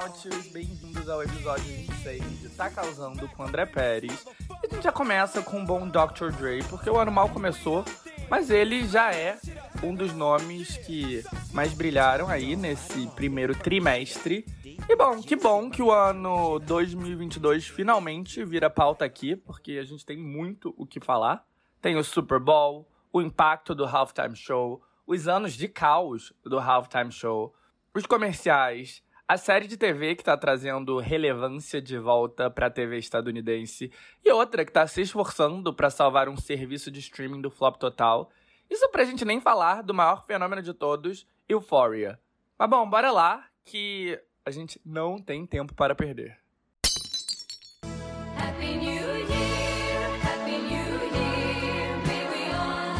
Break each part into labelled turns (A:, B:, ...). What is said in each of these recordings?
A: Watchers, bem-vindos ao episódio 26 de Tá Causando com André Pérez. E a gente já começa com um bom Dr. Dre, porque o ano mal começou, mas ele já é um dos nomes que mais brilharam aí nesse primeiro trimestre. E que bom que o ano 2022 finalmente vira pauta aqui, porque a gente tem muito o que falar. Tem o Super Bowl, o impacto do Halftime Show, os anos de caos do Halftime Show, os comerciais, a série de TV que tá trazendo relevância de volta pra TV estadunidense e outra que tá se esforçando pra salvar um serviço de streaming do flop total. Isso pra gente nem falar do maior fenômeno de todos, Euphoria. Mas bora lá, que a gente não tem tempo para perder.
B: Happy New Year, Happy New Year. May we all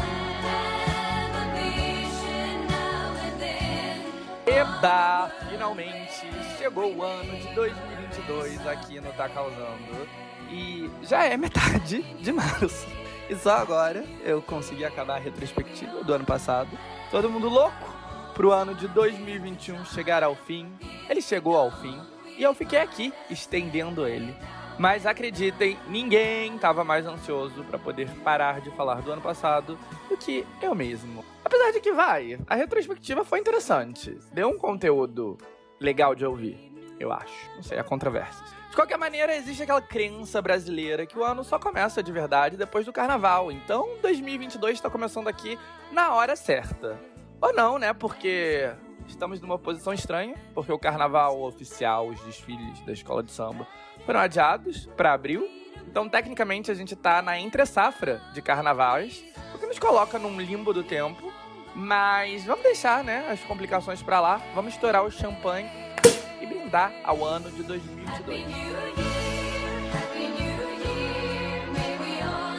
B: have a vision now and then.
A: Eba! Finalmente chegou o ano de 2022 aqui no Tá Causando. E já é metade de março. E só agora eu consegui acabar a retrospectiva do ano passado. Todo mundo louco pro ano de 2021 chegar ao fim. Ele chegou ao fim e eu fiquei aqui estendendo ele. Mas acreditem, ninguém estava mais ansioso para poder parar de falar do ano passado do que eu mesmo. Apesar de que a retrospectiva foi interessante. Deu um conteúdo legal de ouvir, eu acho. Não sei, há controvérsias. De qualquer maneira, existe aquela crença brasileira que o ano só começa de verdade depois do carnaval. Então, 2022 está começando aqui na hora certa. Ou não, né? Porque estamos numa posição estranha, porque o carnaval oficial, os desfiles da escola de samba, foram adiados para abril. Então, tecnicamente, a gente tá na entre-safra de carnavais, o que nos coloca num limbo do tempo. Mas vamos deixar, né, as complicações pra lá. Vamos estourar o champanhe e brindar ao ano de 2022.
B: Happy New Year, Happy New Year. May we all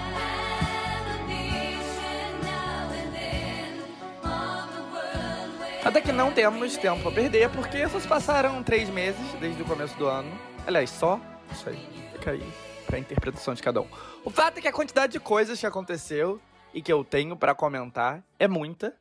B: have a vision now and then of a world where
A: Até que não temos tempo a perder, porque só se passaram 3 meses desde o começo do ano. Aliás, só isso aí. Fica aí pra interpretação de cada um. O fato é que a quantidade de coisas que aconteceu e que eu tenho pra comentar é muita.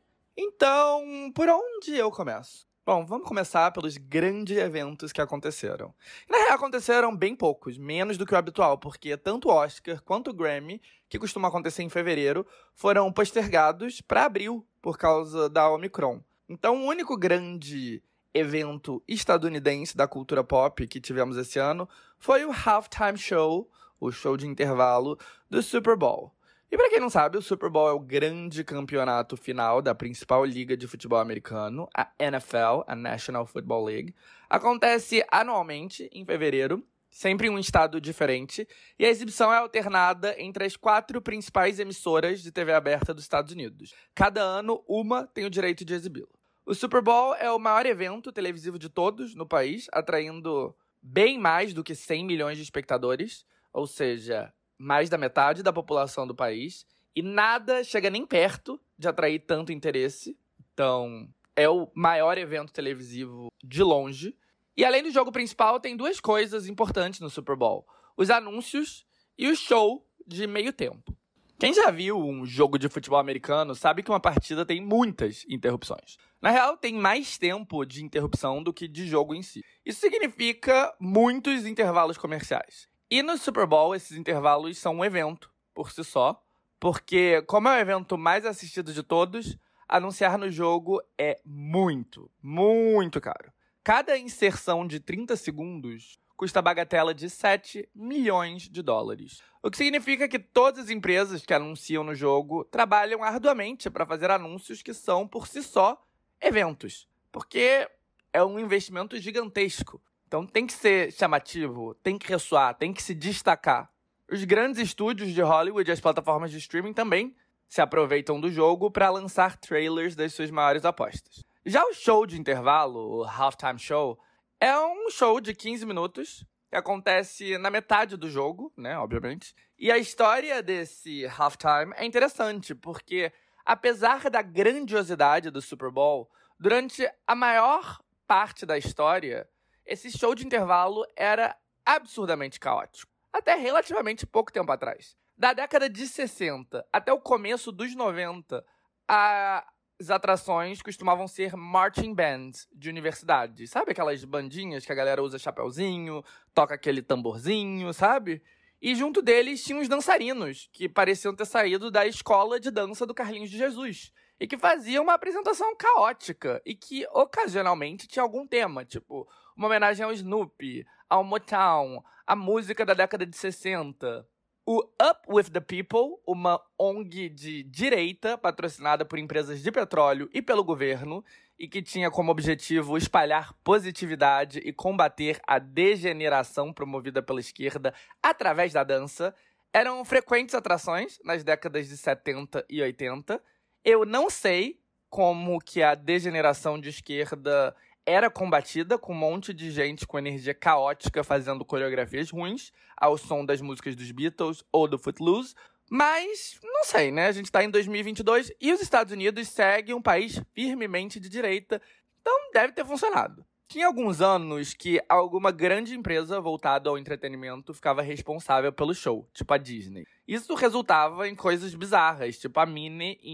A: Então, por onde eu começo? Bom, vamos começar pelos grandes eventos que aconteceram. Na real, aconteceram bem poucos, menos do que o habitual, porque tanto o Oscar quanto o Grammy, que costuma acontecer em fevereiro, foram postergados para abril por causa da Omicron. Então, o único grande evento estadunidense da cultura pop que tivemos esse ano foi o Halftime Show, o show de intervalo do Super Bowl. E pra quem não sabe, o Super Bowl é o grande campeonato final da principal liga de futebol americano, a NFL, a National Football League. Acontece anualmente, em fevereiro, sempre em um estado diferente, e a exibição é alternada entre as 4 principais emissoras de TV aberta dos Estados Unidos. Cada ano, uma tem o direito de exibi-lo. O Super Bowl é o maior evento televisivo de todos no país, atraindo bem mais do que 100 milhões de espectadores, ou seja, mais da metade da população do país, e nada chega nem perto de atrair tanto interesse. Então, é o maior evento televisivo de longe. E além do jogo principal, tem 2 coisas importantes no Super Bowl: os anúncios e o show de meio tempo. Quem já viu um jogo de futebol americano sabe que uma partida tem muitas interrupções. Na real, tem mais tempo de interrupção do que de jogo em si. Isso significa muitos intervalos comerciais. E no Super Bowl, esses intervalos são um evento por si só, porque, como é o evento mais assistido de todos, anunciar no jogo é muito, muito caro. Cada inserção de 30 segundos custa a bagatela de 7 milhões de dólares. O que significa que todas as empresas que anunciam no jogo trabalham arduamente para fazer anúncios que são, por si só, eventos. Porque é um investimento gigantesco. Então tem que ser chamativo, tem que ressoar, tem que se destacar. Os grandes estúdios de Hollywood e as plataformas de streaming também se aproveitam do jogo para lançar trailers das suas maiores apostas. Já o show de intervalo, o Halftime Show, é um show de 15 minutos que acontece na metade do jogo, né, obviamente. E a história desse Halftime é interessante, porque apesar da grandiosidade do Super Bowl, durante a maior parte da história, esse show de intervalo era absurdamente caótico. Até relativamente pouco tempo atrás. Da década de 60 até o começo dos 90, a atrações costumavam ser marching bands de universidade. Sabe aquelas bandinhas que a galera usa chapéuzinho, toca aquele tamborzinho, sabe? E junto deles tinha uns dançarinos, que pareciam ter saído da escola de dança do Carlinhos de Jesus. E que faziam uma apresentação caótica e que, ocasionalmente, tinha algum tema, tipo uma homenagem ao Snoopy, ao Motown, a música da década de 60. O Up With The People, uma ONG de direita patrocinada por empresas de petróleo e pelo governo, e que tinha como objetivo espalhar positividade e combater a degeneração promovida pela esquerda através da dança, eram frequentes atrações nas décadas de 70 e 80. Eu não sei como que a degeneração de esquerda era combatida com um monte de gente com energia caótica fazendo coreografias ruins ao som das músicas dos Beatles ou do Footloose, mas não sei, né? A gente tá em 2022 e os Estados Unidos seguem um país firmemente de direita, então deve ter funcionado. Tinha alguns anos que alguma grande empresa voltada ao entretenimento ficava responsável pelo show, tipo a Disney. Isso resultava em coisas bizarras, tipo a Minnie, em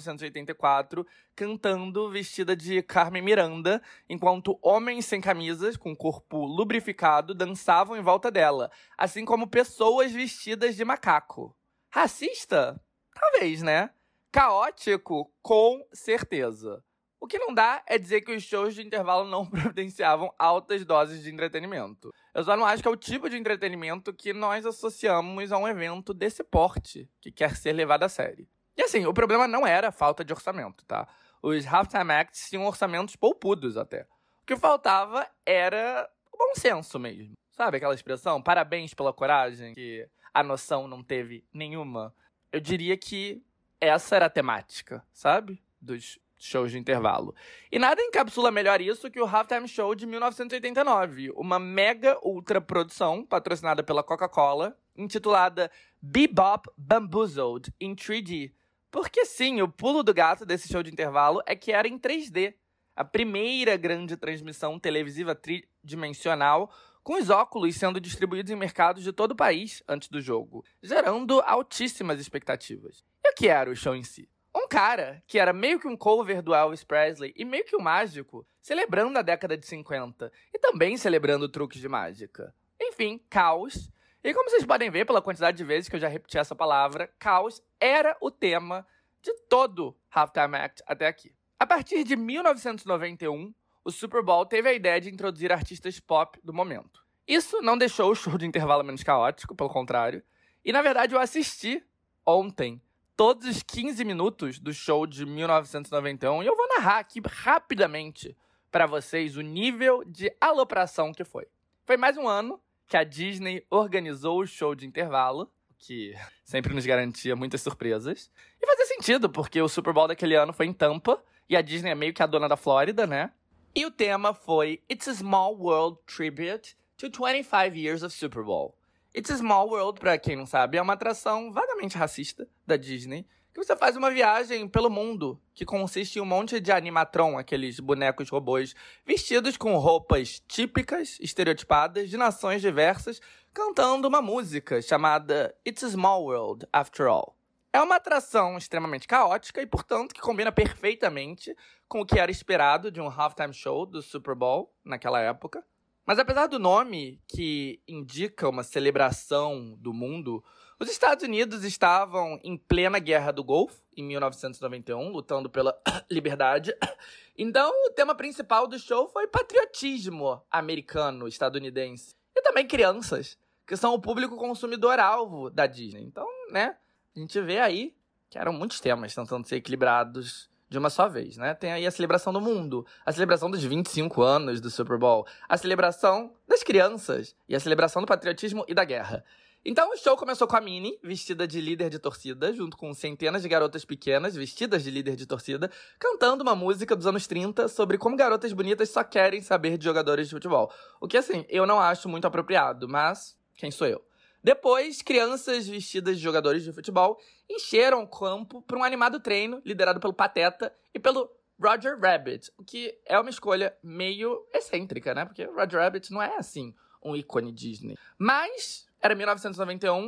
A: 1984, cantando vestida de Carmen Miranda, enquanto homens sem camisas, com corpo lubrificado, dançavam em volta dela, assim como pessoas vestidas de macaco. Racista? Talvez, né? Caótico? Com certeza. O que não dá é dizer que os shows de intervalo não providenciavam altas doses de entretenimento. Eu só não acho que é o tipo de entretenimento que nós associamos a um evento desse porte, que quer ser levado a sério. E assim, o problema não era a falta de orçamento, tá? Os halftime acts tinham orçamentos poupudos até. O que faltava era o bom senso mesmo. Sabe aquela expressão? Parabéns pela coragem, que a noção não teve nenhuma. Eu diria que essa era a temática, sabe? Dos shows de intervalo. E nada encapsula melhor isso que o Halftime Show de 1989, uma mega ultra produção patrocinada pela Coca-Cola, intitulada Bebop Bamboozled in 3D. Porque sim, o pulo do gato desse show de intervalo é que era em 3D. A primeira grande transmissão televisiva tridimensional, com os óculos sendo distribuídos em mercados de todo o país antes do jogo, gerando altíssimas expectativas. E o que era o show em si? Um cara que era meio que um cover do Elvis Presley e meio que um mágico, celebrando a década de 50 e também celebrando truques de mágica. Enfim, caos. E como vocês podem ver pela quantidade de vezes que eu já repeti essa palavra, caos era o tema de todo Halftime Act até aqui. A partir de 1991, o Super Bowl teve a ideia de introduzir artistas pop do momento. Isso não deixou o show de intervalo menos caótico, pelo contrário. E na verdade eu assisti ontem todos os 15 minutos do show de 1991 e eu vou narrar aqui rapidamente para vocês o nível de alopração que foi. Foi mais um ano que a Disney organizou o show de intervalo, que sempre nos garantia muitas surpresas. E fazia sentido, porque o Super Bowl daquele ano foi em Tampa, e a Disney é meio que a dona da Flórida, né? E o tema foi It's a Small World Tribute to 25 Years of Super Bowl. It's a Small World, pra quem não sabe, é uma atração vagamente racista da Disney, que você faz uma viagem pelo mundo, que consiste em um monte de animatron, aqueles bonecos robôs, vestidos com roupas típicas, estereotipadas, de nações diversas, cantando uma música chamada It's a Small World, After All. É uma atração extremamente caótica e, portanto, que combina perfeitamente com o que era esperado de um halftime show do Super Bowl naquela época. Mas apesar do nome, que indica uma celebração do mundo, os Estados Unidos estavam em plena Guerra do Golfo, em 1991, lutando pela liberdade. Então, o tema principal do show foi patriotismo americano, estadunidense. E também crianças, que são o público consumidor-alvo da Disney. Então, né, a gente vê aí que eram muitos temas tentando ser equilibrados de uma só vez, né? Tem aí a celebração do mundo, a celebração dos 25 anos do Super Bowl, a celebração das crianças e a celebração do patriotismo e da guerra. Então o show começou com a Minnie, vestida de líder de torcida, junto com centenas de garotas pequenas, vestidas de líder de torcida, cantando uma música dos anos 30 sobre como garotas bonitas só querem saber de jogadores de futebol. O que, assim, eu não acho muito apropriado, mas quem sou eu? Depois, crianças vestidas de jogadores de futebol encheram o campo para um animado treino liderado pelo Pateta e pelo Roger Rabbit, o que é uma escolha meio excêntrica, né? Porque Roger Rabbit não é, assim, um ícone Disney. Mas era 1991,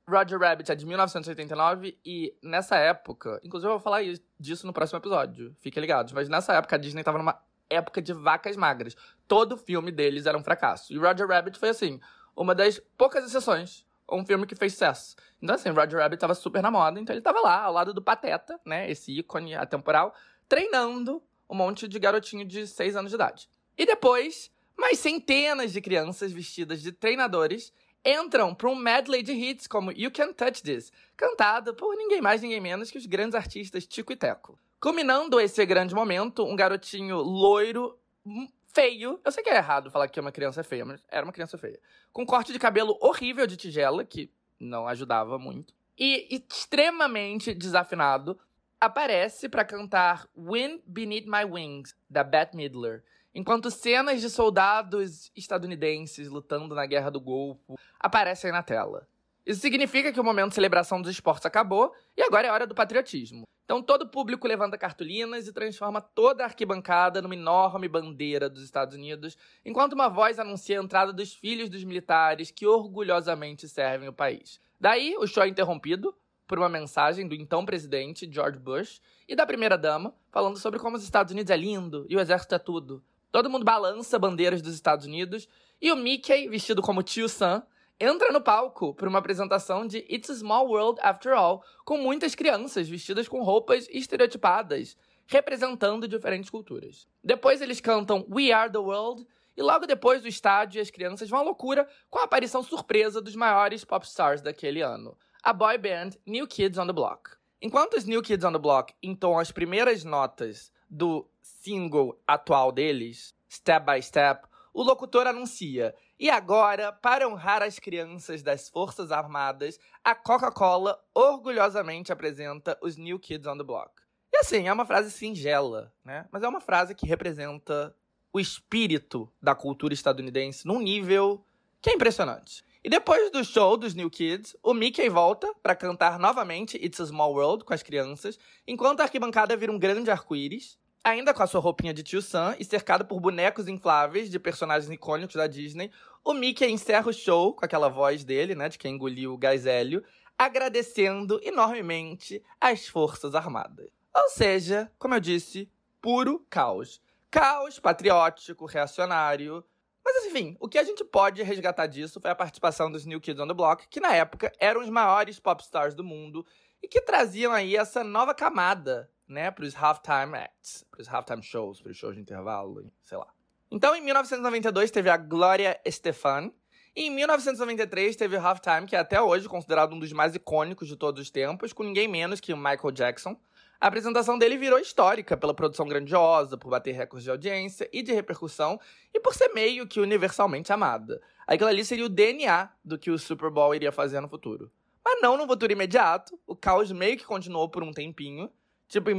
A: Roger Rabbit é de 1989 e nessa época... Inclusive eu vou falar disso no próximo episódio, fiquem ligados. Mas nessa época a Disney tava numa época de vacas magras. Todo filme deles era um fracasso. E Roger Rabbit foi, assim, uma das poucas exceções. Um filme que fez sucesso. Então, assim, Roger Rabbit tava super na moda. Então ele tava lá, ao lado do Pateta, né? Esse ícone atemporal, treinando um monte de garotinho de 6 anos de idade. E depois, mais centenas de crianças vestidas de treinadores entram para um medley de hits como You Can't Touch This, cantado por ninguém mais, ninguém menos que os grandes artistas Tico e Teco. Culminando esse grande momento, um garotinho loiro, feio, eu sei que é errado falar que uma criança é feia, mas era uma criança feia, com corte de cabelo horrível de tigela, que não ajudava muito, e extremamente desafinado, aparece para cantar Wind Beneath My Wings, da Bette Midler, enquanto cenas de soldados estadunidenses lutando na Guerra do Golfo aparecem na tela. Isso significa que o momento de celebração dos esportes acabou e agora é hora do patriotismo. Então todo o público levanta cartolinas e transforma toda a arquibancada numa enorme bandeira dos Estados Unidos, enquanto uma voz anuncia a entrada dos filhos dos militares que orgulhosamente servem o país. Daí, o show é interrompido por uma mensagem do então presidente George Bush e da primeira-dama, falando sobre como os Estados Unidos é lindo e o exército é tudo. Todo mundo balança bandeiras dos Estados Unidos e o Mickey, vestido como Tio Sam, entra no palco para uma apresentação de It's a Small World After All, com muitas crianças vestidas com roupas estereotipadas, representando diferentes culturas. Depois eles cantam We Are the World, e logo depois o estádio e as crianças vão à loucura com a aparição surpresa dos maiores pop stars daquele ano, a boy band New Kids on the Block. Enquanto os New Kids on the Block entoam as primeiras notas do single atual deles, Step by Step, o locutor anuncia: e agora, para honrar as crianças das Forças Armadas, a Coca-Cola orgulhosamente apresenta os New Kids on the Block. E assim, é uma frase singela, né? Mas é uma frase que representa o espírito da cultura estadunidense num nível que é impressionante. E depois do show dos New Kids, o Mickey volta para cantar novamente It's a Small World com as crianças, enquanto a arquibancada vira um grande arco-íris, ainda com a sua roupinha de Tio Sam e cercado por bonecos infláveis de personagens icônicos da Disney, o Mickey encerra o show com aquela voz dele, né, de quem engoliu o gás hélio, agradecendo enormemente às Forças Armadas. Ou seja, como eu disse, puro caos. Caos patriótico, reacionário. Mas enfim, o que a gente pode resgatar disso foi a participação dos New Kids on the Block, que na época eram os maiores pop stars do mundo e que traziam aí essa nova camada, né, pros halftime acts, pros halftime shows, pros shows de intervalo, sei lá. Então, em 1992, teve a Gloria Estefan, e em 1993 teve o Halftime, que é até hoje considerado um dos mais icônicos de todos os tempos, com ninguém menos que o Michael Jackson. A apresentação dele virou histórica pela produção grandiosa, por bater recordes de audiência e de repercussão, e por ser meio que universalmente amada. Aquilo ali seria o DNA do que o Super Bowl iria fazer no futuro. Mas não no futuro imediato, o caos meio que continuou por um tempinho. Tipo, em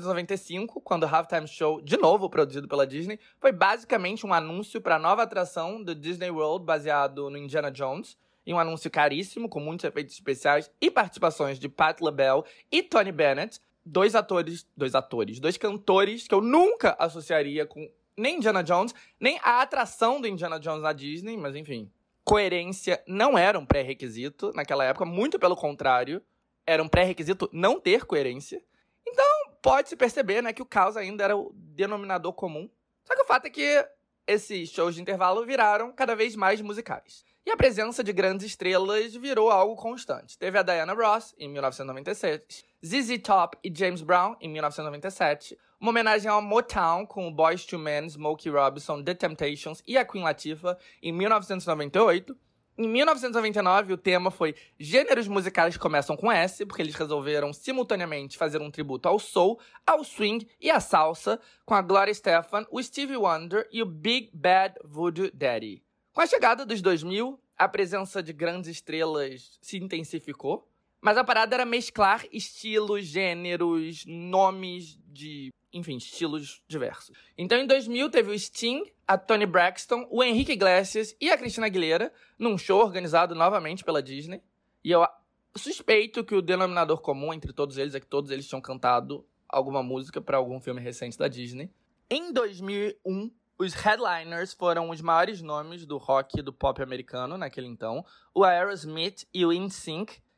A: 1995, quando o Halftime Show, de novo produzido pela Disney, foi basicamente um anúncio para a nova atração do Disney World baseado no Indiana Jones, e um anúncio caríssimo, com muitos efeitos especiais e participações de Patti LaBelle e Tony Bennett, dois cantores que eu nunca associaria com nem Indiana Jones, nem a atração do Indiana Jones na Disney, mas enfim. Coerência não era um pré-requisito naquela época, muito pelo contrário, era um pré-requisito não ter coerência. Então, pode-se perceber, né, que o caos ainda era o denominador comum. Só que o fato é que esses shows de intervalo viraram cada vez mais musicais. E a presença de grandes estrelas virou algo constante. Teve a Diana Ross, em 1996, ZZ Top e James Brown, em 1997, uma homenagem ao Motown com o Boyz II Men, Smokey Robinson, The Temptations e a Queen Latifah, em 1998. Em 1999, o tema foi Gêneros musicais começam com S, porque eles resolveram simultaneamente fazer um tributo ao soul, ao swing e à salsa, com a Gloria Estefan, o Stevie Wonder e o Big Bad Voodoo Daddy. Com a chegada dos 2000, a presença de grandes estrelas se intensificou, mas a parada era mesclar estilos, gêneros, nomes de, enfim, estilos diversos. Então, em 2000, teve o Sting, a Toni Braxton, o Henrique Iglesias e a Christina Aguilera, num show organizado novamente pela Disney. E eu suspeito que o denominador comum entre todos eles é que todos eles tinham cantado alguma música para algum filme recente da Disney. Em 2001, os headliners foram os maiores nomes do rock e do pop americano naquele então, o Aerosmith e o NSYNC,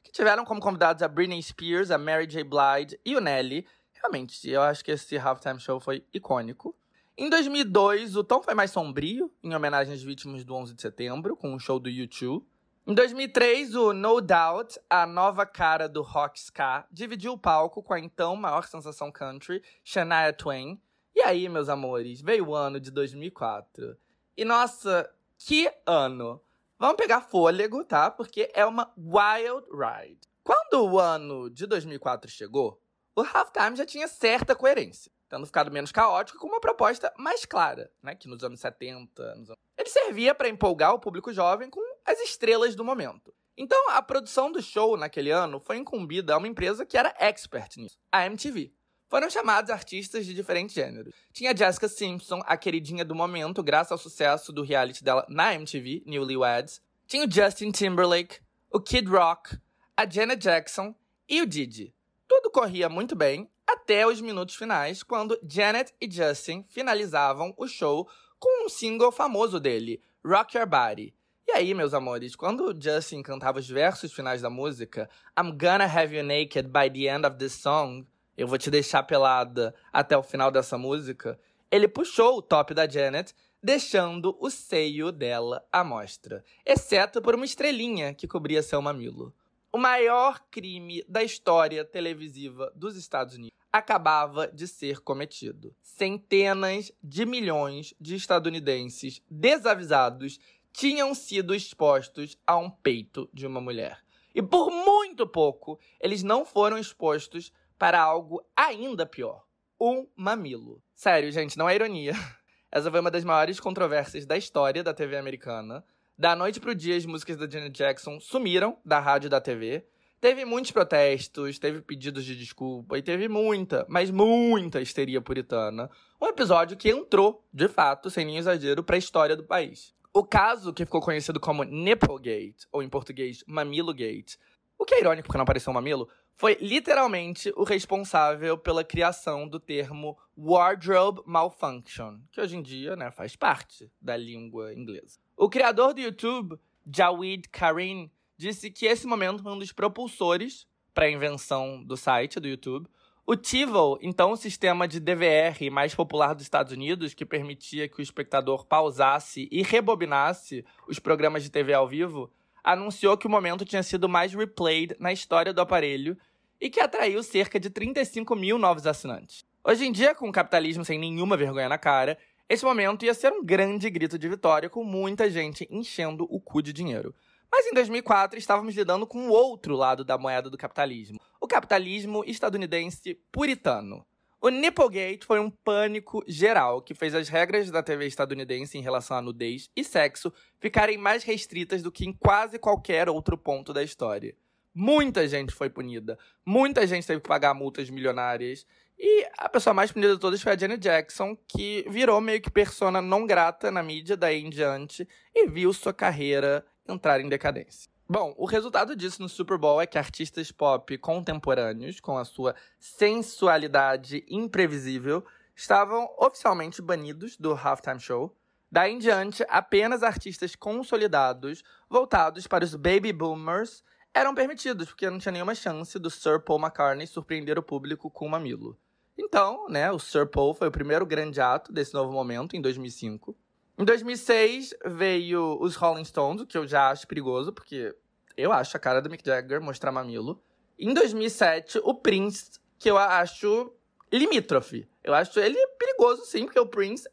A: que tiveram como convidados a Britney Spears, a Mary J. Blige e o Nelly. Realmente, eu acho que esse halftime show foi icônico. Em 2002, o tom foi mais sombrio, em homenagem às vítimas do 11 de setembro, com o show do U2. Em 2003, o No Doubt, a nova cara do rock ska, dividiu o palco com a então maior sensação country, Shania Twain. E aí, meus amores, veio o ano de 2004. E nossa, que ano! Vamos pegar fôlego, tá? Porque é uma wild ride. Quando o ano de 2004 chegou, o halftime já tinha certa coerência, tendo ficado menos caótico com uma proposta mais clara, né? Que nos anos 70... Ele servia para empolgar o público jovem com as estrelas do momento. Então, a produção do show naquele ano foi incumbida a uma empresa que era expert nisso, a MTV. Foram chamados artistas de diferentes gêneros. Tinha a Jessica Simpson, a queridinha do momento, graças ao sucesso do reality dela na MTV, Newlyweds. Tinha o Justin Timberlake, o Kid Rock, a Janet Jackson e o Diddy. Tudo corria muito bem até os minutos finais, quando Janet e Justin finalizavam o show com um single famoso dele, Rock Your Body. E aí, meus amores, quando o Justin cantava os versos finais da música, I'm gonna have you naked by the end of this song, eu vou te deixar pelada até o final dessa música, ele puxou o top da Janet, deixando o seio dela à mostra, exceto por uma estrelinha que cobria seu mamilo. O maior crime da história televisiva dos Estados Unidos acabava de ser cometido. Centenas de milhões de estadunidenses desavisados tinham sido expostos a um peito de uma mulher. E por muito pouco, eles não foram expostos para algo ainda pior: um mamilo. Sério, gente, não é ironia. Essa foi uma das maiores controvérsias da história da TV americana. Da noite pro dia, as músicas da Janet Jackson sumiram da rádio e da TV. Teve muitos protestos, teve pedidos de desculpa e teve muita, mas muita histeria puritana. Um episódio que entrou, de fato, sem nenhum exagero, para a história do país. O caso, que ficou conhecido como Nipplegate, ou em português, Mamilogate, o que é irônico porque não apareceu um mamilo, foi literalmente o responsável pela criação do termo wardrobe malfunction, que hoje em dia, né, faz parte da língua inglesa. O criador do YouTube, Jawed Karim, disse que esse momento foi um dos propulsores para a invenção do site, do YouTube. O TiVo, então o sistema de DVR mais popular dos Estados Unidos, que permitia que o espectador pausasse e rebobinasse os programas de TV ao vivo, anunciou que o momento tinha sido mais replayed na história do aparelho e que atraiu cerca de 35 mil novos assinantes. Hoje em dia, com o capitalismo sem nenhuma vergonha na cara, esse momento ia ser um grande grito de vitória, com muita gente enchendo o cu de dinheiro. Mas em 2004, estávamos lidando com o outro lado da moeda do capitalismo: o capitalismo estadunidense puritano. O Nipplegate foi um pânico geral que fez as regras da TV estadunidense em relação à nudez e sexo ficarem mais restritas do que em quase qualquer outro ponto da história. Muita gente foi punida, muita gente teve que pagar multas milionárias, e a pessoa mais punida de todas foi a Janet Jackson, que virou meio que persona não grata na mídia daí em diante e viu sua carreira entrar em decadência. Bom, o resultado disso no Super Bowl é que artistas pop contemporâneos, com a sua sensualidade imprevisível, estavam oficialmente banidos do halftime show. Daí em diante, apenas artistas consolidados, voltados para os baby boomers, eram permitidos, porque não tinha nenhuma chance do Sir Paul McCartney surpreender o público com um mamilo. Então, né, o Sir Paul foi o primeiro grande ato desse novo momento, em 2005. Em 2006, veio os Rolling Stones, o que eu já acho perigoso, porque eu acho a cara do Mick Jagger mostrar mamilo. Em 2007, o Prince, que eu acho limítrofe. Eu acho ele perigoso, sim, porque o Prince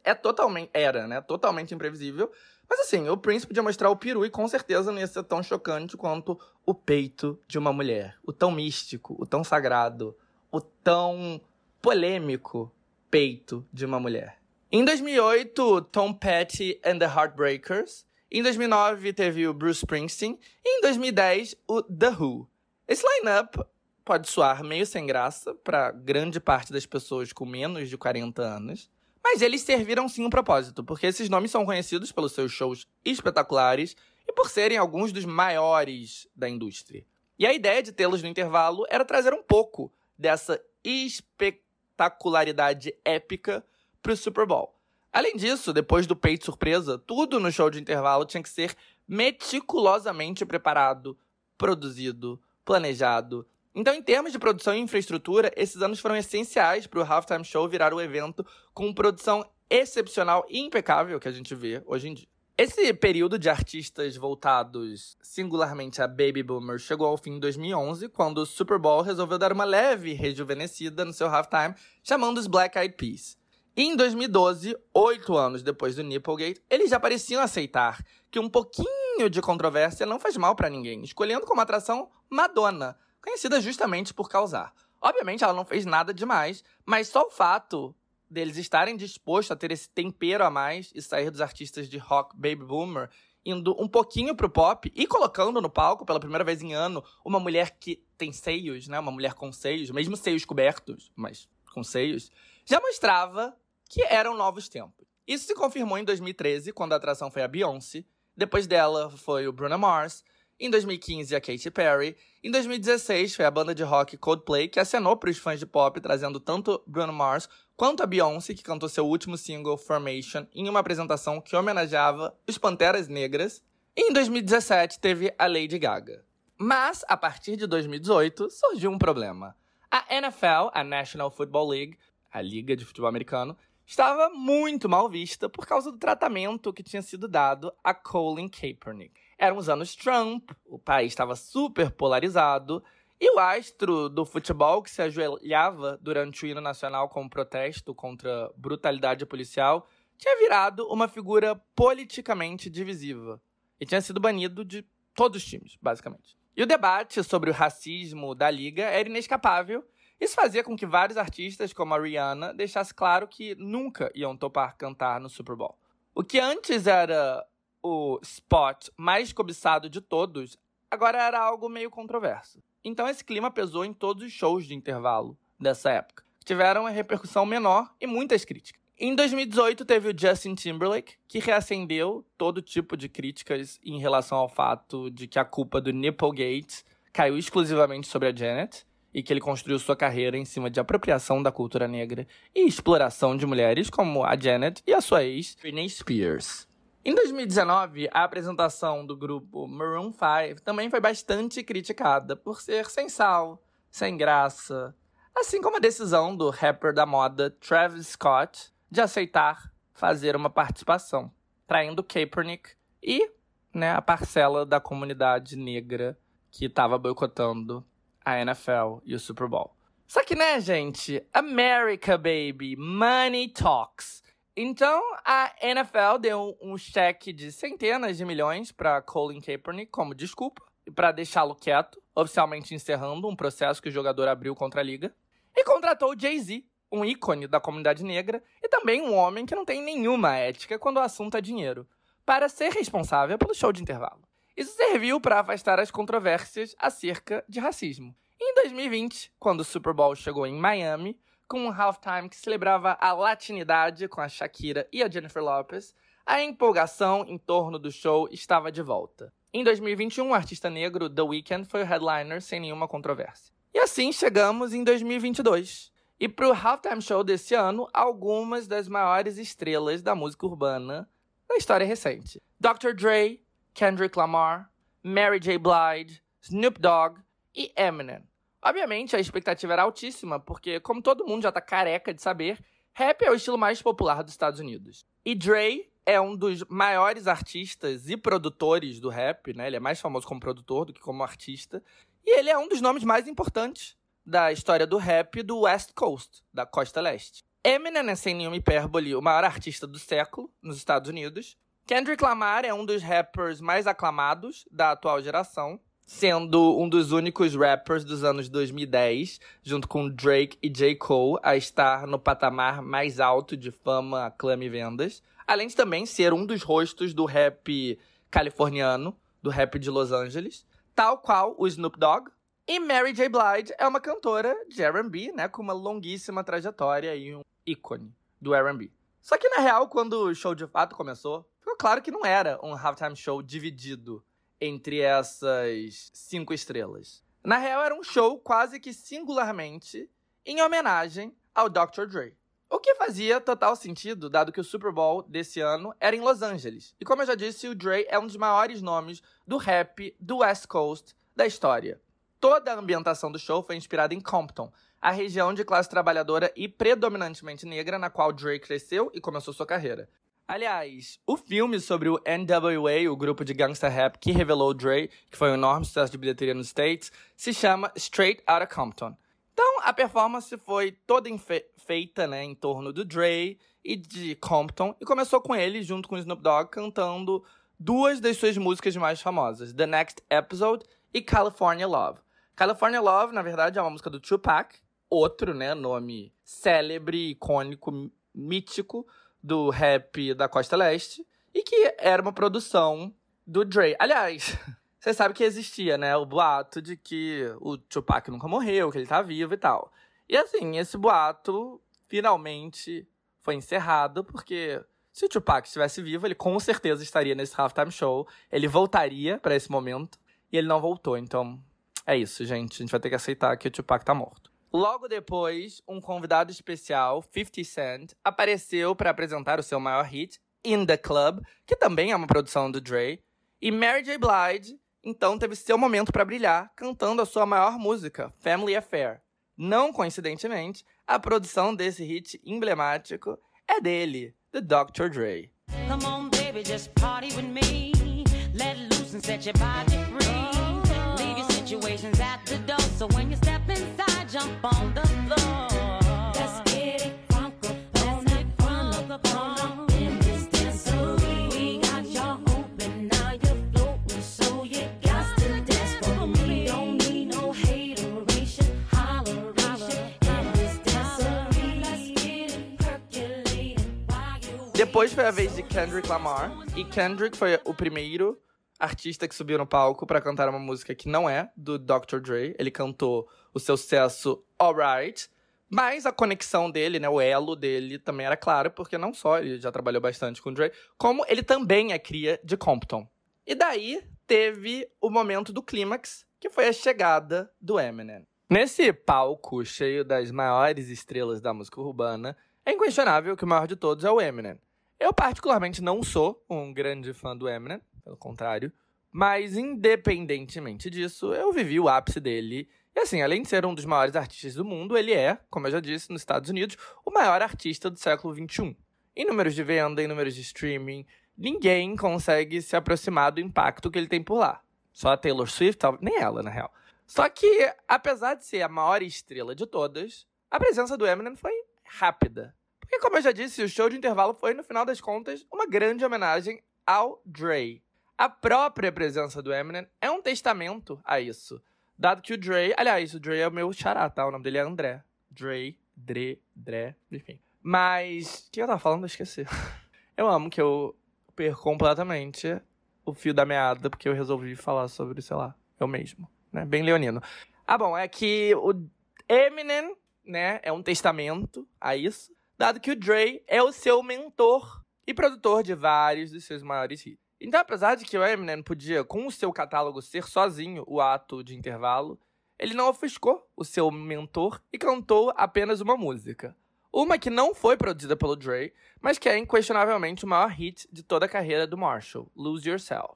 A: totalmente imprevisível. Mas assim, o Prince podia mostrar o peru e com certeza não ia ser tão chocante quanto o peito de uma mulher. O tão místico, o tão sagrado, o tão polêmico peito de uma mulher. Em 2008, Tom Petty and the Heartbreakers. Em 2009, teve o Bruce Springsteen. E em 2010, o The Who. Esse line-up pode soar meio sem graça para grande parte das pessoas com menos de 40 anos. Mas eles serviram sim um propósito, porque esses nomes são conhecidos pelos seus shows espetaculares e por serem alguns dos maiores da indústria. E a ideia de tê-los no intervalo era trazer um pouco dessa espetacularidade épica para o Super Bowl. Além disso, depois do peito surpresa, tudo no show de intervalo tinha que ser meticulosamente preparado, produzido, planejado. Então, em termos de produção e infraestrutura, esses anos foram essenciais para o Halftime Show virar o evento com produção excepcional e impecável que a gente vê hoje em dia. Esse período de artistas voltados singularmente a Baby Boomers chegou ao fim em 2011, quando o Super Bowl resolveu dar uma leve rejuvenescida no seu halftime, chamando os Black Eyed Peas. E em 2012, 8 anos depois do Nipplegate, eles já pareciam aceitar que um pouquinho de controvérsia não faz mal pra ninguém, escolhendo como atração Madonna, conhecida justamente por causar. Obviamente ela não fez nada demais, mas só o fato deles estarem dispostos a ter esse tempero a mais e sair dos artistas de rock Baby Boomer, indo um pouquinho pro pop e colocando no palco, pela primeira vez em ano, uma mulher que tem seios, né? Uma mulher com seios, mesmo seios cobertos, mas com seios, já mostrava que eram novos tempos. Isso se confirmou em 2013, quando a atração foi a Beyoncé. Depois dela foi o Bruno Mars. Em 2015, a Katy Perry. Em 2016, foi a banda de rock Coldplay, que acenou para os fãs de pop, trazendo tanto Bruno Mars quanto a Beyoncé, que cantou seu último single, Formation, em uma apresentação que homenageava os Panteras Negras. E em 2017, teve a Lady Gaga. Mas, a partir de 2018, surgiu um problema. A NFL, a National Football League, a Liga de Futebol Americano, estava muito mal vista por causa do tratamento que tinha sido dado a Colin Kaepernick. Eram os anos Trump, o país estava super polarizado, e o astro do futebol que se ajoelhava durante o hino nacional como protesto contra brutalidade policial tinha virado uma figura politicamente divisiva e tinha sido banido de todos os times, basicamente. E o debate sobre o racismo da liga era inescapável. Isso fazia com que vários artistas, como a Rihanna, deixassem claro que nunca iam topar cantar no Super Bowl. O que antes era o spot mais cobiçado de todos, agora era algo meio controverso. Então esse clima pesou em todos os shows de intervalo dessa época, que tiveram uma repercussão menor e muitas críticas. Em 2018 teve o Justin Timberlake, que reacendeu todo tipo de críticas em relação ao fato de que a culpa do Nipplegate caiu exclusivamente sobre a Janet, e que ele construiu sua carreira em cima de apropriação da cultura negra e exploração de mulheres como a Janet e a sua ex, Britney Spears. Em 2019, a apresentação do grupo Maroon 5 também foi bastante criticada por ser sem sal, sem graça, assim como a decisão do rapper da moda Travis Scott de aceitar fazer uma participação, traindo Kaepernick e, a parcela da comunidade negra que estava boicotando a NFL e o Super Bowl. Só que, gente, America, baby, money talks. Então, a NFL deu um cheque de centenas de milhões para Colin Kaepernick como desculpa e para deixá-lo quieto, oficialmente encerrando um processo que o jogador abriu contra a liga, e contratou o Jay-Z, um ícone da comunidade negra e também um homem que não tem nenhuma ética quando o assunto é dinheiro, para ser responsável pelo show de intervalo. Isso serviu para afastar as controvérsias acerca de racismo. Em 2020, quando o Super Bowl chegou em Miami, com um halftime que celebrava a latinidade com a Shakira e a Jennifer Lopez, a empolgação em torno do show estava de volta. Em 2021, o artista negro The Weeknd foi o headliner sem nenhuma controvérsia. E assim chegamos em 2022. E para o halftime show desse ano, algumas das maiores estrelas da música urbana da história recente. Dr. Dre, Kendrick Lamar, Mary J. Blige, Snoop Dogg e Eminem. Obviamente, a expectativa era altíssima, porque, como todo mundo já tá careca de saber, rap é o estilo mais popular dos Estados Unidos. E Dre é um dos maiores artistas e produtores do rap, Ele é mais famoso como produtor do que como artista. E ele é um dos nomes mais importantes da história do rap do West Coast, da Costa Leste. Eminem é, sem nenhuma hipérbole, o maior artista do século nos Estados Unidos. Kendrick Lamar é um dos rappers mais aclamados da atual geração, sendo um dos únicos rappers dos anos 2010, junto com Drake e J. Cole, a estar no patamar mais alto de fama, aclame e vendas, além de também ser um dos rostos do rap californiano, do rap de Los Angeles, tal qual o Snoop Dogg. E Mary J. Blige é uma cantora de R&B, com uma longuíssima trajetória e um ícone do R&B. Só que, na real, quando o show de fato começou, ficou claro que não era um halftime show dividido entre essas 5 estrelas. Na real, era um show quase que singularmente em homenagem ao Dr. Dre. O que fazia total sentido, dado que o Super Bowl desse ano era em Los Angeles. E como eu já disse, o Dre é um dos maiores nomes do rap do West Coast da história. Toda a ambientação do show foi inspirada em Compton, a região de classe trabalhadora e predominantemente negra na qual Dre cresceu e começou sua carreira. Aliás, o filme sobre o NWA, o grupo de gangsta rap que revelou Dre, que foi um enorme sucesso de bilheteria nos States, se chama Straight Outta Compton. Então, a performance foi toda feita, né, em torno do Dre e de Compton, e começou com ele, junto com o Snoop Dogg, cantando duas das suas músicas mais famosas, The Next Episode e California Love. California Love, na verdade, é uma música do Tupac, outro, né, nome célebre, icônico, mítico do rap da Costa Leste, e que era uma produção do Dre. Aliás, você sabe que existia, né, o boato de que o Tupac nunca morreu, que ele tá vivo e tal. E assim, esse boato finalmente foi encerrado, porque se o Tupac estivesse vivo, ele com certeza estaria nesse Halftime Show, ele voltaria pra esse momento, e ele não voltou. Então, é isso, gente. A gente vai ter que aceitar que o Tupac tá morto. Logo depois, um convidado especial, 50 Cent, apareceu para apresentar o seu maior hit, In The Club, que também é uma produção do Dre. E Mary J. Blige, então, teve seu momento para brilhar, cantando a sua maior música, Family Affair. Não coincidentemente, a produção desse hit emblemático é dele, The Dr. Dre.
C: Come on, baby, just party with me. Let loose and set your body free. Leave your situations at the door, so when you step inside, jump on the floor.
B: Let's get it crunk up in this dancery. We got y'all open, now you're floating, so you got to dance for me. Don't need no hateration, holleration in this dancery. Let's get it percolating while you.
A: Depois foi a vez de Kendrick Lamar, e Kendrick foi o primeiro artista que subiu no palco pra cantar uma música que não é do Dr. Dre. Ele cantou o seu sucesso Alright, mas a conexão dele, né, o elo dele também era claro, porque não só ele já trabalhou bastante com o Dre, como ele também é cria de Compton. E daí teve o momento do clímax, que foi a chegada do Eminem. Nesse palco cheio das maiores estrelas da música urbana, é inquestionável que o maior de todos é o Eminem. Eu particularmente não sou um grande fã do Eminem, pelo contrário, mas independentemente disso, eu vivi o ápice dele. E assim, além de ser um dos maiores artistas do mundo, ele é, como eu já disse, nos Estados Unidos, o maior artista do século XXI. Em números de venda, em números de streaming, ninguém consegue se aproximar do impacto que ele tem por lá. Só a Taylor Swift, nem ela, na real. Só que, apesar de ser a maior estrela de todas, a presença do Eminem foi rápida. Porque, como eu já disse, o show de intervalo foi, no final das contas, uma grande homenagem ao Dre. A própria presença do Eminem é um testamento a isso. Dado que o Dre... Aliás, o Dre é o meu xará, tá? O nome dele é André. Dre, enfim. Mas... O que eu tava falando? Eu esqueci. Eu amo que eu perco completamente o fio da meada, porque eu resolvi falar sobre, sei lá, eu mesmo, né? Bem leonino. Ah, bom, é que o Eminem, né, é um testamento a isso, dado que o Dre é o seu mentor e produtor de vários dos seus maiores hits. Então, apesar de que o Eminem podia, com o seu catálogo, ser sozinho o ato de intervalo, ele não ofuscou o seu mentor e cantou apenas uma música. Uma que não foi produzida pelo Dre, mas que é inquestionavelmente o maior hit de toda a carreira do Marshall, Lose Yourself.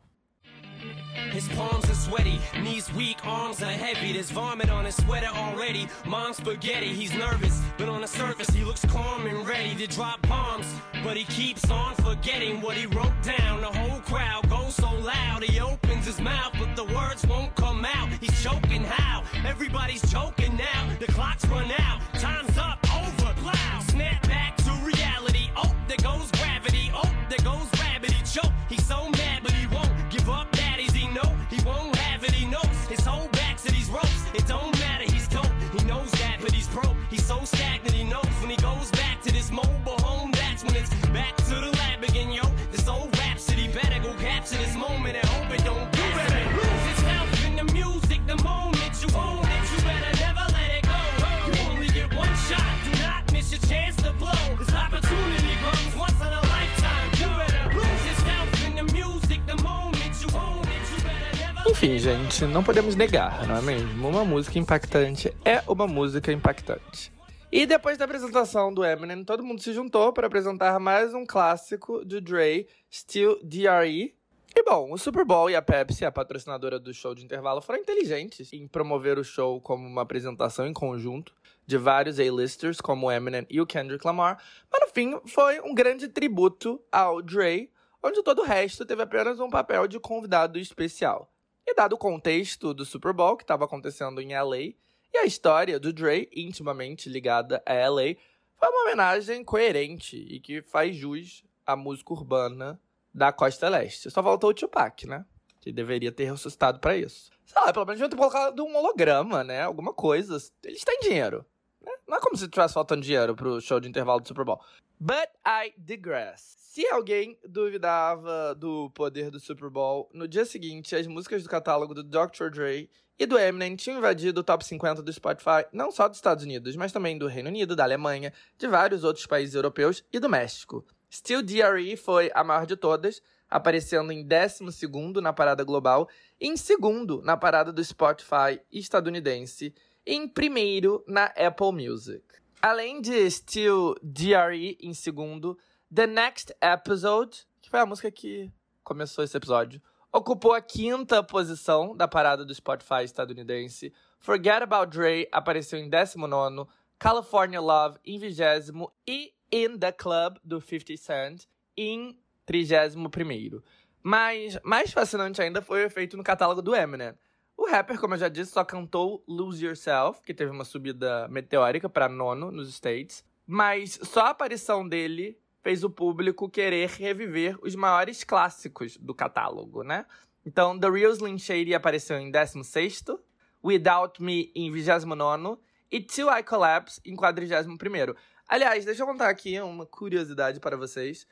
D: His palms are sweaty, knees weak, arms are heavy. There's vomit on his sweater already. Mom's spaghetti, he's nervous, but on the surface he looks calm and ready to drop bombs. But he keeps on forgetting what he wrote down. The whole crowd goes so loud, he opens his mouth, but the words won't come out. He's choking how? Everybody's choking now. The clock's run out, time's up, over, loud. Snap back to reality. Oh, there goes gravity. Oh, there goes rabbit. He choke. He's so mad, but he won't give up. He won't have it, he knows his whole back to these ropes. It don't matter, he's dope. He knows that, but he's broke. He's so stagnant, he knows when he goes back to this mobile home. That's when it's back to the lab again, yo. This old rhapsody better go capture this moment and hope it don't go. You better lose yourself in the music the moment you own it. You better never let it go. You only get one shot, do not miss your chance to blow. This opportunity comes once in a lifetime. You better lose yourself in the music the moment you own it.
A: Enfim, gente, não podemos negar, não é mesmo? Uma música impactante é uma música impactante. E depois da apresentação do Eminem, todo mundo se juntou para apresentar mais um clássico do Dre, Still D.R.E. E bom, o Super Bowl e a Pepsi, a patrocinadora do show de intervalo, foram inteligentes em promover o show como uma apresentação em conjunto de vários A-listers, como o Eminem e o Kendrick Lamar, mas no fim foi um grande tributo ao Dre, onde todo o resto teve apenas um papel de convidado especial. E dado o contexto do Super Bowl, que estava acontecendo em LA, e a história do Dre, intimamente ligada a LA, foi uma homenagem coerente e que faz jus à música urbana da Costa Leste. Só faltou o Tupac, né? Que deveria ter ressuscitado pra isso. Sei lá, pelo menos deviam ter colocado um holograma, né? Alguma coisa. Eles têm dinheiro, né? Não é como se tivesse faltando dinheiro pro show de intervalo do Super Bowl. But I digress. Se alguém duvidava do poder do Super Bowl, no dia seguinte, as músicas do catálogo do Dr. Dre e do Eminem tinham invadido o top 50 do Spotify, não só dos Estados Unidos, mas também do Reino Unido, da Alemanha, de vários outros países europeus e do México. Still DRE foi a maior de todas, aparecendo em 12º na parada global, em 2º na parada do Spotify estadunidense e em 1º na Apple Music. Além de Still DRE em 2º, The Next Episode, que foi a música que começou esse episódio, ocupou a 5ª posição da parada do Spotify estadunidense. Forget About Dre apareceu em 19º, California Love em 20º e In The Club, do 50 Cent, em 31º. Mas mais fascinante ainda foi o efeito no catálogo do Eminem. O rapper, como eu já disse, só cantou Lose Yourself, que teve uma subida meteórica para 9º nos States, mas só a aparição dele fez o público querer reviver os maiores clássicos do catálogo, né? Então, The Real Slim Shady apareceu em 16º, Without Me em 29º e Till I Collapse em 41º. Aliás, deixa eu contar aqui uma curiosidade para vocês.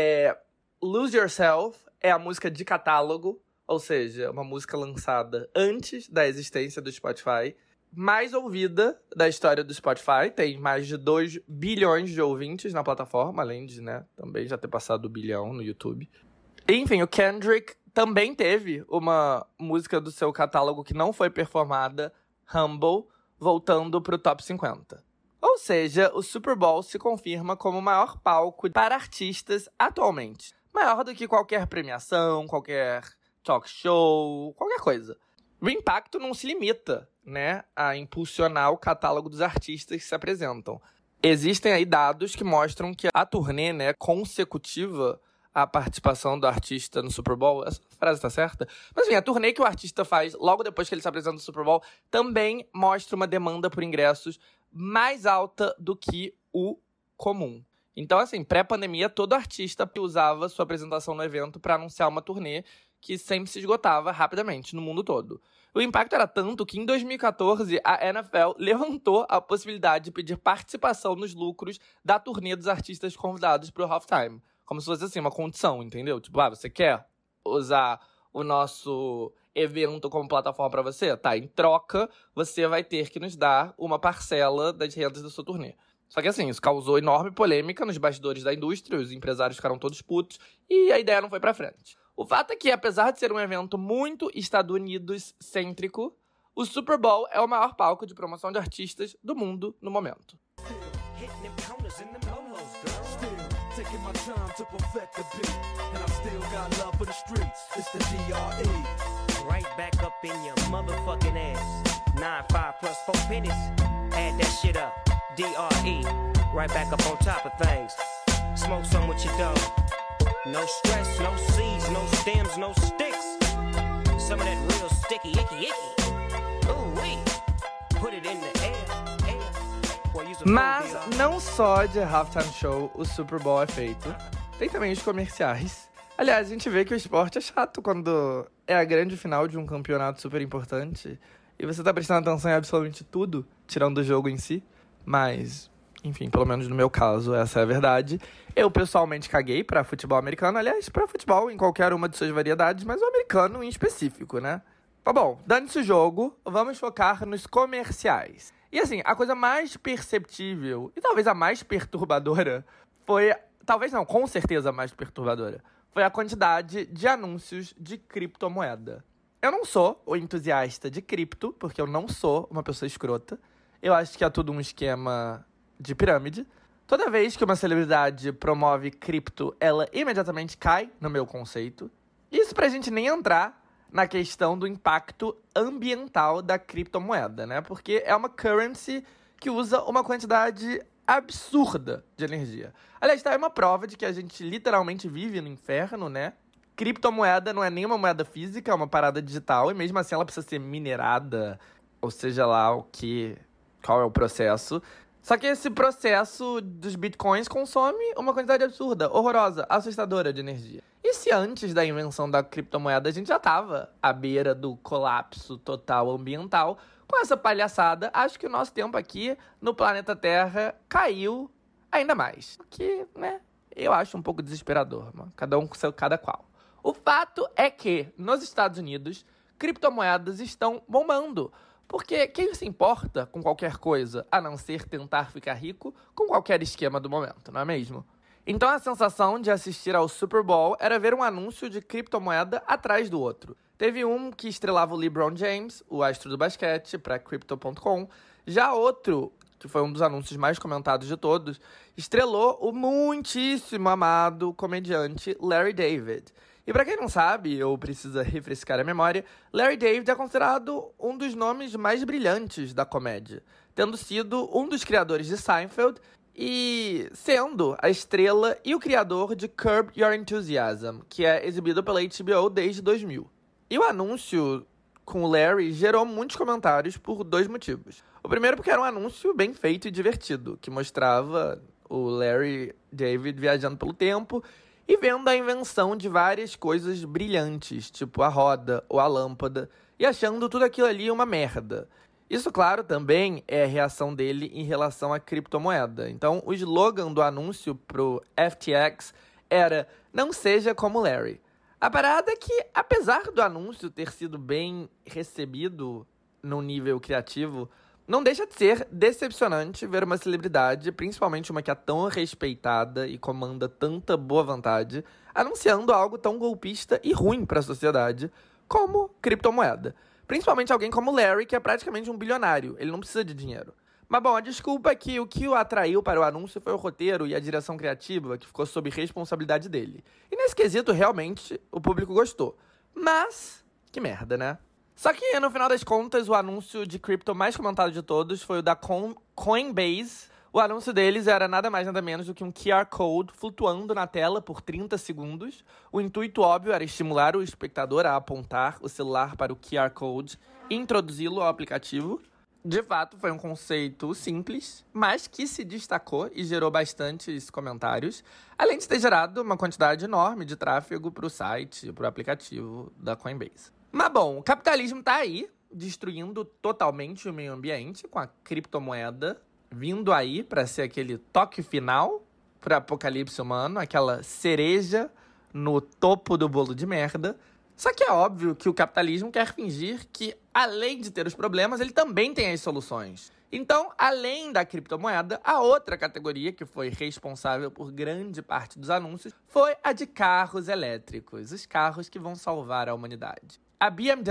A: Lose Yourself é a música de catálogo, ou seja, uma música lançada antes da existência do Spotify, mais ouvida da história do Spotify. Tem mais de 2 bilhões de ouvintes na plataforma, além de, né, também já ter passado o bilhão no YouTube. Enfim, o Kendrick também teve uma música do seu catálogo que não foi performada, Humble, voltando pro top 50. Ou seja, o Super Bowl se confirma como o maior palco para artistas atualmente. Maior do que qualquer premiação, qualquer talk show, qualquer coisa. O impacto não se limita, né, a impulsionar o catálogo dos artistas que se apresentam. Existem aí dados que mostram que a turnê, né, consecutiva à participação do artista no Super Bowl, essa frase tá certa? Mas enfim, a turnê que o artista faz logo depois que ele se apresenta no Super Bowl também mostra uma demanda por ingressos mais alta do que o comum. Então, assim, pré-pandemia, todo artista usava sua apresentação no evento para anunciar uma turnê que sempre se esgotava rapidamente no mundo todo. O impacto era tanto que, em 2014, a NFL levantou a possibilidade de pedir participação nos lucros da turnê dos artistas convidados para o halftime. Como se fosse, assim, uma condição, entendeu? Tipo, você quer usar o nosso evento como plataforma para você? Tá, em troca, você vai ter que nos dar uma parcela das rendas da sua turnê. Só que assim, isso causou enorme polêmica nos bastidores da indústria, os empresários ficaram todos putos e a ideia não foi pra frente. O fato é que, apesar de ser um evento muito Estados Unidos-cêntrico, o Super Bowl é o maior palco de promoção de artistas do mundo no momento.
D: Right back up in your motherfucking ass. 9-5 plus 4 pennies. Add that shit up. DRE. Right back up on top of things. Smoke some with your dog. No stress, no seeds, no stems, no sticks. Some of that real sticky, icky, icky. Ooh, wee. Put it in the air. Boy, use a
A: Mas
D: phone, DR.
A: não só de halftime show o Super Bowl é feito, tem também os comerciais. Aliás, a gente vê que o esporte é chato quando é a grande final de um campeonato super importante e você tá prestando atenção em absolutamente tudo, tirando o jogo em si. Mas, enfim, pelo menos no meu caso, essa é a verdade. Eu pessoalmente caguei pra futebol americano, aliás, pra futebol em qualquer uma de suas variedades, mas o americano em específico, né? Tá bom, dane-se o jogo, vamos focar nos comerciais. E assim, a coisa mais perceptível e talvez a mais perturbadora foi... Talvez não, com certeza a mais perturbadora. Foi a quantidade de anúncios de criptomoeda. Eu não sou o entusiasta de cripto, porque eu não sou uma pessoa escrota. Eu acho que é tudo um esquema de pirâmide. Toda vez que uma celebridade promove cripto, ela imediatamente cai no meu conceito. Isso pra gente nem entrar na questão do impacto ambiental da criptomoeda, né? Porque é uma currency que usa uma quantidade absurda de energia. Aliás, tá aí uma prova de que a gente literalmente vive no inferno, né? Criptomoeda não é nem uma moeda física, é uma parada digital, e mesmo assim ela precisa ser minerada, ou seja lá qual é o processo. Só que esse processo dos bitcoins consome uma quantidade absurda, horrorosa, assustadora de energia. E se antes da invenção da criptomoeda a gente já estava à beira do colapso total ambiental, com essa palhaçada, acho que o nosso tempo aqui no planeta Terra caiu ainda mais. O que, né, eu acho um pouco desesperador, mano. Cada um com seu cada qual. O fato é que, nos Estados Unidos, criptomoedas estão bombando. Porque quem se importa com qualquer coisa, a não ser tentar ficar rico com qualquer esquema do momento, não é mesmo? Então a sensação de assistir ao Super Bowl era ver um anúncio de criptomoeda atrás do outro. Teve um que estrelava o LeBron James, o astro do basquete, para Crypto.com. Já outro, que foi um dos anúncios mais comentados de todos, estrelou o muitíssimo amado comediante Larry David. E pra quem não sabe, ou precisa refrescar a memória, Larry David é considerado um dos nomes mais brilhantes da comédia, tendo sido um dos criadores de Seinfeld e sendo a estrela e o criador de Curb Your Enthusiasm, que é exibido pela HBO desde 2000. E o anúncio com o Larry gerou muitos comentários por dois motivos. O primeiro porque era um anúncio bem feito e divertido, que mostrava o Larry David viajando pelo tempo e vendo a invenção de várias coisas brilhantes, tipo a roda ou a lâmpada, e achando tudo aquilo ali uma merda. Isso, claro, também é a reação dele em relação à criptomoeda. Então, o slogan do anúncio pro FTX era "Não seja como Larry". A parada é que, apesar do anúncio ter sido bem recebido no nível criativo, não deixa de ser decepcionante ver uma celebridade, principalmente uma que é tão respeitada e comanda tanta boa vontade, anunciando algo tão golpista e ruim para a sociedade como criptomoeda. Principalmente alguém como Larry, que é praticamente um bilionário. Ele não precisa de dinheiro. Mas, bom, a desculpa é que o que o atraiu para o anúncio foi o roteiro e a direção criativa, que ficou sob responsabilidade dele. E nesse quesito, realmente, o público gostou. Mas, que merda, né? Só que, no final das contas, o anúncio de cripto mais comentado de todos foi o da Coinbase. O anúncio deles era nada mais nada menos do que um QR Code flutuando na tela por 30 segundos. O intuito óbvio era estimular o espectador a apontar o celular para o QR Code e introduzi-lo ao aplicativo. De fato, foi um conceito simples, mas que se destacou e gerou bastantes comentários, além de ter gerado uma quantidade enorme de tráfego para o site e para o aplicativo da Coinbase. Mas bom, o capitalismo tá aí, destruindo totalmente o meio ambiente com a criptomoeda, vindo aí para ser aquele toque final para apocalipse humano, aquela cereja no topo do bolo de merda. Só que é óbvio que o capitalismo quer fingir que, além de ter os problemas, ele também tem as soluções. Então, além da criptomoeda, a outra categoria que foi responsável por grande parte dos anúncios foi a de carros elétricos, os carros que vão salvar a humanidade. A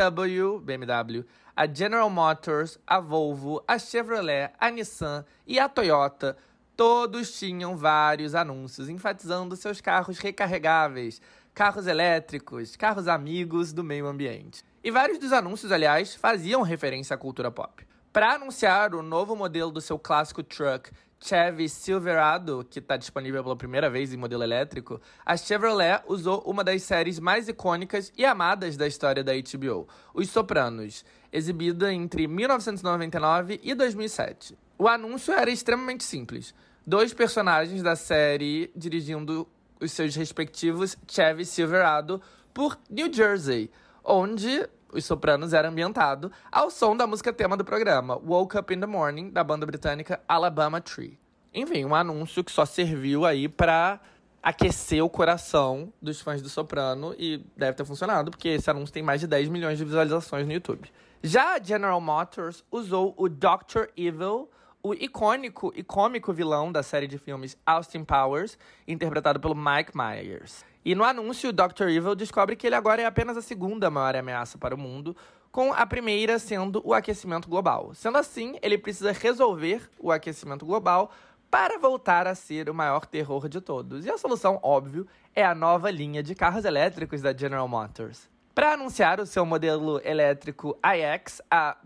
A: BMW, a General Motors, a Volvo, a Chevrolet, a Nissan e a Toyota, todos tinham vários anúncios enfatizando seus carros recarregáveis, carros elétricos, carros amigos do meio ambiente. E vários dos anúncios, aliás, faziam referência à cultura pop. Para anunciar o novo modelo do seu clássico truck Chevy Silverado, que está disponível pela primeira vez em modelo elétrico, a Chevrolet usou uma das séries mais icônicas e amadas da história da HBO, Os Sopranos, exibida entre 1999 e 2007. O anúncio era extremamente simples. 2 personagens da série dirigindo os seus respectivos Chevy Silverado por New Jersey, onde Os Sopranos era ambientado ao som da música tema do programa, Woke Up in the Morning, da banda britânica Alabama Tree. Enfim, um anúncio que só serviu aí pra aquecer o coração dos fãs do Soprano e deve ter funcionado, porque esse anúncio tem mais de 10 milhões de visualizações no YouTube. Já a General Motors usou o Dr. Evil, o icônico e cômico vilão da série de filmes Austin Powers, interpretado pelo Mike Myers. E no anúncio, o Dr. Evil descobre que ele agora é apenas a segunda maior ameaça para o mundo, com a primeira sendo o aquecimento global. Sendo assim, ele precisa resolver o aquecimento global para voltar a ser o maior terror de todos. E a solução, óbvio, é a nova linha de carros elétricos da General Motors. Para anunciar o seu modelo elétrico iX, a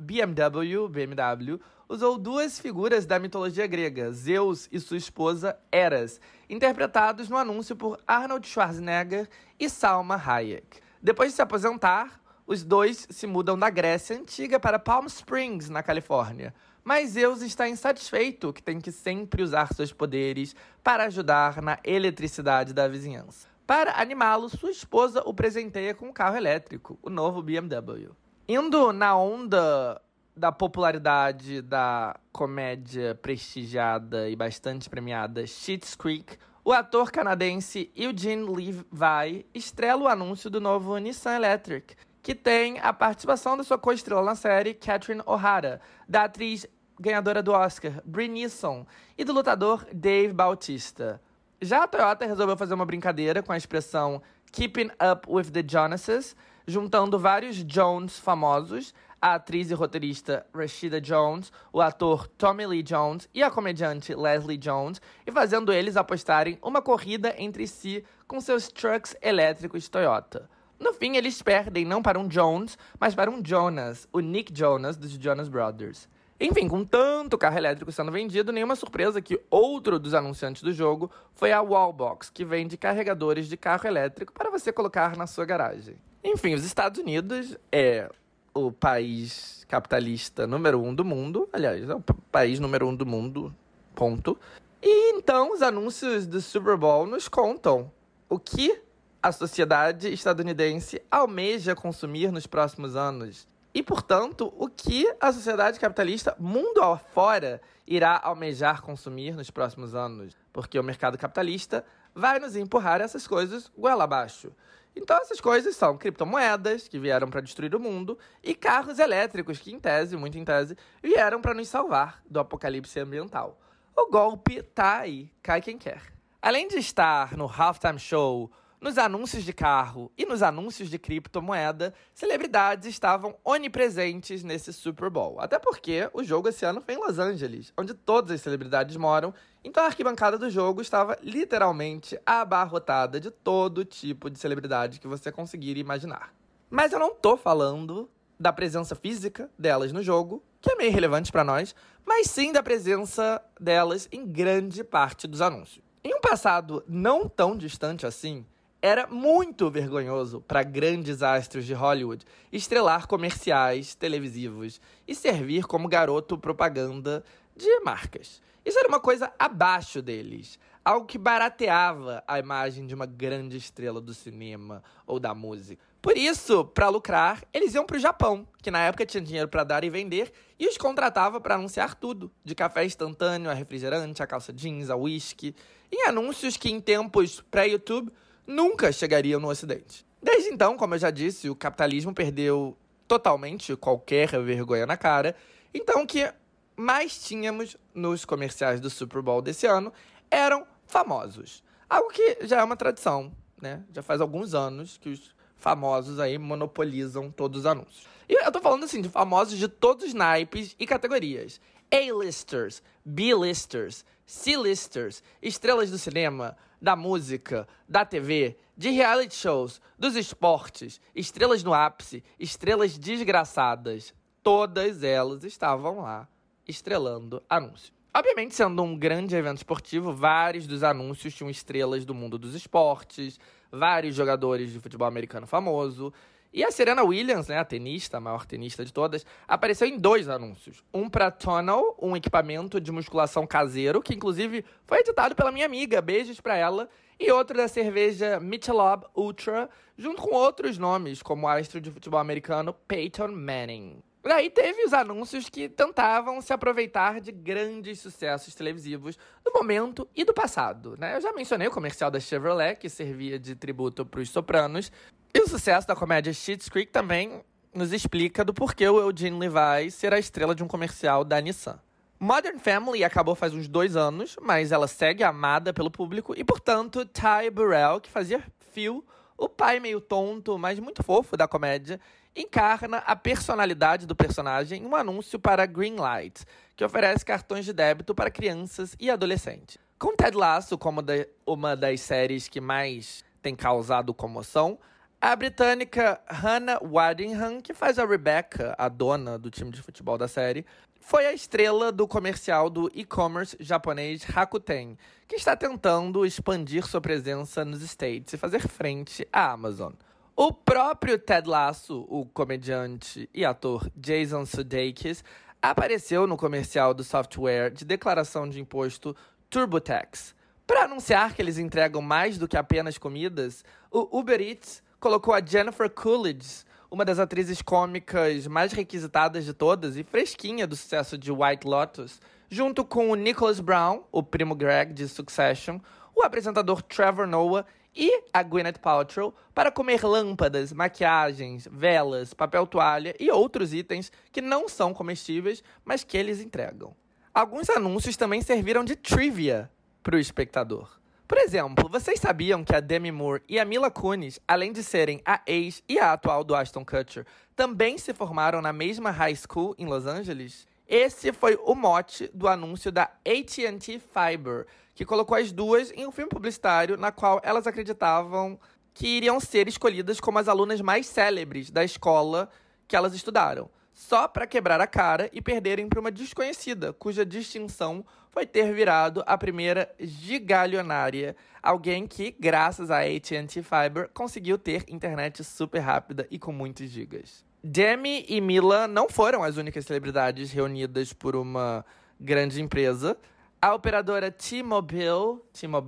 A: BMW, usou duas figuras da mitologia grega, Zeus e sua esposa Eras, interpretados no anúncio por Arnold Schwarzenegger e Salma Hayek. Depois de se aposentar, os dois se mudam da Grécia Antiga para Palm Springs, na Califórnia. Mas Zeus está insatisfeito que tem que sempre usar seus poderes para ajudar na eletricidade da vizinhança. Para animá-lo, sua esposa o presenteia com um carro elétrico, o novo BMW. Indo na onda da popularidade da comédia prestigiada e bastante premiada Schitt's Creek, o ator canadense Eugene Levy estrela o anúncio do novo Nissan Electric, que tem a participação da sua co-estrela na série, Catherine O'Hara, da atriz ganhadora do Oscar, Brie Neeson, e do lutador Dave Bautista. Já a Toyota resolveu fazer uma brincadeira com a expressão Keeping Up with the Jonases, juntando vários Jones famosos, a atriz e roteirista Rashida Jones, o ator Tommy Lee Jones e a comediante Leslie Jones, e fazendo eles apostarem uma corrida entre si com seus trucks elétricos Toyota. No fim, eles perdem não para um Jones, mas para um Jonas, o Nick Jonas dos Jonas Brothers. Enfim, com tanto carro elétrico sendo vendido, nenhuma surpresa que outro dos anunciantes do jogo foi a Wallbox, que vende carregadores de carro elétrico para você colocar na sua garagem. Enfim, os Estados Unidos é o país capitalista número 1 do mundo. Aliás, é o país número 1 do mundo, ponto. E então os anúncios do Super Bowl nos contam o que a sociedade estadunidense almeja consumir nos próximos anos. E, portanto, o que a sociedade capitalista, mundo afora, irá almejar consumir nos próximos anos. Porque o mercado capitalista vai nos empurrar essas coisas goela abaixo. Então, essas coisas são criptomoedas, que vieram para destruir o mundo, e carros elétricos, que, em tese, muito em tese, vieram para nos salvar do apocalipse ambiental. O golpe tá aí, cai quem quer. Além de estar no Halftime Show, nos anúncios de carro e nos anúncios de criptomoeda, celebridades estavam onipresentes nesse Super Bowl. Até porque o jogo esse ano foi em Los Angeles, onde todas as celebridades moram, então a arquibancada do jogo estava literalmente abarrotada de todo tipo de celebridade que você conseguir imaginar. Mas eu não tô falando da presença física delas no jogo, que é meio relevante para nós, mas sim da presença delas em grande parte dos anúncios. Em um passado não tão distante assim, era muito vergonhoso para grandes astros de Hollywood estrelar comerciais televisivos e servir como garoto propaganda de marcas. Isso era uma coisa abaixo deles, algo que barateava a imagem de uma grande estrela do cinema ou da música. Por isso, para lucrar, eles iam para o Japão, que na época tinha dinheiro para dar e vender, e os contratava para anunciar tudo, de café instantâneo a refrigerante, a calça jeans, a whisky, em anúncios que em tempos pré-YouTube nunca chegariam no Ocidente. Desde então, como eu já disse, o capitalismo perdeu totalmente qualquer vergonha na cara. Então, o que mais tínhamos nos comerciais do Super Bowl desse ano eram famosos. Algo que já é uma tradição, né? Já faz alguns anos que os famosos aí monopolizam todos os anúncios. E eu tô falando, assim, de famosos de todos os naipes e categorias. A-listers, B-listers, C-listers, estrelas do cinema, da música, da TV, de reality shows, dos esportes, estrelas no ápice, estrelas desgraçadas. Todas elas estavam lá estrelando anúncios. Obviamente, sendo um grande evento esportivo, vários dos anúncios tinham estrelas do mundo dos esportes, vários jogadores de futebol americano famoso. E a Serena Williams, né, a tenista, a maior tenista de todas, apareceu em 2 anúncios. Um para Tonal, um equipamento de musculação caseiro, que inclusive foi editado pela minha amiga, beijos para ela. E outro da cerveja Michelob Ultra, junto com outros nomes, como o astro de futebol americano Peyton Manning. Daí teve os anúncios que tentavam se aproveitar de grandes sucessos televisivos do momento e do passado, né? Eu já mencionei o comercial da Chevrolet, que servia de tributo para os Sopranos. E o sucesso da comédia Schitt's Creek também nos explica do porquê o Eugene Levy ser a estrela de um comercial da Nissan. Modern Family acabou faz uns 2 anos, mas ela segue amada pelo público e, portanto, Ty Burrell, que fazia Phil, o pai meio tonto, mas muito fofo da comédia, encarna a personalidade do personagem em um anúncio para Greenlight, que oferece cartões de débito para crianças e adolescentes. Com Ted Lasso como uma das séries que mais tem causado comoção, a britânica Hannah Waddingham, que faz a Rebecca, a dona do time de futebol da série, foi a estrela do comercial do e-commerce japonês Rakuten, que está tentando expandir sua presença nos States e fazer frente à Amazon. O próprio Ted Lasso, o comediante e ator Jason Sudeikis, apareceu no comercial do software de declaração de imposto TurboTax. Para anunciar que eles entregam mais do que apenas comidas, o Uber Eats colocou a Jennifer Coolidge, uma das atrizes cômicas mais requisitadas de todas e fresquinha do sucesso de White Lotus, junto com o Nicholas Brown, o primo Greg de Succession, o apresentador Trevor Noah e a Gwyneth Paltrow para comer lâmpadas, maquiagens, velas, papel toalha e outros itens que não são comestíveis, mas que eles entregam. Alguns anúncios também serviram de trivia para o espectador. Por exemplo, vocês sabiam que a Demi Moore e a Mila Kunis, além de serem a ex e a atual do Ashton Kutcher, também se formaram na mesma high school em Los Angeles? Esse foi o mote do anúncio da AT&T Fiber, que colocou as duas em um filme publicitário na qual elas acreditavam que iriam ser escolhidas como as alunas mais célebres da escola que elas estudaram, só para quebrar a cara e perderem para uma desconhecida, cuja distinção foi ter virado a primeira gigalionária, alguém que, graças à AT&T Fiber, conseguiu ter internet super rápida e com muitos gigas. Demi e Mila não foram as únicas celebridades reunidas por uma grande empresa. A operadora T-Mobile,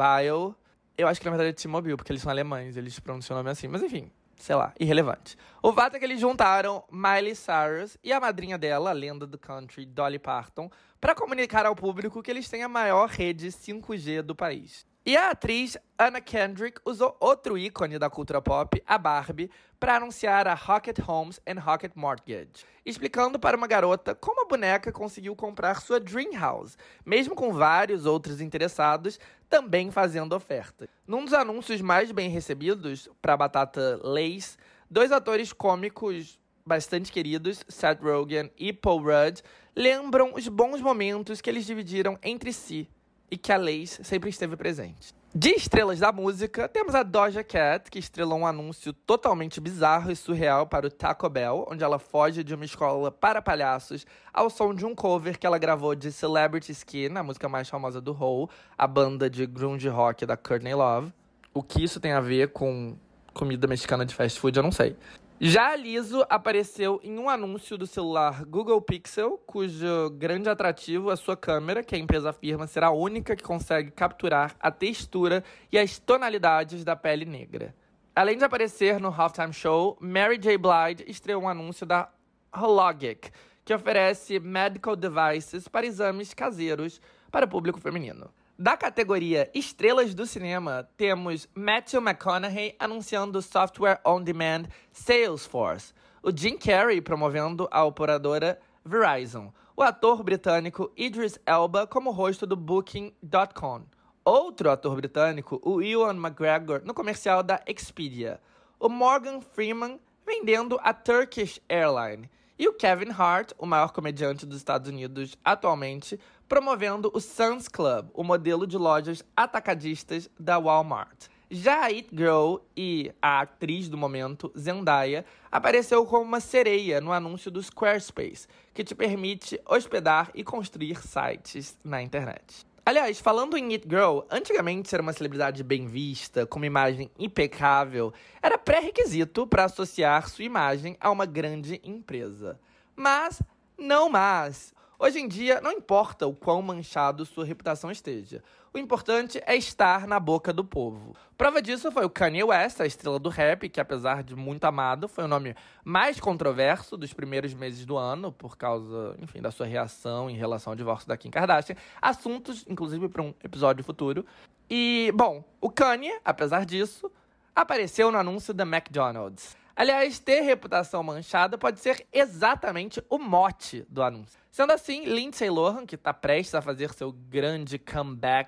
A: eu acho que na verdade é T-Mobile, porque eles são alemães, eles pronunciam o nome assim, mas enfim, sei lá, irrelevante. O fato é que eles juntaram Miley Cyrus e a madrinha dela, a lenda do country, Dolly Parton, para comunicar ao público que eles têm a maior rede 5G do país. E a atriz Anna Kendrick usou outro ícone da cultura pop, a Barbie, para anunciar a Rocket Homes and Rocket Mortgage, explicando para uma garota como a boneca conseguiu comprar sua dream house, mesmo com vários outros interessados também fazendo oferta. Num dos anúncios mais bem recebidos, para a batata Lay's, dois atores cômicos bastante queridos, Seth Rogen e Paul Rudd, lembram os bons momentos que eles dividiram entre si, e que a Lay's sempre esteve presente. De estrelas da música, temos a Doja Cat, que estrelou um anúncio totalmente bizarro e surreal para o Taco Bell, onde ela foge de uma escola para palhaços ao som de um cover que ela gravou de Celebrity Skin, a música mais famosa do Hole, a banda de grunge rock da Courtney Love. O que isso tem a ver com comida mexicana de fast food, eu não sei. Já a Lizzo apareceu em um anúncio do celular Google Pixel, cujo grande atrativo é sua câmera, que a empresa afirma ser a única que consegue capturar a textura e as tonalidades da pele negra. Além de aparecer no Halftime Show, Mary J. Blige estreou um anúncio da Hologic, que oferece medical devices para exames caseiros para o público feminino. Da categoria Estrelas do Cinema, temos Matthew McConaughey anunciando o software on-demand Salesforce, o Jim Carrey promovendo a operadora Verizon, o ator britânico Idris Elba como rosto do Booking.com, outro ator britânico, o Ewan McGregor, no comercial da Expedia, o Morgan Freeman vendendo a Turkish Airline, e o Kevin Hart, o maior comediante dos Estados Unidos atualmente, promovendo o Sam's Club, o modelo de lojas atacadistas da Walmart. Já a It Girl e a atriz do momento, Zendaya, apareceu como uma sereia no anúncio do Squarespace, que te permite hospedar e construir sites na internet. Aliás, falando em It Girl, antigamente ser uma celebridade bem vista, com uma imagem impecável, era pré-requisito para associar sua imagem a uma grande empresa. Mas, não mais. Hoje em dia, não importa o quão manchado sua reputação esteja. O importante é estar na boca do povo. Prova disso foi o Kanye West, a estrela do rap, que apesar de muito amado, foi o nome mais controverso dos primeiros meses do ano, por causa, enfim, da sua reação em relação ao divórcio da Kim Kardashian. Assuntos, inclusive, para um episódio futuro. E, bom, o Kanye, apesar disso, apareceu no anúncio da McDonald's. Aliás, ter reputação manchada pode ser exatamente o mote do anúncio. Sendo assim, Lindsay Lohan, que está prestes a fazer seu grande comeback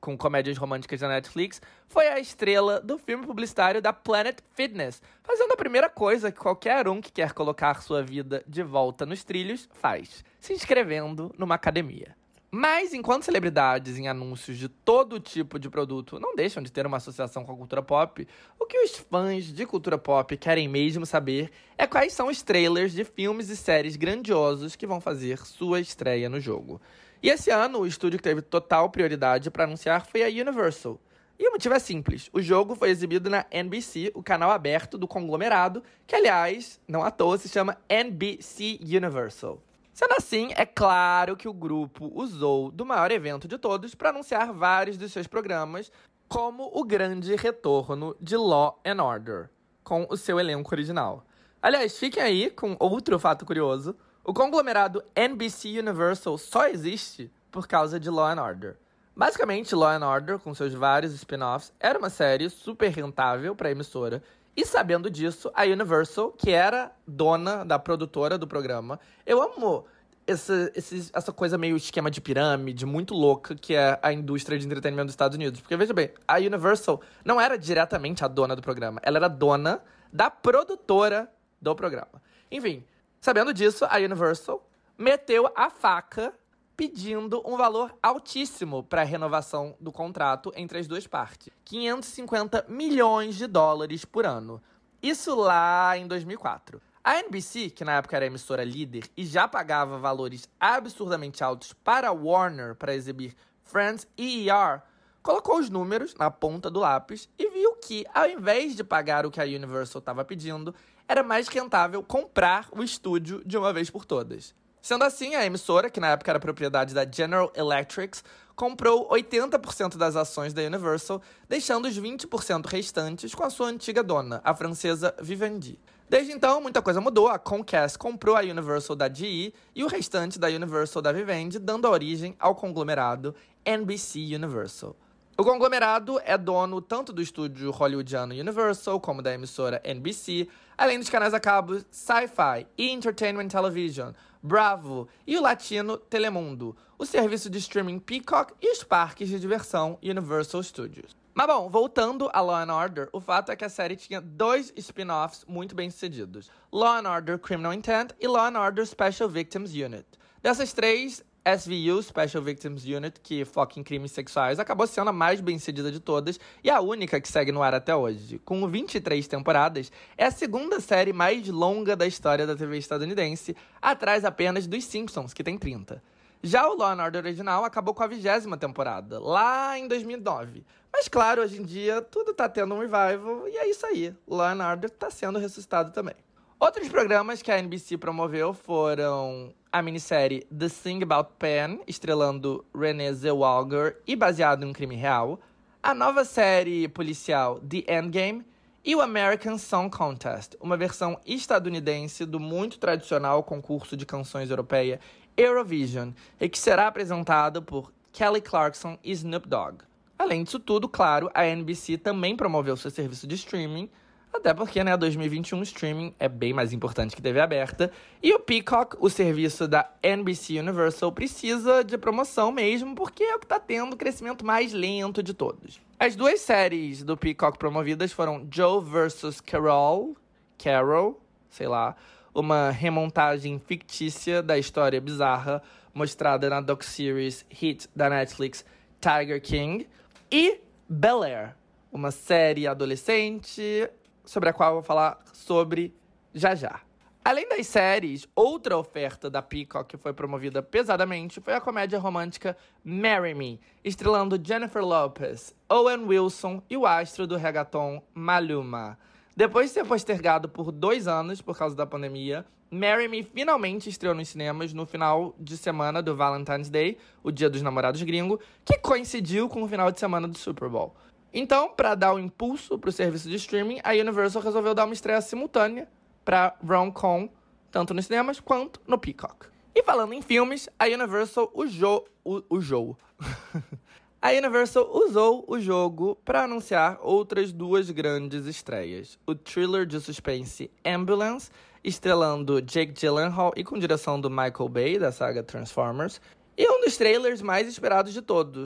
A: com comédias românticas da Netflix, foi a estrela do filme publicitário da Planet Fitness, fazendo a primeira coisa que qualquer um que quer colocar sua vida de volta nos trilhos faz, se inscrevendo numa academia. Mas, enquanto celebridades em anúncios de todo tipo de produto não deixam de ter uma associação com a cultura pop, o que os fãs de cultura pop querem mesmo saber é quais são os trailers de filmes e séries grandiosos que vão fazer sua estreia no jogo. E esse ano, o estúdio que teve total prioridade para anunciar foi a Universal. E o motivo é simples, o jogo foi exibido na NBC, o canal aberto do conglomerado, que, aliás, não à toa se chama NBC Universal. Sendo assim, é claro que o grupo usou do maior evento de todos para anunciar vários dos seus programas, como o grande retorno de Law & Order, com o seu elenco original. Aliás, fiquem aí com outro fato curioso. O conglomerado NBC Universal só existe por causa de Law & Order. Basicamente, Law & Order, com seus vários spin-offs, era uma série super rentável para a emissora. E sabendo disso, a Universal, que era dona da produtora do programa, eu amo essa coisa meio esquema de pirâmide, muito louca, que é a indústria de entretenimento dos Estados Unidos. Porque, veja bem, a Universal não era diretamente a dona do programa, ela era dona da produtora do programa. Enfim, sabendo disso, a Universal meteu a faca pedindo um valor altíssimo para a renovação do contrato entre as duas partes. 550 milhões de dólares por ano. Isso lá em 2004. A NBC, que na época era a emissora líder e já pagava valores absurdamente altos para a Warner para exibir Friends e ER, colocou os números na ponta do lápis e viu que, ao invés de pagar o que a Universal estava pedindo, era mais rentável comprar o estúdio de uma vez por todas. Sendo assim, a emissora, que na época era propriedade da General Electric, comprou 80% das ações da Universal, deixando os 20% restantes com a sua antiga dona, a francesa Vivendi. Desde então, muita coisa mudou. A Comcast comprou a Universal da GE e o restante da Universal da Vivendi, dando origem ao conglomerado NBC Universal. O conglomerado é dono tanto do estúdio hollywoodiano Universal como da emissora NBC, além dos canais a cabo Sci-Fi e Entertainment Television, Bravo e o latino Telemundo, o serviço de streaming Peacock e os parques de diversão Universal Studios. Mas bom, voltando a Law & Order, o fato é que a série tinha 2 spin-offs muito bem sucedidos: Law & Order Criminal Intent e Law & Order Special Victims Unit. Dessas 3, SVU, Special Victims Unit, que foca em crimes sexuais, acabou sendo a mais bem-sucedida de todas e a única que segue no ar até hoje. Com 23 temporadas, é a segunda série mais longa da história da TV estadunidense, atrás apenas dos Simpsons, que tem 30. Já o Law & Order original acabou com a 20ª temporada, lá em 2009. Mas claro, hoje em dia, tudo tá tendo um revival e é isso aí. Law & Order tá sendo ressuscitado também. Outros programas que a NBC promoveu foram a minissérie The Thing About Pen, estrelando Renée Zellweger e baseado em um crime real, a nova série policial The Endgame e o American Song Contest, uma versão estadunidense do muito tradicional concurso de canções europeia Eurovision, e que será apresentado por Kelly Clarkson e Snoop Dogg. Além disso tudo, claro, a NBC também promoveu seu serviço de streaming, até porque, 2021, streaming é bem mais importante que TV aberta. E o Peacock, o serviço da NBC Universal, precisa de promoção mesmo, porque é o que está tendo o crescimento mais lento de todos. As 2 séries do Peacock promovidas foram Joe vs. Carol, sei lá, uma remontagem fictícia da história bizarra mostrada na docu-series hit da Netflix Tiger King, e Bel-Air, uma série adolescente sobre a qual eu vou falar sobre já. Além das séries, outra oferta da Peacock que foi promovida pesadamente foi a comédia romântica Marry Me, estrelando Jennifer Lopez, Owen Wilson e o astro do reggaeton Maluma. Depois de ser postergado por 2 anos por causa da pandemia, Marry Me finalmente estreou nos cinemas no final de semana do Valentine's Day, o Dia dos Namorados gringo, que coincidiu com o final de semana do Super Bowl. Então, para dar um impulso para o serviço de streaming, a Universal resolveu dar uma estreia simultânea para rom-com, tanto nos cinemas quanto no Peacock. E falando em filmes, a Universal A Universal usou o jogo para anunciar outras 2 grandes estreias. O thriller de suspense Ambulance, estrelando Jake Gyllenhaal e com direção do Michael Bay, da saga Transformers. E um dos trailers mais esperados de todos,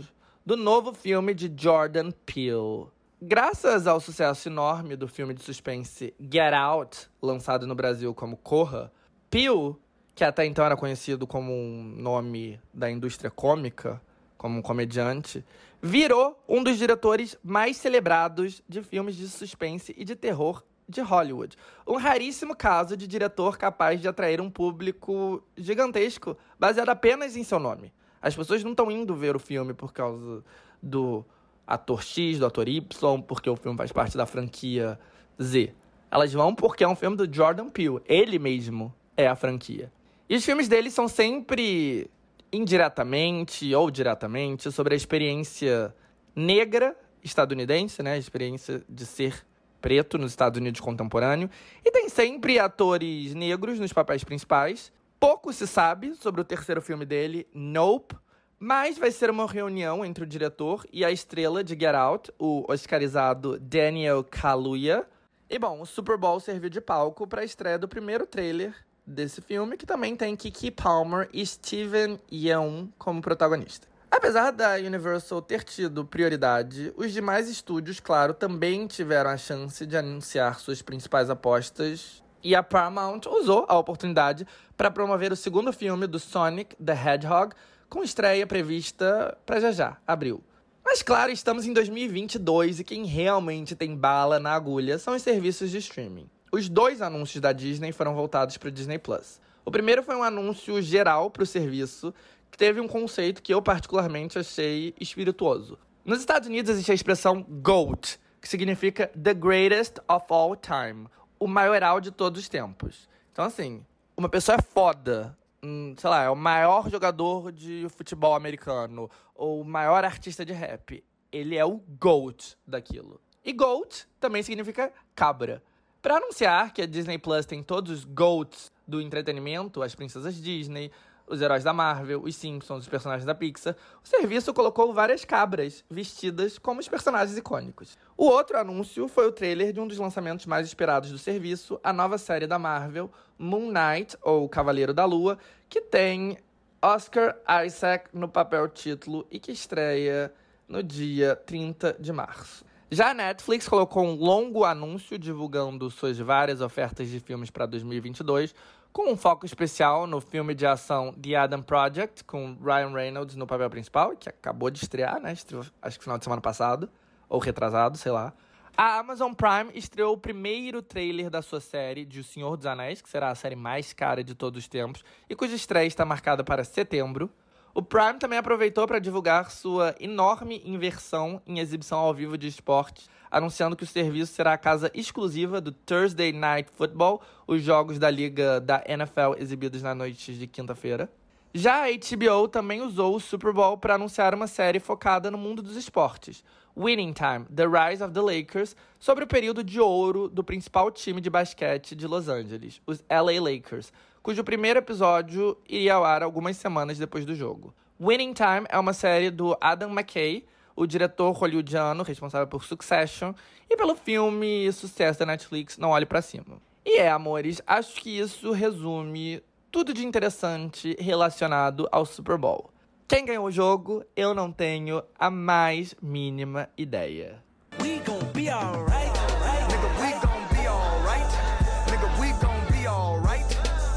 A: do novo filme de Jordan Peele. Graças ao sucesso enorme do filme de suspense Get Out, lançado no Brasil como Corra, Peele, que até então era conhecido como um nome da indústria cômica, como um comediante, virou um dos diretores mais celebrados de filmes de suspense e de terror de Hollywood. Um raríssimo caso de diretor capaz de atrair um público gigantesco baseado apenas em seu nome. As pessoas não estão indo ver o filme por causa do ator X, do ator Y, porque o filme faz parte da franquia Z. Elas vão porque é um filme do Jordan Peele. Ele mesmo é a franquia. E os filmes dele são sempre indiretamente ou diretamente sobre a experiência negra estadunidense, né? A experiência de ser preto nos Estados Unidos contemporâneo. E tem sempre atores negros nos papéis principais. Pouco se sabe sobre o terceiro filme dele, Nope, mas vai ser uma reunião entre o diretor e a estrela de Get Out, o oscarizado Daniel Kaluuya. E, bom, o Super Bowl serviu de palco para a estreia do primeiro trailer desse filme, que também tem Keke Palmer e Steven Yeun como protagonista. Apesar da Universal ter tido prioridade, os demais estúdios, claro, também tiveram a chance de anunciar suas principais apostas, e a Paramount usou a oportunidade para promover o segundo filme do Sonic the Hedgehog, com estreia prevista para já, abril. Mas claro, estamos em 2022 e quem realmente tem bala na agulha são os serviços de streaming. Os 2 anúncios da Disney foram voltados para o Disney+. O primeiro foi um anúncio geral para o serviço, que teve um conceito que eu particularmente achei espirituoso. Nos Estados Unidos existe a expressão GOAT, que significa The Greatest of All Time, o maioral de todos os tempos. Então assim, uma pessoa é foda, sei lá, é o maior jogador de futebol americano, ou o maior artista de rap. Ele é o GOAT daquilo. E GOAT também significa cabra. Para anunciar que a Disney Plus tem todos os GOATs do entretenimento, as princesas Disney, os heróis da Marvel, os Simpsons, os personagens da Pixar, o serviço colocou várias cabras vestidas como os personagens icônicos. O outro anúncio foi o trailer de um dos lançamentos mais esperados do serviço, a nova série da Marvel, Moon Knight, ou Cavaleiro da Lua, que tem Oscar Isaac no papel título e que estreia no dia 30 de março. Já a Netflix colocou um longo anúncio divulgando suas várias ofertas de filmes para 2022, com um foco especial no filme de ação The Adam Project, com Ryan Reynolds no papel principal, que acabou de estrear, né? Estreou, acho que final de semana passado, ou retrasado, sei lá. A Amazon Prime estreou o primeiro trailer da sua série de O Senhor dos Anéis, que será a série mais cara de todos os tempos, e cuja estreia está marcada para setembro. O Prime também aproveitou para divulgar sua enorme inversão em exibição ao vivo de esportes, anunciando que o serviço será a casa exclusiva do Thursday Night Football, os jogos da liga da NFL exibidos na noite de quinta-feira. Já a HBO também usou o Super Bowl para anunciar uma série focada no mundo dos esportes, Winning Time, The Rise of the Lakers, sobre o período de ouro do principal time de basquete de Los Angeles, os LA Lakers, cujo primeiro episódio iria ao ar algumas semanas depois do jogo. Winning Time é uma série do Adam McKay, o diretor hollywoodiano responsável por Succession e pelo filme sucesso da Netflix Não Olhe Pra Cima. E amores, acho que isso resume tudo de interessante relacionado ao Super Bowl. Quem ganhou o jogo, eu não tenho a mais mínima ideia.
E: We gon' be alright, nigga, we gon' be alright, nigga, we gon' be alright,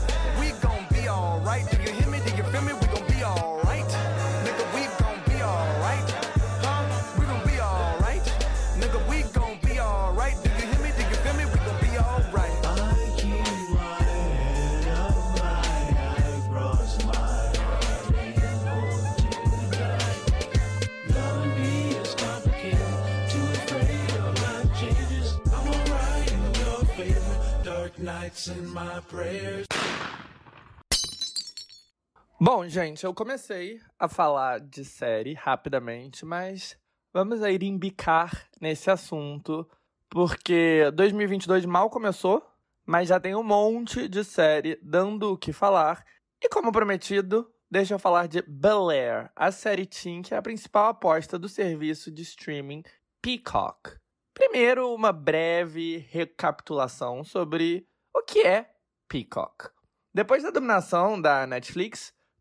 E: we gon' be alright, do you hear me, do you feel me, we gon' be alright, nigga, we gon' be alright, we gon' be alright, nigga, we gon' be alright, do you hear me, do you feel me, we gon' be alright. I keep my head up high, I cross my
A: Bom, gente, eu comecei a falar de série rapidamente, mas vamos aí embicar nesse assunto, porque 2022 mal começou, mas já tem um monte de série dando o que falar. E como prometido, deixa eu falar de Bel-Air, a série teen que é a principal aposta do serviço de streaming Peacock. Primeiro, uma breve recapitulação sobre o que é Peacock. Depois da dominação da Netflix,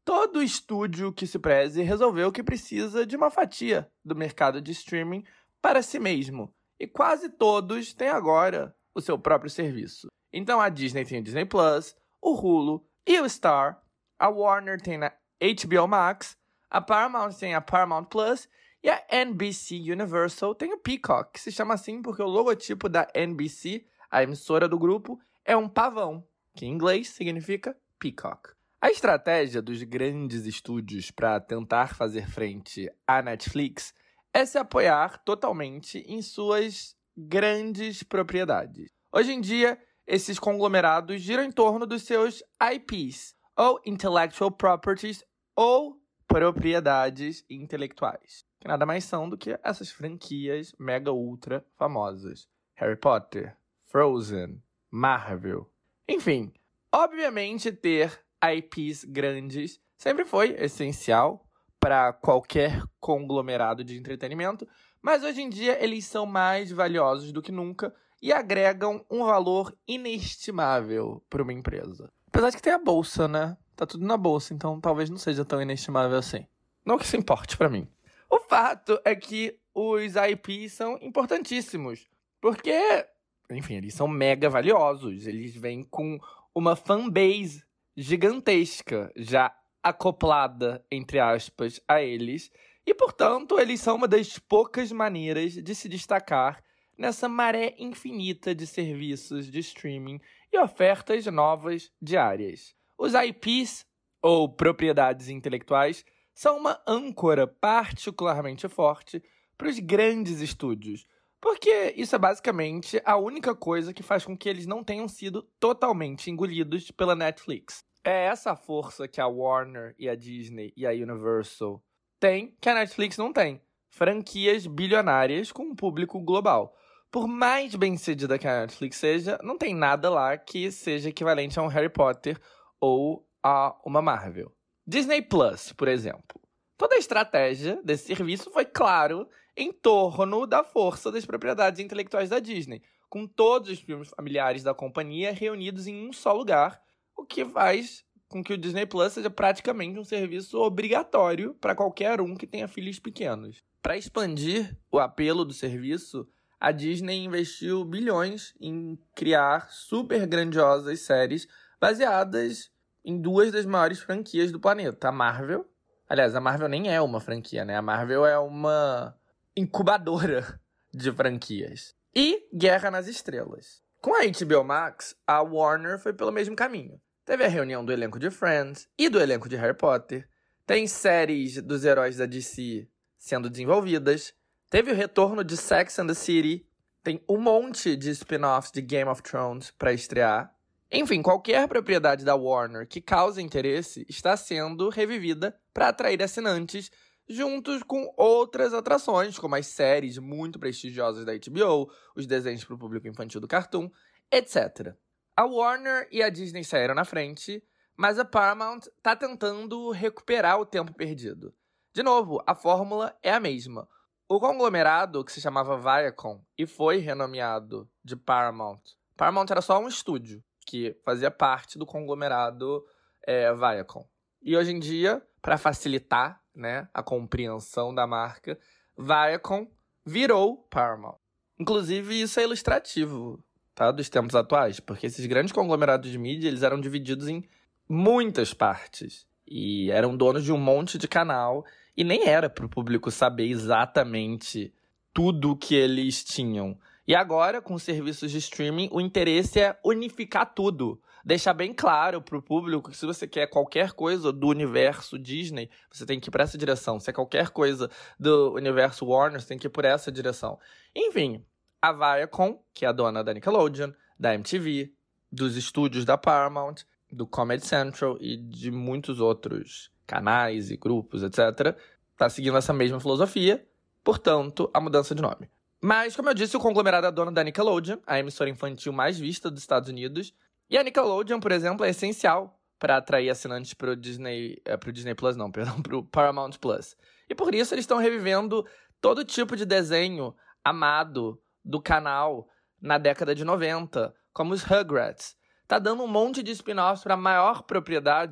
A: todo estúdio que se preze resolveu que precisa de uma fatia do mercado de streaming para si mesmo. E quase todos têm agora o seu próprio serviço. Então a Disney tem o Disney Plus, o Hulu e o Star, a Warner tem a HBO Max, a Paramount tem a Paramount Plus e a NBC Universal tem o Peacock, que se chama assim porque o logotipo da NBC, a emissora do grupo, é um pavão, que em inglês significa Peacock. A estratégia dos grandes estúdios para tentar fazer frente à Netflix é se apoiar totalmente em suas grandes propriedades. Hoje em dia, esses conglomerados giram em torno dos seus IPs, ou Intellectual Properties, ou propriedades intelectuais, que nada mais são do que essas franquias mega ultra famosas. Harry Potter, Frozen, Marvel. Enfim, obviamente ter IPs grandes sempre foi essencial para qualquer conglomerado de entretenimento, mas hoje em dia eles são mais valiosos do que nunca e agregam um valor inestimável para uma empresa. Apesar de que tem a bolsa, né? Tá tudo na bolsa, então talvez não seja tão inestimável assim. Não que isso importe para mim. O fato é que os IPs são importantíssimos, porque, enfim, eles são mega valiosos. Eles vêm com uma fanbase gigantesca já acoplada, entre aspas, a eles. E, portanto, eles são uma das poucas maneiras de se destacar nessa maré infinita de serviços de streaming e ofertas novas diárias. Os IPs, ou propriedades intelectuais, são uma âncora particularmente forte para os grandes estúdios, porque isso é basicamente a única coisa que faz com que eles não tenham sido totalmente engolidos pela Netflix. É essa força que a Warner e a Disney e a Universal têm que a Netflix não tem. Franquias bilionárias com um público global. Por mais bem-sucedida que a Netflix seja, não tem nada lá que seja equivalente a um Harry Potter ou a uma Marvel. Disney Plus, por exemplo. Toda a estratégia desse serviço foi, claro, em torno da força das propriedades intelectuais da Disney, com todos os filmes familiares da companhia reunidos em um só lugar, o que faz com que o Disney Plus seja praticamente um serviço obrigatório para qualquer um que tenha filhos pequenos. Para expandir o apelo do serviço, a Disney investiu bilhões em criar super grandiosas séries baseadas em duas das maiores franquias do planeta, a Marvel. Aliás, a Marvel nem é uma franquia, né? A Marvel é uma incubadora de franquias. E Guerra nas Estrelas. Com a HBO Max, a Warner foi pelo mesmo caminho. Teve a reunião do elenco de Friends e do elenco de Harry Potter. Tem séries dos heróis da DC sendo desenvolvidas. Teve o retorno de Sex and the City. Tem um monte de spin-offs de Game of Thrones para estrear. Enfim, qualquer propriedade da Warner que cause interesse está sendo revivida para atrair assinantes, juntos com outras atrações, como as séries muito prestigiosas da HBO, os desenhos para o público infantil do Cartoon, etc. A Warner e a Disney saíram na frente, mas a Paramount está tentando recuperar o tempo perdido. De novo, a fórmula é a mesma. O conglomerado, que se chamava Viacom e foi renomeado de Paramount. Paramount era só um estúdio que fazia parte do conglomerado Viacom. E hoje em dia, para facilitar, né, a compreensão da marca, Viacom virou Paramount. Inclusive, isso é ilustrativo, tá, dos tempos atuais, porque esses grandes conglomerados de mídia eles eram divididos em muitas partes e eram donos de um monte de canal e nem era para o público saber exatamente tudo que eles tinham. E agora, com serviços de streaming, o interesse é unificar tudo. Deixar bem claro para o público que se você quer qualquer coisa do universo Disney, você tem que ir para essa direção. Se é qualquer coisa do universo Warner, você tem que ir por essa direção. Enfim, a Viacom, que é a dona da Nickelodeon, da MTV, dos estúdios da Paramount, do Comedy Central e de muitos outros canais e grupos, etc., está seguindo essa mesma filosofia, portanto, a mudança de nome. Mas, como eu disse, o conglomerado é dono da Nickelodeon, a emissora infantil mais vista dos Estados Unidos. E a Nickelodeon, por exemplo, é essencial para atrair assinantes para o Disney Plus, não, perdão, para o Paramount Plus. E por isso eles estão revivendo todo tipo de desenho amado do canal na década de 90, como os Rugrats. Tá dando um monte de spin-offs para a maior propriedade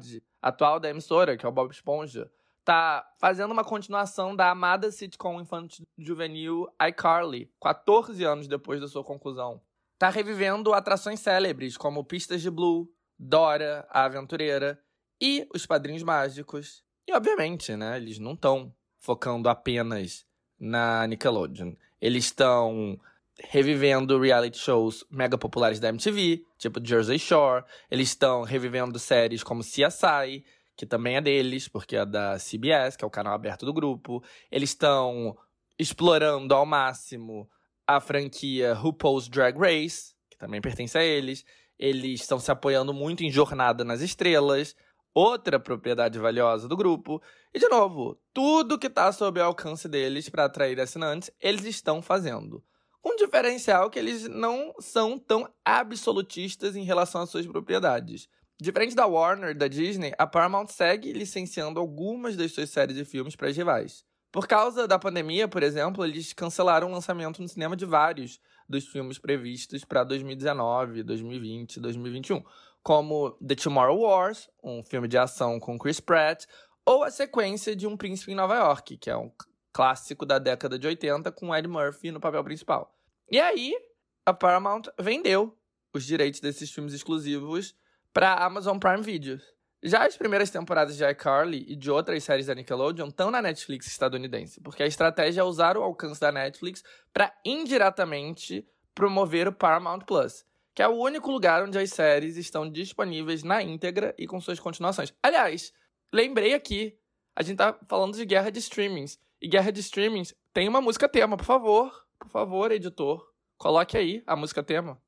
A: atual da emissora, que é o Bob Esponja, tá fazendo uma continuação da amada sitcom infanto-juvenil iCarly, 14 anos depois da sua conclusão. Tá revivendo atrações célebres como Pistas de Blue, Dora, a Aventureira e Os Padrinhos Mágicos. E, obviamente, né, eles não estão focando apenas na Nickelodeon. Eles estão revivendo reality shows mega populares da MTV, tipo Jersey Shore. Eles estão revivendo séries como CSI, que também é deles, porque é da CBS, que é o canal aberto do grupo. Eles estão explorando ao máximo a franquia RuPaul's Drag Race, que também pertence a eles. Eles estão se apoiando muito em Jornada nas Estrelas, outra propriedade valiosa do grupo. E, de novo, tudo que está sob o alcance deles para atrair assinantes, eles estão fazendo. Um diferencial que eles não são tão absolutistas em relação às suas propriedades. Diferente da Warner e da Disney, a Paramount segue licenciando algumas das suas séries e filmes para as rivais. Por causa da pandemia, por exemplo, eles cancelaram o lançamento no cinema de vários dos filmes previstos para 2019, 2020 e 2021, como The Tomorrow Wars, um filme de ação com Chris Pratt, ou a sequência de Um Príncipe em Nova York, que é um clássico da década de 80 com Eddie Murphy no papel principal. E aí, a Paramount vendeu os direitos desses filmes exclusivos para a Amazon Prime Video. Já as primeiras temporadas de iCarly e de outras séries da Nickelodeon estão na Netflix estadunidense, porque a estratégia é usar o alcance da Netflix para indiretamente promover o Paramount Plus, que é o único lugar onde as séries estão disponíveis na íntegra e com suas continuações. Aliás, lembrei aqui, a gente tá falando de guerra de streamings, e guerra de streamings tem uma música tema, por favor, editor, coloque aí a música tema.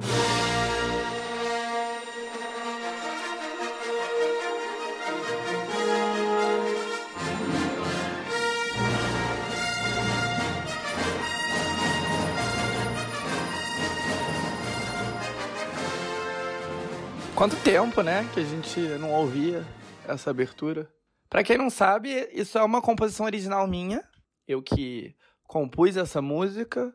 A: Quanto tempo, né, que a gente não ouvia essa abertura. Pra quem não sabe, isso é uma composição original minha. Eu que compus essa música,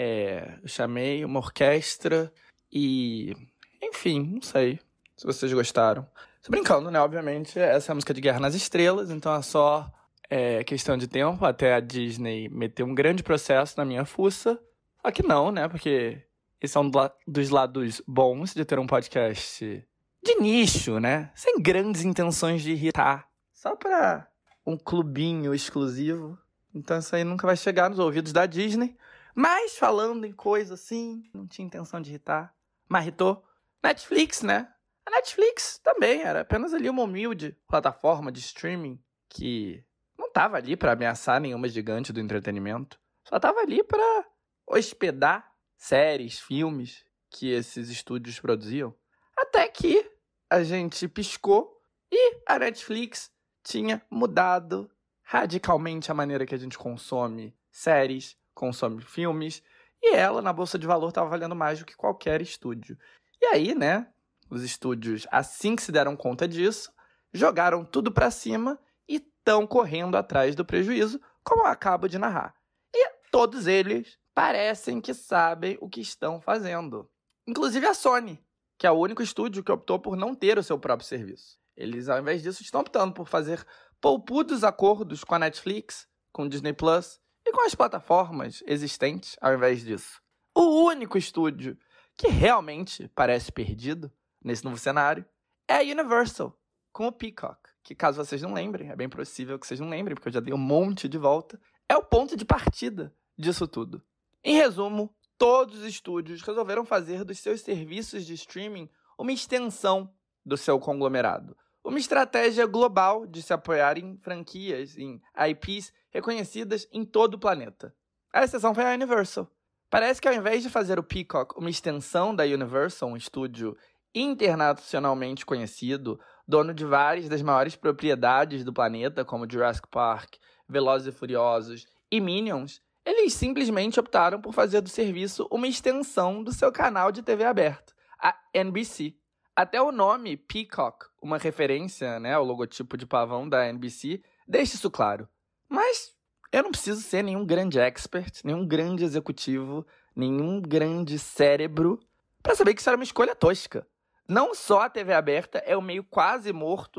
A: eu chamei uma orquestra e... Enfim, não sei se vocês gostaram. Tô brincando, né, obviamente, essa é a música de Guerra nas Estrelas, então é só questão de tempo até a Disney meter um grande processo na minha fuça. Só que não, né, porque esse é um dos lados bons de ter um podcast de nicho, né? Sem grandes intenções de irritar. Só pra um clubinho exclusivo. Então isso aí nunca vai chegar nos ouvidos da Disney. Mas falando em coisa assim, não tinha intenção de irritar. Mas irritou. Netflix, né? A Netflix também era apenas ali uma humilde plataforma de streaming que não tava ali pra ameaçar nenhuma gigante do entretenimento. Só tava ali pra hospedar séries, filmes que esses estúdios produziam. Até que a gente piscou e a Netflix tinha mudado radicalmente a maneira que a gente consome séries, consome filmes, e ela, na Bolsa de Valor, estava valendo mais do que qualquer estúdio. E aí, né, os estúdios, assim que se deram conta disso, jogaram tudo pra cima e estão correndo atrás do prejuízo, como eu acabo de narrar. E todos eles parecem que sabem o que estão fazendo. Inclusive a Sony, que é o único estúdio que optou por não ter o seu próprio serviço. Eles, ao invés disso, estão optando por fazer poupudos acordos com a Netflix, com o Disney Plus e com as plataformas existentes, ao invés disso. O único estúdio que realmente parece perdido nesse novo cenário é a Universal, com o Peacock, que, caso vocês não lembrem, é bem possível que vocês não lembrem, porque eu já dei um monte de volta, é o ponto de partida disso tudo. Em resumo, todos os estúdios resolveram fazer dos seus serviços de streaming uma extensão do seu conglomerado. Uma estratégia global de se apoiar em franquias, em IPs reconhecidas em todo o planeta. A exceção foi a Universal. Parece que ao invés de fazer o Peacock uma extensão da Universal, um estúdio internacionalmente conhecido, dono de várias das maiores propriedades do planeta, como Jurassic Park, Velozes e Furiosos e Minions, eles simplesmente optaram por fazer do serviço uma extensão do seu canal de TV aberto, a NBC. Até o nome Peacock, uma referência, né, ao logotipo de pavão da NBC, deixa isso claro. Mas eu não preciso ser nenhum grande expert, nenhum grande executivo, nenhum grande cérebro para saber que isso era uma escolha tosca. Não só a TV aberta é o meio quase morto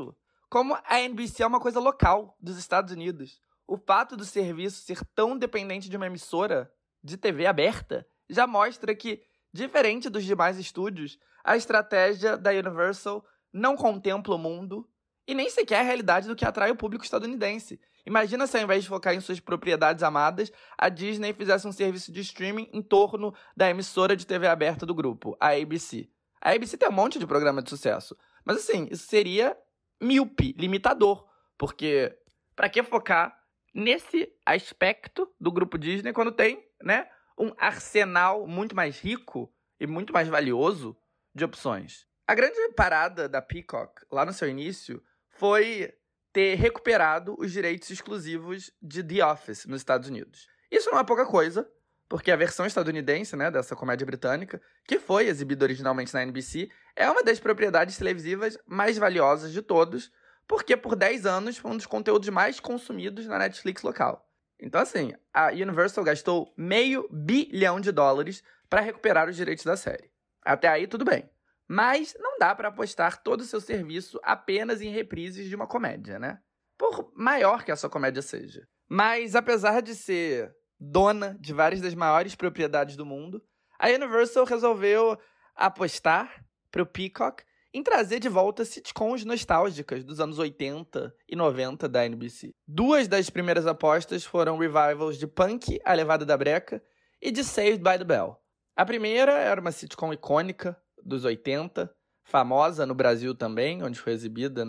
A: como a NBC é uma coisa local dos Estados Unidos. O fato do serviço ser tão dependente de uma emissora de TV aberta já mostra que, diferente dos demais estúdios, a estratégia da Universal não contempla o mundo e nem sequer a realidade do que atrai o público estadunidense. Imagina se, ao invés de focar em suas propriedades amadas, a Disney fizesse um serviço de streaming em torno da emissora de TV aberta do grupo, a ABC. A ABC tem um monte de programa de sucesso, mas assim, isso seria míope, limitador, porque pra que focar nesse aspecto do grupo Disney quando tem, né, um arsenal muito mais rico e muito mais valioso de opções? A grande parada da Peacock, lá no seu início, foi ter recuperado os direitos exclusivos de The Office nos Estados Unidos. Isso não é pouca coisa, porque a versão estadunidense, né, dessa comédia britânica, que foi exibida originalmente na NBC, é uma das propriedades televisivas mais valiosas de todos, porque por 10 anos foi um dos conteúdos mais consumidos na Netflix local. Então, assim, a Universal gastou $500 milhão para recuperar os direitos da série. Até aí, tudo bem. Mas não dá para apostar todo o seu serviço apenas em reprises de uma comédia, né? Por maior que essa comédia seja. Mas, apesar de ser dona de várias das maiores propriedades do mundo, a Universal resolveu apostar pro Peacock em trazer de volta sitcoms nostálgicas dos anos 80 e 90 da NBC. Duas das primeiras apostas foram revivals de Punk, A Levada da Breca, e de Saved by the Bell. A primeira era uma sitcom icônica dos 80, famosa no Brasil também, onde foi exibida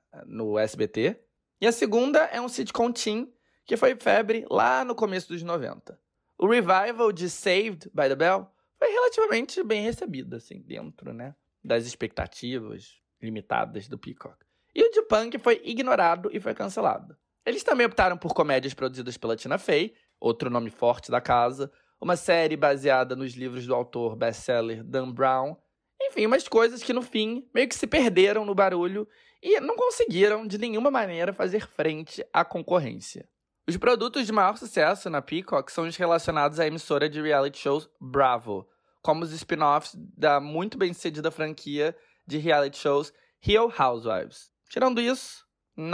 A: no SBT. E a segunda é um sitcom teen, que foi febre lá no começo dos 90. O revival de Saved by the Bell foi relativamente bem recebido, assim, dentro, né, das expectativas limitadas do Peacock. E o de Punk foi ignorado e foi cancelado. Eles também optaram por comédias produzidas pela Tina Fey, outro nome forte da casa, uma série baseada nos livros do autor best-seller Dan Brown. Enfim, umas coisas que no fim meio que se perderam no barulho e não conseguiram de nenhuma maneira fazer frente à concorrência. Os produtos de maior sucesso na Peacock são os relacionados à emissora de reality shows Bravo, como os spin-offs da muito bem-sucedida franquia de reality shows Real Housewives. Tirando isso,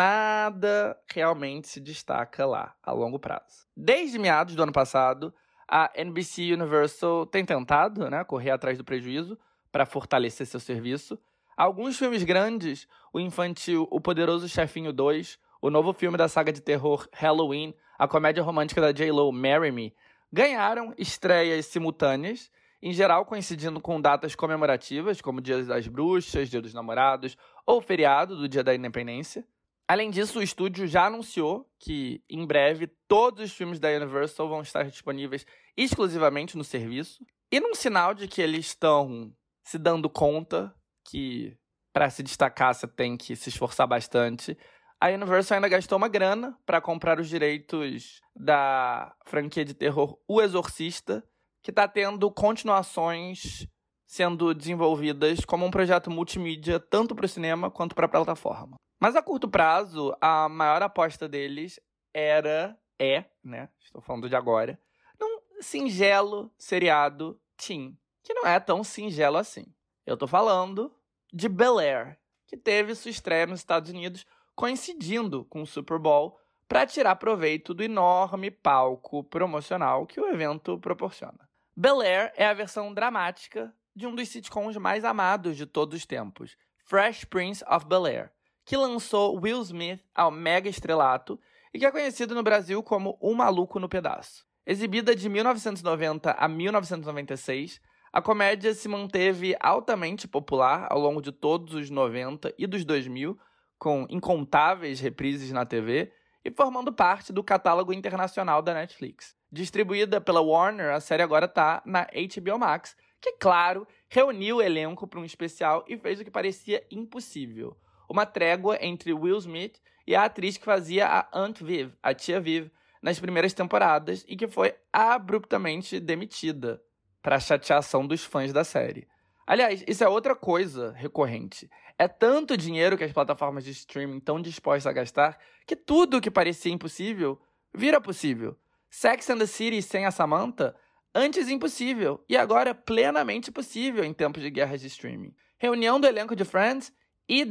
A: nada realmente se destaca lá a longo prazo. Desde meados do ano passado, a NBC Universal tem tentado, né, correr atrás do prejuízo para fortalecer seu serviço. Alguns filmes grandes, o infantil O Poderoso Chefinho 2, o novo filme da saga de terror Halloween, a comédia romântica da J.Lo Marry Me, ganharam estreias simultâneas, em geral coincidindo com datas comemorativas, como Dia das Bruxas, Dia dos Namorados ou feriado do Dia da Independência. Além disso, o estúdio já anunciou que, em breve, todos os filmes da Universal vão estar disponíveis exclusivamente no serviço. E num sinal de que eles estão se dando conta que, para se destacar, você tem que se esforçar bastante, a Universal ainda gastou uma grana para comprar os direitos da franquia de terror O Exorcista, que está tendo continuações sendo desenvolvidas como um projeto multimídia tanto para o cinema quanto para a plataforma. Mas a curto prazo, a maior aposta deles estou falando de agora, num singelo seriado teen, que não é tão singelo assim. Eu tô falando de Bel-Air, que teve sua estreia nos Estados Unidos coincidindo com o Super Bowl para tirar proveito do enorme palco promocional que o evento proporciona. Bel-Air é a versão dramática de um dos sitcoms mais amados de todos os tempos, Fresh Prince of Bel-Air, que lançou Will Smith ao mega estrelato e que é conhecido no Brasil como Um Maluco no Pedaço. Exibida de 1990 a 1996, a comédia se manteve altamente popular ao longo de todos os 90 e dos 2000, com incontáveis reprises na TV e formando parte do catálogo internacional da Netflix. Distribuída pela Warner, a série agora está na HBO Max, que, claro, reuniu o elenco para um especial e fez o que parecia impossível. Uma trégua entre Will Smith e a atriz que fazia a Aunt Viv, a tia Viv, nas primeiras temporadas e que foi abruptamente demitida para a chateação dos fãs da série. Aliás, isso é outra coisa recorrente. É tanto dinheiro que as plataformas de streaming estão dispostas a gastar que tudo o que parecia impossível vira possível. Sex and the City sem a Samantha, antes impossível e agora plenamente possível em tempos de guerras de streaming. Reunião do elenco de Friends, idem.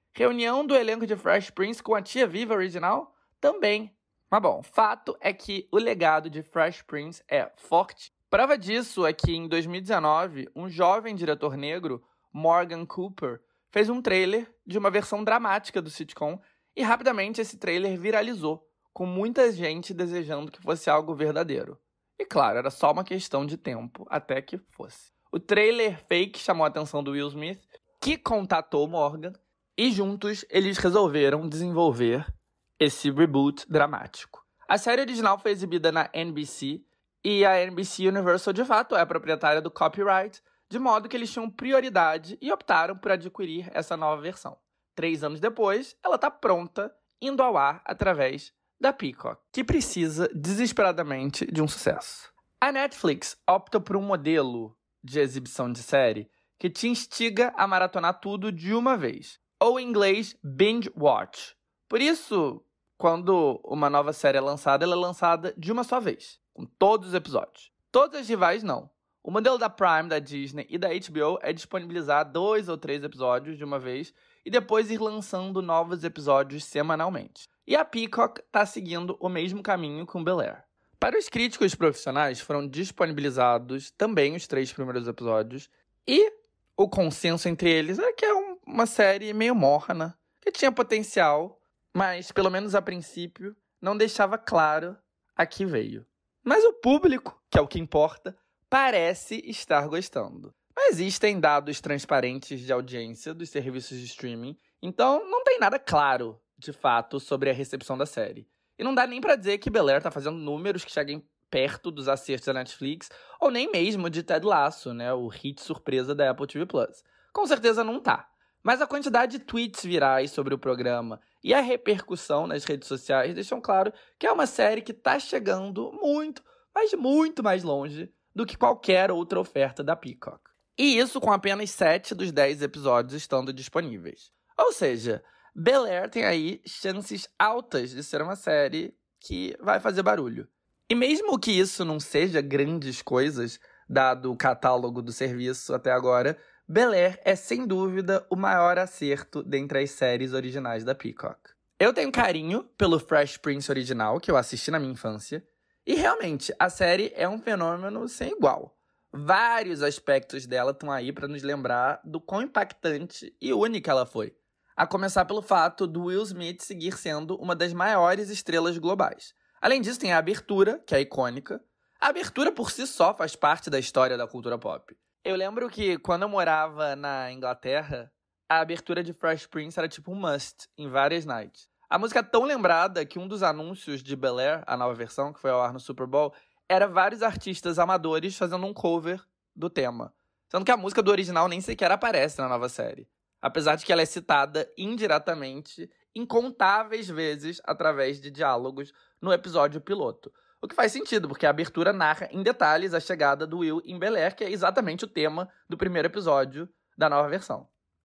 A: Reunião do elenco de Fresh Prince com a tia viva original? Também. Mas bom, fato é que o legado de Fresh Prince é forte. Prova disso é que em 2019, um jovem diretor negro, Morgan Cooper, fez um trailer de uma versão dramática do sitcom e rapidamente esse trailer viralizou, com muita gente desejando que fosse algo verdadeiro. E claro, era só uma questão de tempo até que fosse. O trailer fake chamou a atenção do Will Smith, que contatou Morgan, e juntos eles resolveram desenvolver esse reboot dramático. A série original foi exibida na NBC, e a NBC Universal de fato é proprietária do copyright, de modo que eles tinham prioridade e optaram por adquirir essa nova versão. 3 anos depois, ela está pronta, indo ao ar através da Peacock, que precisa desesperadamente de um sucesso. A Netflix opta por um modelo de exibição de série que te instiga a maratonar tudo de uma vez, ou em inglês, binge watch. Por isso, quando uma nova série é lançada, ela é lançada de uma só vez, com todos os episódios. Todas as rivais, não. O modelo da Prime, da Disney e da HBO é disponibilizar 2 ou 3 episódios de uma vez e depois ir lançando novos episódios semanalmente. E a Peacock está seguindo o mesmo caminho com Bel-Air. Para os críticos profissionais, foram disponibilizados também os 3 primeiros episódios e o consenso entre eles é que é uma série meio morna, que tinha potencial, mas, pelo menos a princípio, não deixava claro a que veio. Mas o público, que é o que importa, parece estar gostando. Não existem dados transparentes de audiência dos serviços de streaming, então não tem nada claro, de fato, sobre a recepção da série. E não dá nem pra dizer que Bel-Air tá fazendo números que cheguem perto dos acertos da Netflix, ou nem mesmo de Ted Lasso, né, o hit surpresa da Apple TV+. Com certeza não tá. Mas a quantidade de tweets virais sobre o programa e a repercussão nas redes sociais deixam claro que é uma série que tá chegando muito, mas muito mais longe do que qualquer outra oferta da Peacock. E isso com apenas 7 dos 10 episódios estando disponíveis. Ou seja, Bel-Air tem aí chances altas de ser uma série que vai fazer barulho. E mesmo que isso não seja grandes coisas, dado o catálogo do serviço até agora, Bel-Air é sem dúvida o maior acerto dentre as séries originais da Peacock. Eu tenho carinho pelo Fresh Prince original, que eu assisti na minha infância, e realmente a série é um fenômeno sem igual. Vários aspectos dela estão aí para nos lembrar do quão impactante e única ela foi. A começar pelo fato do Will Smith seguir sendo uma das maiores estrelas globais. Além disso, tem a abertura, que é icônica. A abertura por si só faz parte da história da cultura pop. Eu lembro que quando eu morava na Inglaterra, a abertura de Fresh Prince era tipo um must em várias nights. A música é tão lembrada que um dos anúncios de Bel-Air, a nova versão, que foi ao ar no Super Bowl, era vários artistas amadores fazendo um cover do tema. Sendo que a música do original nem sequer aparece na nova série. Apesar de que ela é citada indiretamente incontáveis vezes através de diálogos no episódio piloto. O que faz sentido, porque a abertura narra em detalhes a chegada do Will em Bel-Air, que é exatamente o tema do primeiro episódio da nova versão.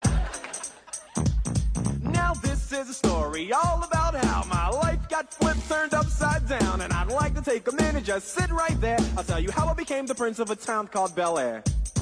E: Now this is a story all about how my life got flipped, turned upside down, and I'd like to take a minute, just sit right there. I'll tell you how I became the prince of a town called Bel-Air.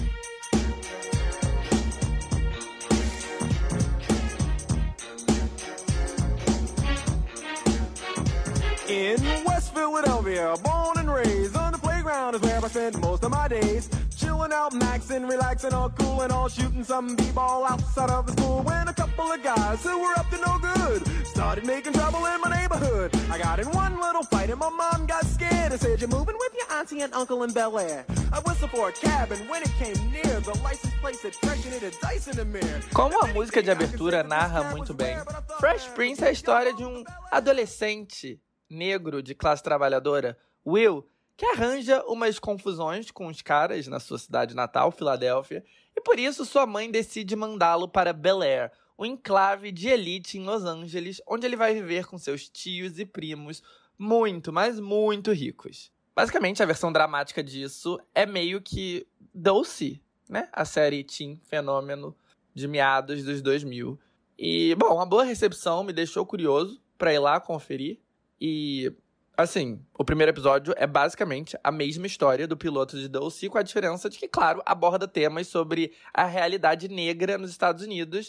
E: In West Philadelphia, born and raised on the playground is where I spent most of my days. Chilling out, maxing, relaxing, all cool and all, shooting some b-ball outside of the school. When a couple of guys who were up to no good started making trouble in my neighborhood. I got in one little fight and my mom got scared and said, "You're moving with your auntie and uncle in Bel-Air." I whistled for a cab and when it came near, the license plate said fresh and it had dice in the mirror.
A: Como a música de abertura narra muito bem, Fresh Prince é a história de um adolescente negro de classe trabalhadora, Will, que arranja umas confusões com os caras na sua cidade natal, Filadélfia, e por isso sua mãe decide mandá-lo para Bel-Air, um enclave de elite em Los Angeles, onde ele vai viver com seus tios e primos muito, mas muito ricos. Basicamente, a versão dramática disso é meio que Dulce, né? A série teen fenômeno de meados dos 2000. E, bom, a boa recepção me deixou curioso para ir lá conferir. E, assim, o primeiro episódio é basicamente a mesma história do piloto de Dulce, com a diferença de que, claro, aborda temas sobre a realidade negra nos Estados Unidos,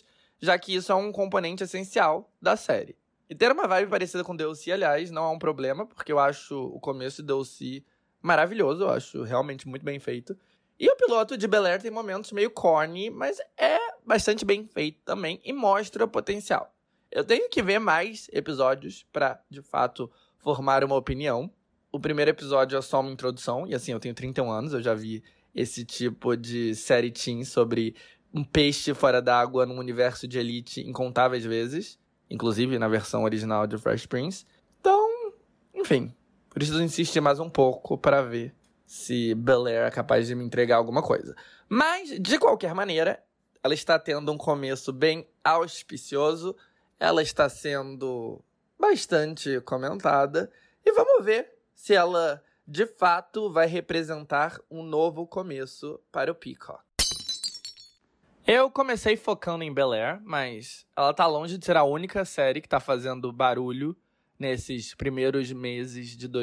A: já que isso é um componente essencial da série. E ter uma vibe parecida com DLC, aliás, não é um problema, porque eu acho o começo de DLC maravilhoso, eu acho realmente muito bem feito. E o piloto de Bel-Air tem momentos meio corny, mas é bastante bem feito também e mostra potencial. Eu tenho que ver mais episódios pra, de fato, formar uma opinião. O primeiro episódio é só uma introdução, e assim, eu tenho 31 anos, eu já vi esse tipo de série teen sobre um peixe fora d'água num universo de Elite incontáveis vezes, inclusive na versão original de Fresh Prince. Então, enfim, preciso insistir mais um pouco para ver se Bel-Air é capaz de me entregar alguma coisa. Mas, de qualquer maneira, ela está tendo um começo bem auspicioso, ela está sendo bastante comentada, e vamos ver se ela, de fato, vai representar um novo começo para o Peacock. Eu comecei focando em Bel-Air, mas ela tá longe de ser a única série que tá fazendo barulho nesses primeiros meses de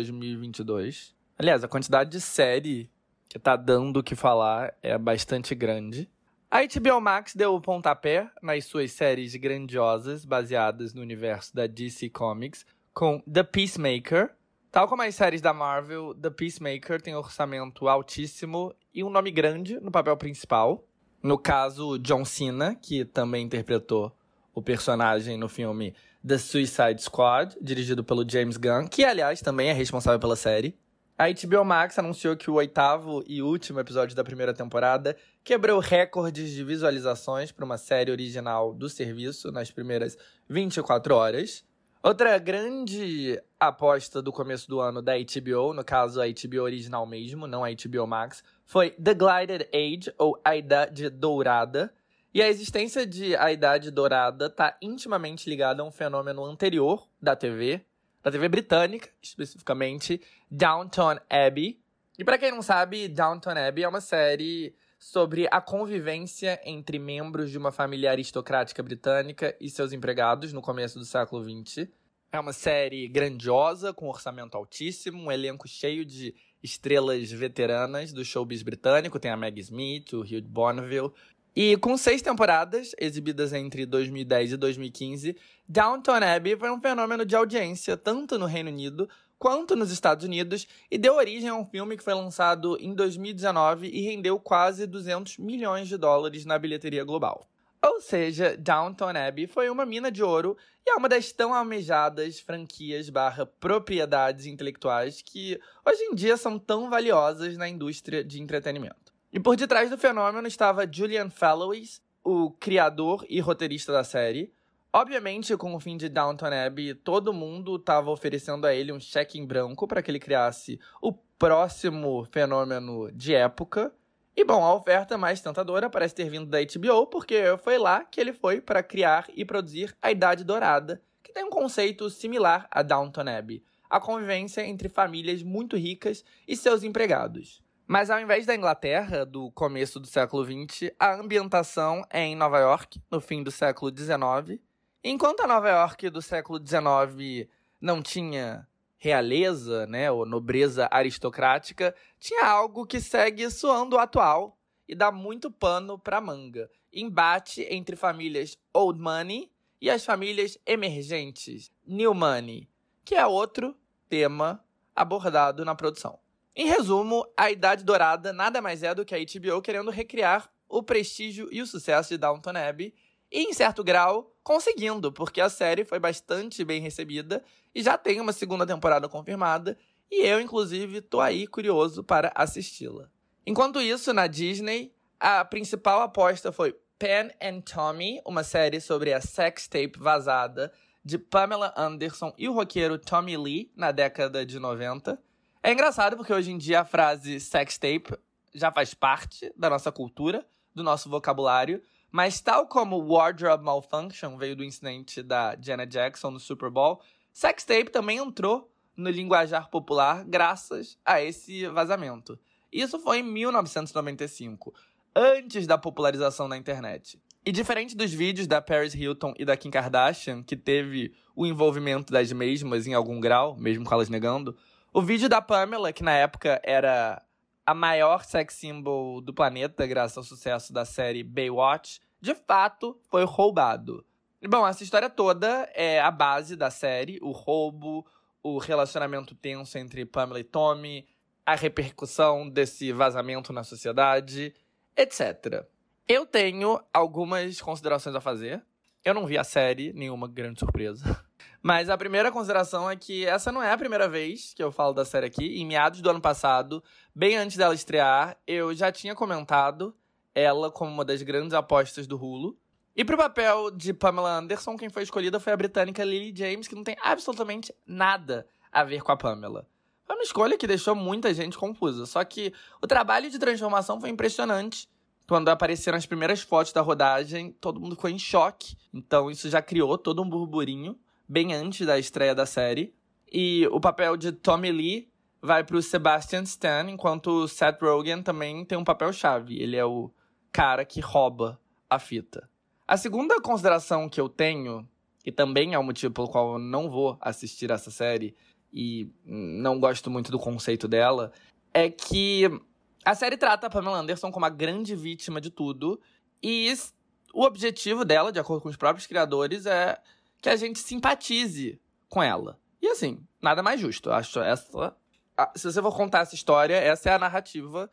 A: 2022. Aliás, a quantidade de série que tá dando o que falar é bastante grande. A HBO Max deu o pontapé nas suas séries grandiosas baseadas no universo da DC Comics com The Peacemaker. Tal como as séries da Marvel, The Peacemaker tem um orçamento altíssimo e um nome grande no papel principal. No caso, John Cena, que também interpretou o personagem no filme The Suicide Squad, dirigido pelo James Gunn, que, aliás, também é responsável pela série. A HBO Max anunciou que o 8º e último episódio da primeira temporada quebrou recordes de visualizações para uma série original do serviço nas primeiras 24 horas. Outra grande aposta do começo do ano da HBO, no caso a HBO original mesmo, não a HBO Max, foi The Gilded Age, ou A Idade Dourada. E a existência de A Idade Dourada está intimamente ligada a um fenômeno anterior da TV britânica, especificamente Downton Abbey. E para quem não sabe, Downton Abbey é uma série sobre a convivência entre membros de uma família aristocrática britânica e seus empregados no começo do século XX. É uma série grandiosa, com orçamento altíssimo, um elenco cheio de estrelas veteranas do showbiz britânico. Tem a Maggie Smith, o Hugh Bonneville. E com 6 temporadas, exibidas entre 2010 e 2015, Downton Abbey foi um fenômeno de audiência tanto no Reino Unido quanto nos Estados Unidos e deu origem a um filme que foi lançado em 2019 e rendeu quase 200 milhões de dólares na bilheteria global. Ou seja, Downton Abbey foi uma mina de ouro e é uma das tão almejadas franquias/propriedades intelectuais que hoje em dia são tão valiosas na indústria de entretenimento. E por detrás do fenômeno estava Julian Fellowes, o criador e roteirista da série. Obviamente, com o fim de Downton Abbey, todo mundo estava oferecendo a ele um cheque em branco para que ele criasse o próximo fenômeno de época. E, bom, a oferta mais tentadora parece ter vindo da HBO, porque foi lá que ele foi para criar e produzir A Idade Dourada, que tem um conceito similar a Downton Abbey, a convivência entre famílias muito ricas e seus empregados. Mas ao invés da Inglaterra, do começo do século XX, a ambientação é em Nova York, no fim do século XIX. Enquanto a Nova York do século XIX não tinha realeza, né, ou nobreza aristocrática, tinha algo que segue soando atual e dá muito pano pra manga. Embate entre famílias old money e as famílias emergentes, new money, que é outro tema abordado na produção. Em resumo, A Idade Dourada nada mais é do que a HBO querendo recriar o prestígio e o sucesso de Downton Abbey, e, em certo grau, conseguindo, porque a série foi bastante bem recebida e já tem uma segunda temporada confirmada, e eu, inclusive, tô aí curioso para assisti-la. Enquanto isso, na Disney, a principal aposta foi Pen and Tommy, uma série sobre a sex tape vazada de Pamela Anderson e o roqueiro Tommy Lee na década de 90. É engraçado porque hoje em dia a frase sex tape já faz parte da nossa cultura, do nosso vocabulário, mas tal como Wardrobe Malfunction veio do incidente da Janet Jackson no Super Bowl, sex tape também entrou no linguajar popular graças a esse vazamento. Isso foi em 1995, antes da popularização da internet. E diferente dos vídeos da Paris Hilton e da Kim Kardashian, que teve o envolvimento das mesmas em algum grau, mesmo com elas negando, o vídeo da Pamela, que na época era a maior sex symbol do planeta, graças ao sucesso da série Baywatch, de fato foi roubado. E, bom, essa história toda é a base da série, o roubo, o relacionamento tenso entre Pamela e Tommy, a repercussão desse vazamento na sociedade, etc. Eu tenho algumas considerações a fazer. Eu não vi a série, nenhuma grande surpresa. Mas a primeira consideração é que essa não é a primeira vez que eu falo da série aqui. Em meados do ano passado, bem antes dela estrear, eu já tinha comentado ela como uma das grandes apostas do Hulu. E pro papel de Pamela Anderson, quem foi escolhida foi a britânica Lily James, que não tem absolutamente nada a ver com a Pamela. Foi uma escolha que deixou muita gente confusa. Só que o trabalho de transformação foi impressionante. Quando apareceram as primeiras fotos da rodagem, todo mundo ficou em choque. Então isso já criou todo um burburinho, bem antes da estreia da série. E o papel de Tommy Lee vai pro Sebastian Stan, enquanto o Seth Rogen também tem um papel-chave. Ele é o cara que rouba a fita. A segunda consideração que eu tenho, e também é o motivo pelo qual eu não vou assistir essa série, e não gosto muito do conceito dela, é que a série trata a Pamela Anderson como a grande vítima de tudo, e o objetivo dela, de acordo com os próprios criadores, é que a gente simpatize com ela. E assim, nada mais justo. Eu acho se você for contar essa história, essa é a narrativa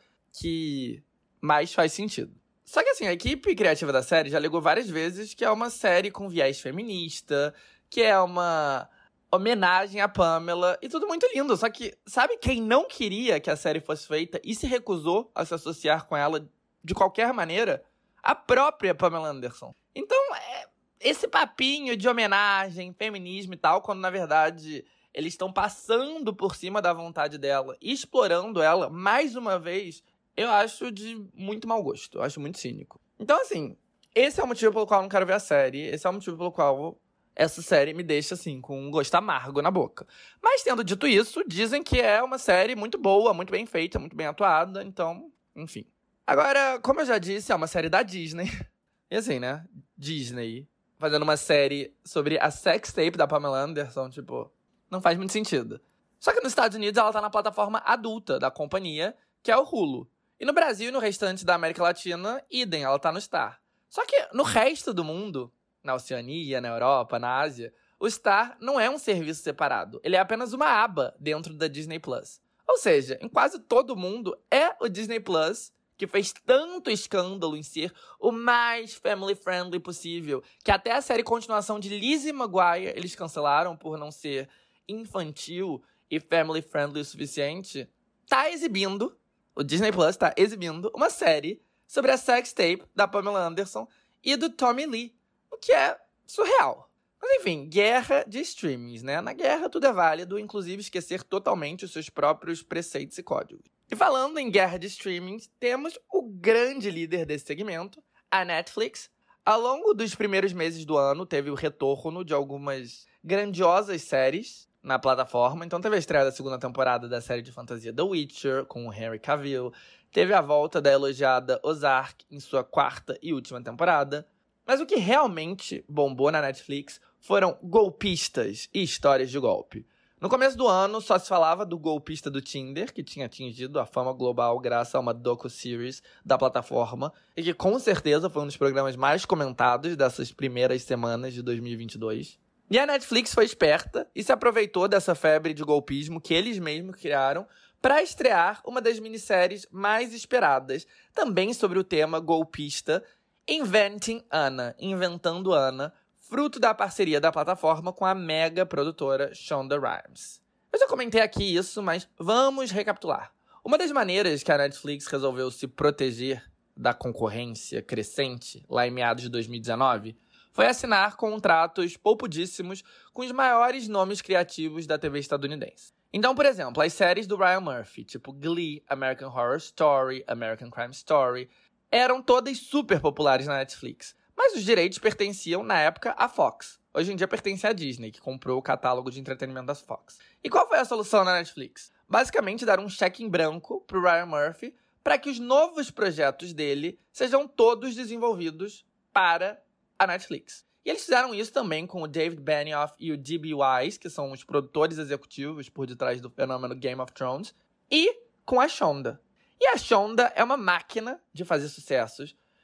A: que mais faz sentido. Só que assim, a equipe criativa da série já alegou várias vezes que é uma série com viés feminista, que é uma homenagem à Pamela, e tudo muito lindo. Só que, sabe quem não queria que a série fosse feita e se recusou a se associar com ela de qualquer maneira? A própria Pamela Anderson. Então, esse papinho de homenagem, feminismo e tal, quando na verdade eles estão passando por cima da vontade dela e explorando ela, mais uma vez, eu acho de muito mau gosto. Eu acho muito cínico. Então, assim, esse é o motivo pelo qual eu não quero ver a série. Esse é o motivo pelo qual essa série me deixa, assim, com um gosto amargo na boca. Mas, tendo dito isso, dizem que é uma série muito boa, muito bem feita, muito bem atuada. Então, enfim. Agora, como eu já disse, é uma série da Disney. E assim, né? Disney fazendo uma série sobre a sex tape da Pamela Anderson, tipo, não faz muito sentido. Só que nos Estados Unidos ela tá na plataforma adulta da companhia, que é o Hulu. E no Brasil e no restante da América Latina, idem, ela tá no Star. Só que no resto do mundo, na Oceania, na Europa, na Ásia, o Star não é um serviço separado. Ele é apenas uma aba dentro da Disney Plus. Ou seja, em quase todo mundo é o Disney Plus que fez tanto escândalo em ser o mais family-friendly possível, que até a série continuação de Lizzie McGuire eles cancelaram por não ser infantil e family-friendly o suficiente, tá exibindo, o Disney Plus tá exibindo uma série sobre a sex tape da Pamela Anderson e do Tommy Lee, o que é surreal. Mas enfim, guerra de streamings, né? Na guerra tudo é válido, inclusive esquecer totalmente os seus próprios preceitos e códigos. E falando em guerra de streamings, temos o grande líder desse segmento, a Netflix. Ao longo dos primeiros meses do ano, teve o retorno de algumas grandiosas séries na plataforma. Então teve a estreia da segunda temporada da série de fantasia The Witcher, com o Henry Cavill. Teve a volta da elogiada Ozark em sua quarta e última temporada. Mas o que realmente bombou na Netflix foram golpistas e histórias de golpe. No começo do ano, só se falava do golpista do Tinder, que tinha atingido a fama global graças a uma docu-series da plataforma, e que com certeza foi um dos programas mais comentados dessas primeiras semanas de 2022. E a Netflix foi esperta e se aproveitou dessa febre de golpismo que eles mesmos criaram para estrear uma das minisséries mais esperadas, também sobre o tema golpista, Inventing Anna, Inventando Anna, fruto da parceria da plataforma com a mega produtora Shonda Rhimes. Eu já comentei aqui isso, mas vamos recapitular. Uma das maneiras que a Netflix resolveu se proteger da concorrência crescente, lá em meados de 2019, foi assinar contratos poupudíssimos com os maiores nomes criativos da TV estadunidense. Então, por exemplo, as séries do Ryan Murphy, tipo Glee, American Horror Story, American Crime Story, eram todas super populares na Netflix. Mas os direitos pertenciam, na época, à Fox. Hoje em dia pertence à Disney, que comprou o catálogo de entretenimento das Fox. E qual foi a solução na Netflix? Basicamente, dar um cheque em branco pro Ryan Murphy para que os novos projetos dele sejam todos desenvolvidos para a Netflix. E eles fizeram isso também com o David Benioff e o D.B. Weiss, que são os produtores executivos por detrás do fenômeno Game of Thrones, e com a Shonda. E a Shonda é uma máquina de fazer sucessos.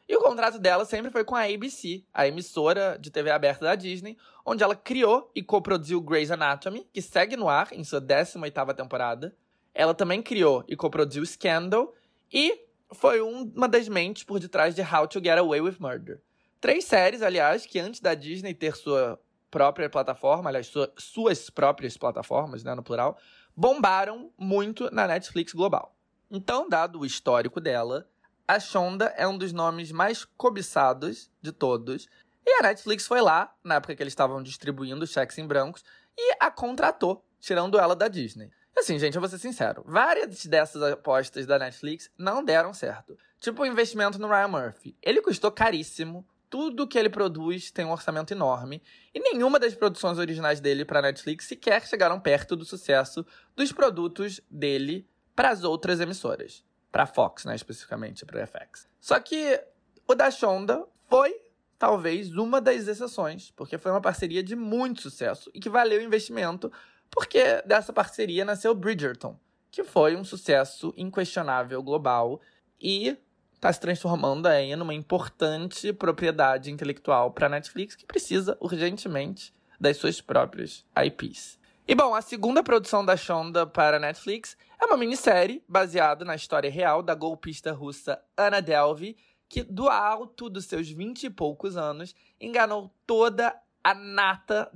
A: E o contrato dela sempre foi com a ABC, a emissora de TV aberta da Disney, onde ela criou e coproduziu Grey's Anatomy, que segue no ar em sua 18ª temporada. Ela também criou e coproduziu Scandal e foi uma das mentes por detrás de How to Get Away with Murder. 3 séries, aliás, que antes da Disney ter sua própria plataforma, aliás, suas próprias plataformas, né, no plural, bombaram muito na Netflix global. Então, dado o histórico dela, a Shonda é um dos nomes mais cobiçados de todos. E a Netflix foi lá, na época que eles estavam distribuindo cheques em brancos, e a contratou, tirando ela da Disney. E assim, gente, eu vou ser sincero, várias dessas apostas da Netflix não deram certo. Tipo o investimento no Ryan Murphy. Ele custou caríssimo, tudo que ele produz tem um orçamento enorme, e nenhuma das produções originais dele para a Netflix sequer chegaram perto do sucesso dos produtos dele para as outras emissoras. Pra Fox, né, especificamente, pra FX. Só que o da Shonda foi, talvez, uma das exceções, porque foi uma parceria de muito sucesso e que valeu o investimento, porque dessa parceria nasceu Bridgerton, que foi um sucesso inquestionável global e está se transformando aí numa importante propriedade intelectual pra Netflix, que precisa urgentemente das suas próprias IPs. E bom, a segunda produção da Shonda para a Netflix é uma minissérie baseada na história real da golpista russa Anna Delvey, que do alto dos seus 20 e poucos anos enganou toda a nata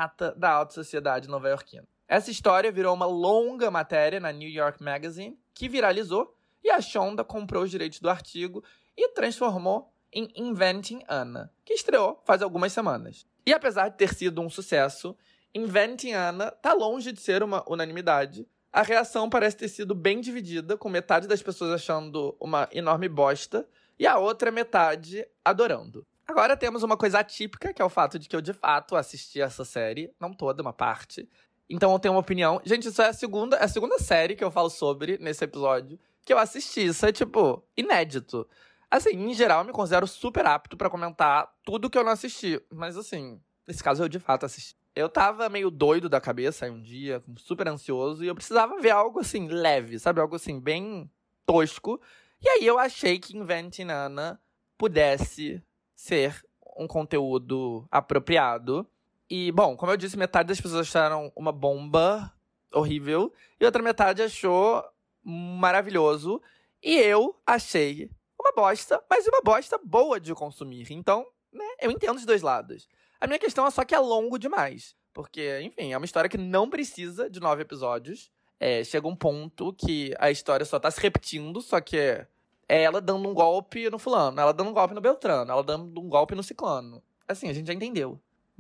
A: da alta sociedade nova-iorquina. Essa história virou uma longa matéria na New York Magazine, que viralizou, e a Shonda comprou os direitos do artigo e transformou em Inventing Anna, que estreou faz algumas semanas. E apesar de ter sido um sucesso, Inventing Anna tá longe de ser uma unanimidade. A reação parece ter sido bem dividida, com metade das pessoas achando uma enorme bosta e a outra metade adorando. Agora temos uma coisa atípica, que é o fato de que eu, de fato, assisti essa série, não toda, uma parte. Então eu tenho uma opinião. Gente, isso é a segunda série que eu falo sobre nesse episódio, que eu assisti. Isso é, tipo, inédito. Assim, em geral, eu me considero super apto pra comentar tudo que eu não assisti. Mas, assim, nesse caso eu, de fato, assisti. Eu tava meio doido da cabeça aí um dia, super ansioso, e eu precisava ver algo, assim, leve, sabe? Algo, assim, bem tosco. E aí eu achei que Inventing Anna pudesse ser um conteúdo apropriado. E, bom, como eu disse, metade das pessoas acharam uma bomba horrível, e outra metade achou maravilhoso. E eu achei uma bosta, mas uma bosta boa de consumir. Então, né, eu entendo os dois lados. A minha questão é só que é longo demais. Porque, enfim, é uma história que não precisa de 9 episódios. Chega um ponto que a história só tá se repetindo, só que é ela dando um golpe no fulano, ela dando um golpe no Beltrano, ela dando um golpe no ciclano. Assim, a gente já entendeu.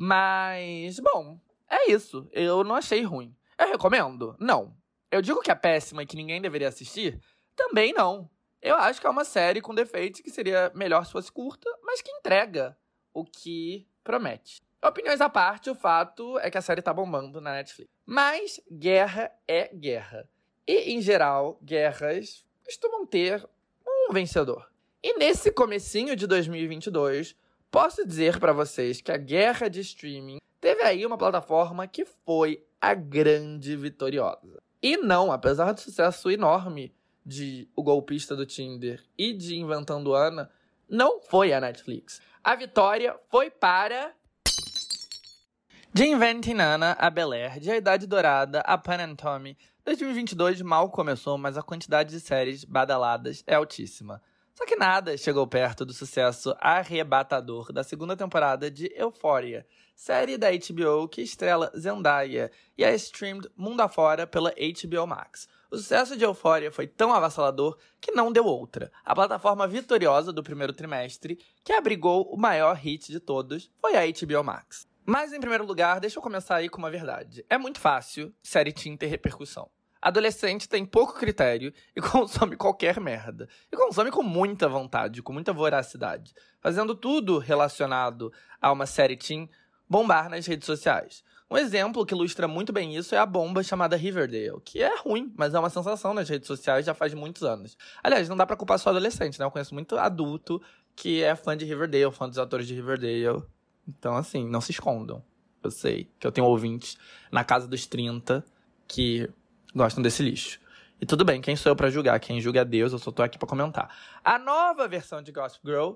A: Mas, bom, é isso. Eu não achei ruim. Eu recomendo? Não. Eu digo que é péssima e que ninguém deveria assistir? Também não. Eu acho que é uma série com defeitos que seria melhor se fosse curta, mas que entrega o que promete. Opiniões à parte, o fato é que a série tá bombando na Netflix. Mas guerra é guerra. E, em geral, guerras costumam ter um vencedor. E nesse comecinho de 2022, posso dizer pra vocês que a guerra de streaming teve aí uma plataforma que foi a grande vitoriosa. E não, apesar do sucesso enorme de O Golpista do Tinder e de Inventando Anna, não foi a Netflix. A vitória foi para de Inventing Anna a Bel-Air, de A Idade Dourada a Pan and Tommy. 2022 mal começou, mas a quantidade de séries badaladas é altíssima. Só que nada chegou perto do sucesso arrebatador da segunda temporada de Euphoria, série da HBO que estrela Zendaya e é streamed mundo afora pela HBO Max. O sucesso de Euphoria foi tão avassalador que não deu outra. A plataforma vitoriosa do primeiro trimestre, que abrigou o maior hit de todos, foi a HBO Max. Mas, em primeiro lugar, deixa eu começar aí com uma verdade. É muito fácil série teen ter repercussão. Adolescente tem pouco critério e consome qualquer merda. E consome com muita vontade, com muita voracidade. Fazendo tudo relacionado a uma série teen bombar nas redes sociais. Um exemplo que ilustra muito bem isso é a bomba chamada Riverdale, que é ruim, mas é uma sensação nas redes sociais já faz muitos anos. Aliás, não dá pra culpar só adolescente, né? Eu conheço muito adulto que é fã de Riverdale, fã dos atores de Riverdale. Então, assim, não se escondam. Eu sei que eu tenho ouvintes na casa dos 30 que gostam desse lixo. E tudo bem, quem sou eu pra julgar? Quem julga é Deus, eu só tô aqui pra comentar. A nova versão de Gossip Girl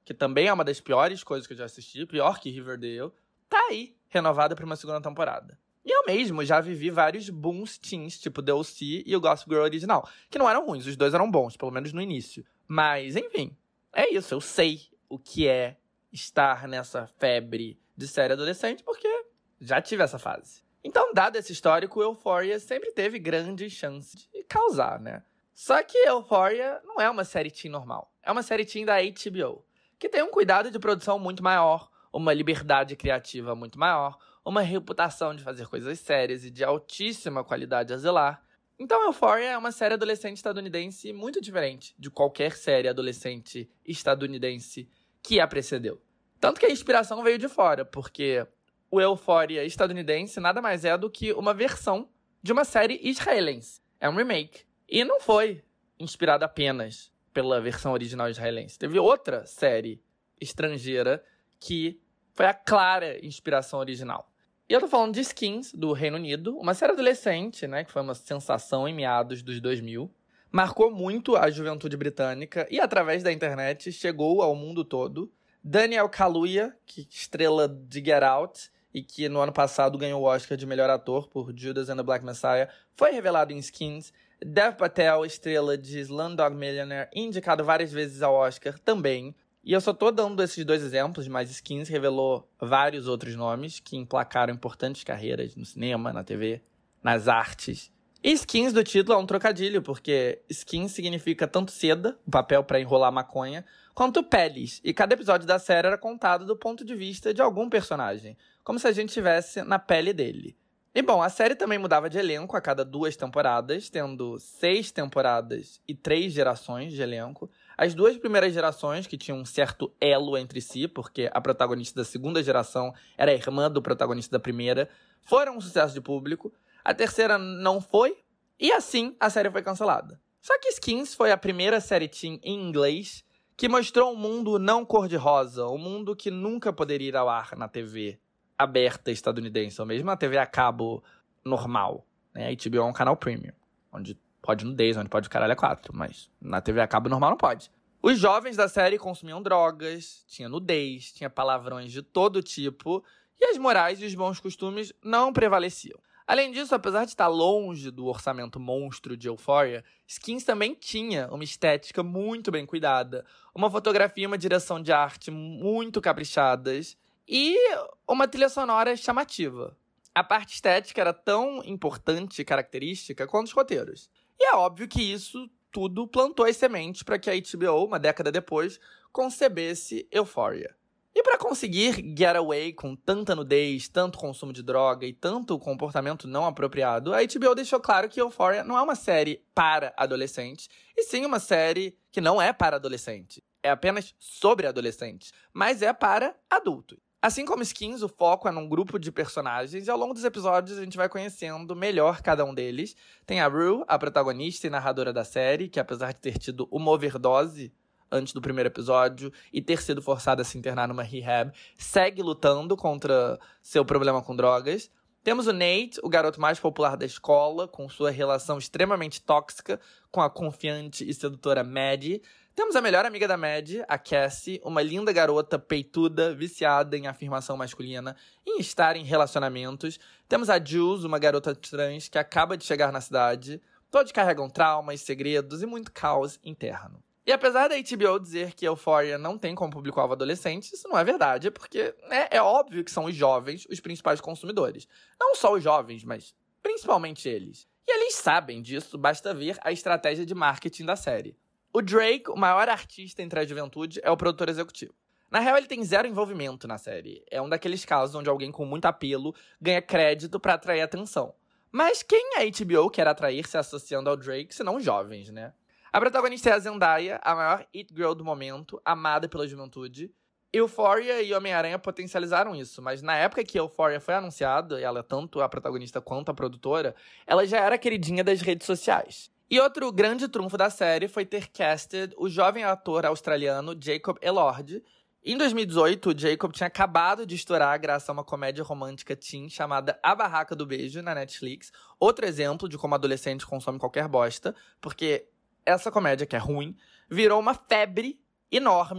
A: que também é uma das piores coisas que eu já assisti, pior que Riverdale, tá aí, renovada pra uma segunda temporada. E eu mesmo já vivi vários bons teens, tipo The O.C. e o Gossip Girl original, que não eram ruins, os dois eram bons, pelo menos no início. Mas, enfim, é isso, eu sei o que é estar nessa febre de série adolescente, porque já tive essa fase. Então, dado esse histórico, Euphoria sempre teve grandes chances de causar, né? Só que Euphoria não é uma série teen normal. É uma série teen da HBO, que tem um cuidado de produção muito maior, uma liberdade criativa muito maior, uma reputação de fazer coisas sérias e de altíssima qualidade a zelar. Então, Euphoria é uma série adolescente estadunidense muito diferente de qualquer série adolescente estadunidense que a precedeu. Tanto que a inspiração veio de fora, porque o Euphoria estadunidense nada mais é do que uma versão de uma série israelense. É um remake. E não foi inspirado apenas pela versão original israelense. Teve outra série estrangeira que foi a clara inspiração original. E eu tô falando de Skins, do Reino Unido, uma série adolescente, né, que foi uma sensação em meados dos 2000. Marcou muito a juventude britânica e, através da internet, chegou ao mundo todo. Daniel Kaluuya, que estrela de Get Out e que no ano passado ganhou o Oscar de melhor ator por Judas and the Black Messiah, foi revelado em Skins. Dev Patel, estrela de Slumdog Millionaire, indicado várias vezes ao Oscar também. E eu só tô dando esses dois exemplos, mas Skins revelou vários outros nomes que emplacaram importantes carreiras no cinema, na TV, nas artes. E Skins do título é um trocadilho, porque Skins significa tanto seda, o papel para enrolar maconha, quanto peles. E cada episódio da série era contado do ponto de vista de algum personagem, como se a gente estivesse na pele dele. E bom, a série também mudava de elenco a cada 2 temporadas, tendo 6 temporadas e 3 gerações de elenco. As 2 primeiras gerações, que tinham um certo elo entre si, porque a protagonista da segunda geração era a irmã do protagonista da primeira, foram um sucesso de público. A terceira não foi, e assim a série foi cancelada. Só que Skins foi a primeira série teen em inglês que mostrou um mundo não cor-de-rosa, um mundo que nunca poderia ir ao ar na TV aberta estadunidense, ou mesmo na TV a cabo normal. Né? A HBO é um canal premium, onde pode nudez, onde pode o caralho a 4, mas na TV a cabo normal não pode. Os jovens da série consumiam drogas, tinha nudez, tinha palavrões de todo tipo, e as morais e os bons costumes não prevaleciam. Além disso, apesar de estar longe do orçamento monstro de Euphoria, Skins também tinha uma estética muito bem cuidada, uma fotografia e uma direção de arte muito caprichadas, e uma trilha sonora chamativa. A parte estética era tão importante e característica quanto os roteiros. E é óbvio que isso tudo plantou as sementes para que a HBO, uma década depois, concebesse Euphoria. E para conseguir get away com tanta nudez, tanto consumo de droga e tanto comportamento não apropriado, a HBO deixou claro que Euphoria não é uma série para adolescentes, e sim uma série que não é para adolescentes. É apenas sobre adolescentes, mas é para adultos. Assim como Skins, o foco é num grupo de personagens e ao longo dos episódios a gente vai conhecendo melhor cada um deles. Tem a Rue, a protagonista e narradora da série, que apesar de ter tido uma overdose antes do primeiro episódio e ter sido forçada a se internar numa rehab, segue lutando contra seu problema com drogas. Temos o Nate, o garoto mais popular da escola, com sua relação extremamente tóxica com a confiante e sedutora Maddie. Temos a melhor amiga da Maddie, a Cassie, uma linda garota peituda, viciada em afirmação masculina e em estar em relacionamentos. Temos a Jules, uma garota trans que acaba de chegar na cidade. Todos carregam traumas, segredos e muito caos interno. E apesar da HBO dizer que Euphoria não tem como público-alvo adolescente, isso não é verdade, porque é óbvio que são os jovens os principais consumidores. Não só os jovens, mas principalmente eles. E eles sabem disso, basta ver a estratégia de marketing da série. O Drake, o maior artista entre a juventude, é o produtor executivo. Na real, ele tem zero envolvimento na série. É um daqueles casos onde alguém com muito apelo ganha crédito pra atrair atenção. Mas quem a HBO quer atrair se associando ao Drake, senão os jovens, né? A protagonista é a Zendaya, a maior it girl do momento, amada pela juventude. Euphoria e Homem-Aranha potencializaram isso, mas na época que Euphoria foi anunciada, ela é tanto a protagonista quanto a produtora, ela já era queridinha das redes sociais. E outro grande trunfo da série foi ter casted o jovem ator australiano Jacob Elord. Em 2018, o Jacob tinha acabado de estourar graças a uma comédia romântica teen chamada A Barraca do Beijo, na Netflix. Outro exemplo de como adolescente consome qualquer bosta, porque essa comédia, que é ruim, virou uma febre enorme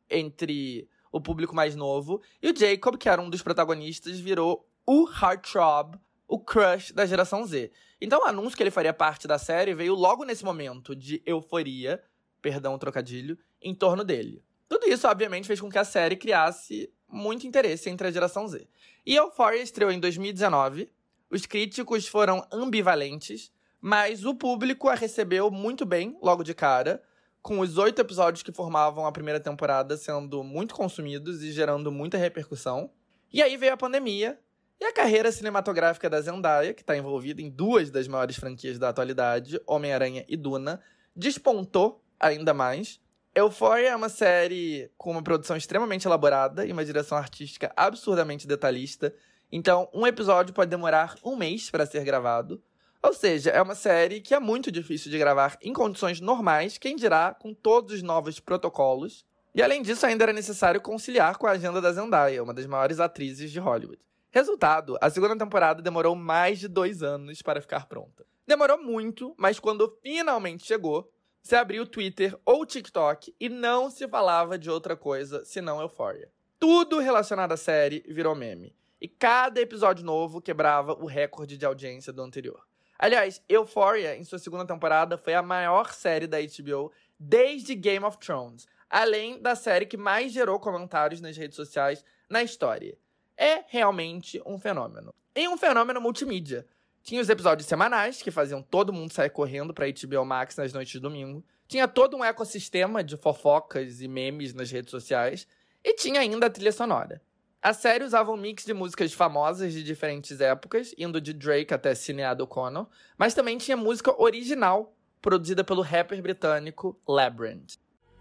A: entre o público mais novo. E o Jacob, que era um dos protagonistas, virou o heartthrob, o crush da geração Z. Então o anúncio que ele faria parte da série veio logo nesse momento de euforia, perdão o trocadilho, em torno dele. Tudo isso, obviamente, fez com que a série criasse muito interesse entre a geração Z. E Euphoria estreou em 2019, os críticos foram ambivalentes, mas o público a recebeu muito bem logo de cara, com os 8 episódios que formavam a primeira temporada sendo muito consumidos e gerando muita repercussão. E aí veio a pandemia, e a carreira cinematográfica da Zendaya, que está envolvida em 2 das maiores franquias da atualidade, Homem-Aranha e Duna, despontou ainda mais. Euphoria é uma série com uma produção extremamente elaborada e uma direção artística absurdamente detalhista, então um episódio pode demorar 1 mês para ser gravado. Ou seja, é uma série que é muito difícil de gravar em condições normais, quem dirá com todos os novos protocolos. E além disso, ainda era necessário conciliar com a agenda da Zendaya, uma das maiores atrizes de Hollywood. Resultado, a segunda temporada demorou mais de 2 anos para ficar pronta. Demorou muito, mas quando finalmente chegou, você abria o Twitter ou o TikTok e não se falava de outra coisa senão Euphoria. Tudo relacionado à série virou meme. E cada episódio novo quebrava o recorde de audiência do anterior. Aliás, Euphoria, em sua segunda temporada, foi a maior série da HBO desde Game of Thrones, além da série que mais gerou comentários nas redes sociais na história. É realmente um fenômeno. E um fenômeno multimídia. Tinha os episódios semanais, que faziam todo mundo sair correndo pra HBO Max nas noites de domingo. Tinha todo um ecossistema de fofocas e memes nas redes sociais. E tinha ainda a trilha sonora. A série usava um mix de músicas famosas de diferentes épocas, indo de Drake até Sinéad O'Connell, mas também tinha música original, produzida pelo rapper britânico Labrinth.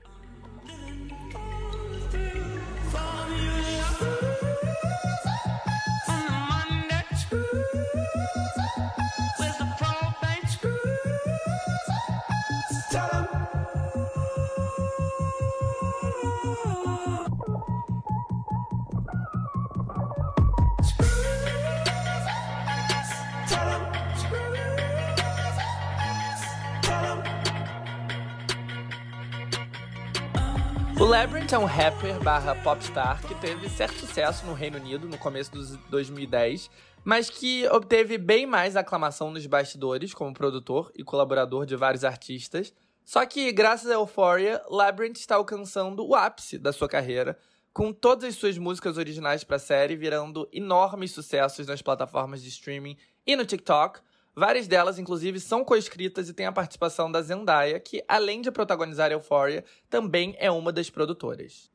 A: O Labrinth é um rapper / popstar que teve certo sucesso no Reino Unido no começo dos 2010, mas que obteve bem mais aclamação nos bastidores como produtor e colaborador de vários artistas. Só que, graças a Euphoria, Labrinth está alcançando o ápice da sua carreira, com todas as suas músicas originais para a série virando enormes sucessos nas plataformas de streaming e no TikTok. Várias delas, inclusive, são coescritas e têm a participação da Zendaya, que, além de protagonizar Euphoria, também é uma das produtoras.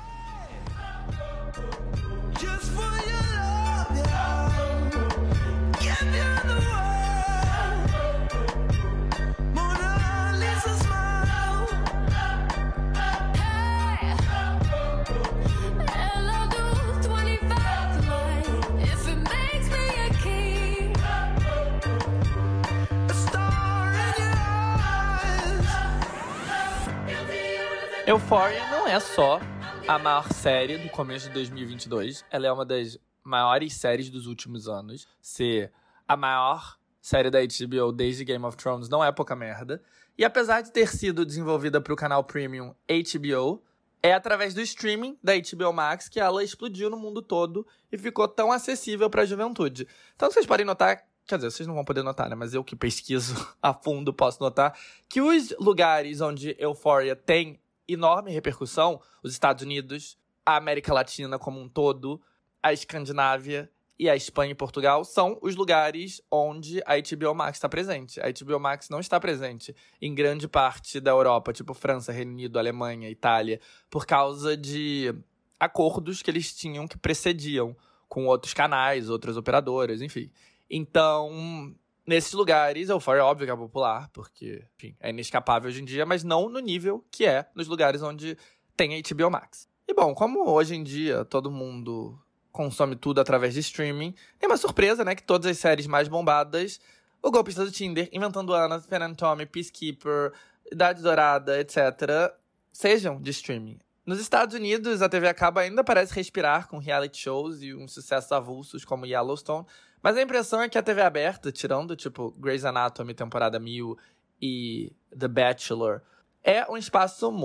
A: Euphoria não é só a maior série do começo de 2022. Ela é uma das maiores séries dos últimos anos. Ser a maior série da HBO desde Game of Thrones não é pouca merda. E apesar de ter sido desenvolvida para o canal Premium HBO, é através do streaming da HBO Max que ela explodiu no mundo todo e ficou tão acessível para a juventude. Então vocês podem notar, quer dizer, vocês não vão poder notar, né? Mas eu que pesquiso a fundo posso notar que os lugares onde Euphoria tem enorme repercussão, os Estados Unidos, a América Latina como um todo, a Escandinávia e a Espanha e Portugal são os lugares onde a HBO Max está presente. A HBO Max não está presente em grande parte da Europa, tipo França, Reino Unido, Alemanha, Itália, por causa de acordos que eles tinham que precediam com outros canais, outras operadoras, enfim. Então, nesses lugares, Euphoria, óbvio que é popular, porque, enfim, é inescapável hoje em dia, mas não no nível que é nos lugares onde tem a HBO Max. E bom, como hoje em dia todo mundo consome tudo através de streaming, tem uma surpresa, né, que todas as séries mais bombadas, O Golpista do Tinder, Inventando Anna, Fernand Tommy, Peacekeeper, Idade Dourada, etc., sejam de streaming. Nos Estados Unidos, a TV a cabo ainda parece respirar com reality shows e uns sucessos avulsos como Yellowstone, mas a impressão é que a TV aberta, tirando tipo Grey's Anatomy, temporada 1000 e The Bachelor, é um espaço morto.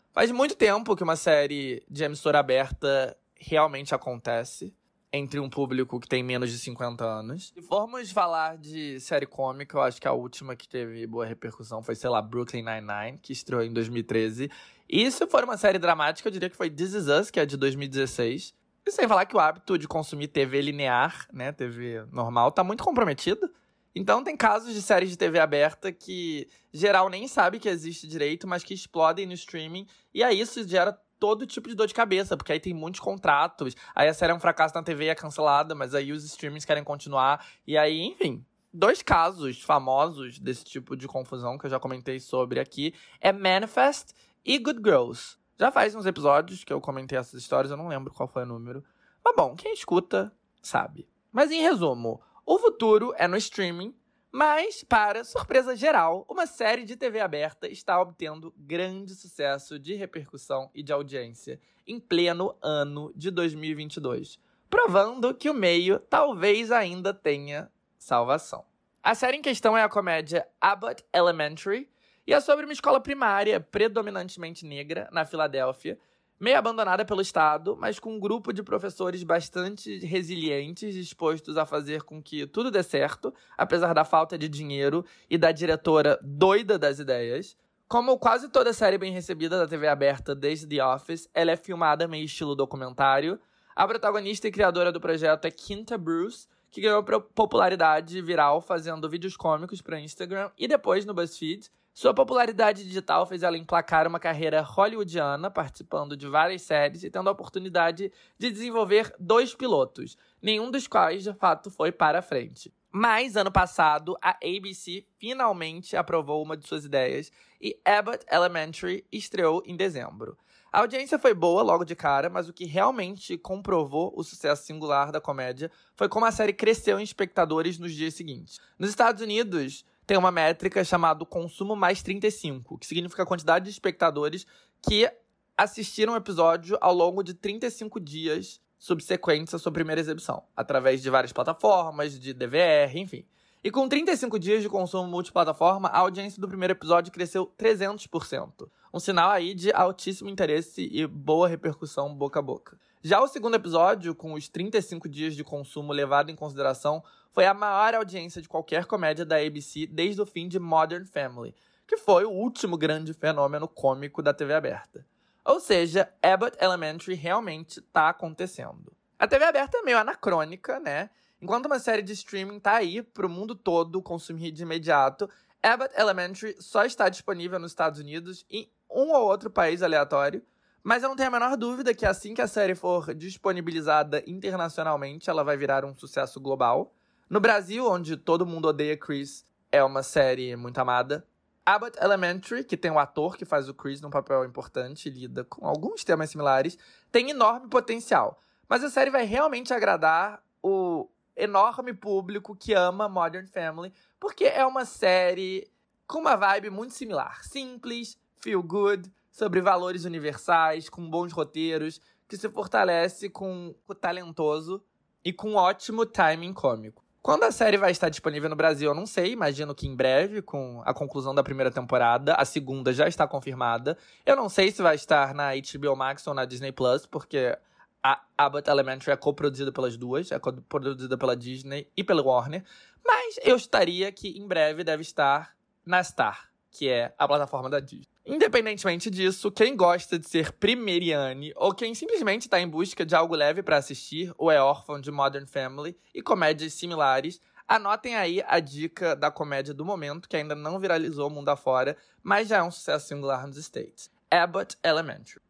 A: Faz muito tempo que uma série de emissora aberta realmente acontece entre um público que tem menos de 50 anos. Se formos falar de série cômica, eu acho que a última que teve boa repercussão foi, sei lá, Brooklyn Nine-Nine, que estreou em 2013. E se for uma série dramática, eu diria que foi This Is Us, que é de 2016. E sem falar que o hábito de consumir TV linear, né, TV normal, tá muito comprometido. Então tem casos de séries de TV aberta que geral nem sabe que existe direito, mas que explodem no streaming. E aí isso gera todo tipo de dor de cabeça, porque aí tem muitos contratos. Aí a série é um fracasso na TV e é cancelada, mas aí os streamings querem continuar. E aí, enfim, 2 casos famosos desse tipo de confusão que eu já comentei sobre aqui é Manifest e Good Girls. Já faz uns episódios que eu comentei essas histórias, eu não lembro qual foi o número. Mas bom, quem escuta sabe. Mas em resumo, o futuro é no streaming, mas, para surpresa geral, uma série de TV aberta está obtendo grande sucesso de repercussão e de audiência em pleno ano de 2022, provando que o meio talvez ainda tenha salvação. A série em questão é a comédia Abbott Elementary e é sobre uma escola primária predominantemente negra na Filadélfia, meio abandonada pelo Estado, mas com um grupo de professores bastante resilientes, dispostos a fazer com que tudo dê certo, apesar da falta de dinheiro e da diretora doida das ideias. Como quase toda série bem recebida da TV aberta desde The Office, ela é filmada meio estilo documentário. A protagonista e criadora do projeto é Quinta Bruce, que ganhou popularidade viral fazendo vídeos cômicos para Instagram e depois no BuzzFeed. Sua popularidade digital fez ela emplacar uma carreira hollywoodiana, participando de várias séries e tendo a oportunidade de desenvolver 2 pilotos, nenhum dos quais, de fato, foi para a frente. Mas, ano passado, a ABC finalmente aprovou uma de suas ideias e Abbott Elementary estreou em dezembro. A audiência foi boa logo de cara, mas o que realmente comprovou o sucesso singular da comédia foi como a série cresceu em espectadores nos dias seguintes. Nos Estados Unidos, tem uma métrica chamada consumo mais 35, que significa a quantidade de espectadores que assistiram o episódio ao longo de 35 dias subsequentes à sua primeira exibição, através de várias plataformas, de DVR, enfim. E com 35 dias de consumo multiplataforma, a audiência do primeiro episódio cresceu 300%. Um sinal aí de altíssimo interesse e boa repercussão boca a boca. Já o segundo episódio, com os 35 dias de consumo levado em consideração, foi a maior audiência de qualquer comédia da ABC desde o fim de Modern Family, que foi o último grande fenômeno cômico da TV aberta. Ou seja, Abbott Elementary realmente tá acontecendo. A TV aberta é meio anacrônica, né? Enquanto uma série de streaming tá aí pro mundo todo consumir de imediato, Abbott Elementary só está disponível nos Estados Unidos e um ou outro país aleatório, mas eu não tenho a menor dúvida que assim que a série for disponibilizada internacionalmente, ela vai virar um sucesso global. No Brasil, onde todo mundo odeia Chris, é uma série muito amada. Abbott Elementary, que tem um ator que faz o Chris num papel importante e lida com alguns temas similares, tem enorme potencial. Mas a série vai realmente agradar o enorme público que ama Modern Family, porque é uma série com uma vibe muito similar. Simples, feel good, sobre valores universais, com bons roteiros, que se fortalece com o talentoso e com ótimo timing cômico. Quando a série vai estar disponível no Brasil, eu não sei, imagino que em breve, com a conclusão da primeira temporada, a segunda já está confirmada. Eu não sei se vai estar na HBO Max ou na Disney Plus, porque a Abbott Elementary é coproduzida pelas duas, é coproduzida pela Disney e pela Warner, mas eu estaria que em breve deve estar na Star, que é a plataforma da Disney. Independentemente disso, quem gosta de ser primeiriane ou quem simplesmente está em busca de algo leve para assistir ou é órfão de Modern Family e comédias similares, anotem aí a dica da comédia do momento, que ainda não viralizou mundo afora, mas já é um sucesso singular nos States. Abbott Elementary.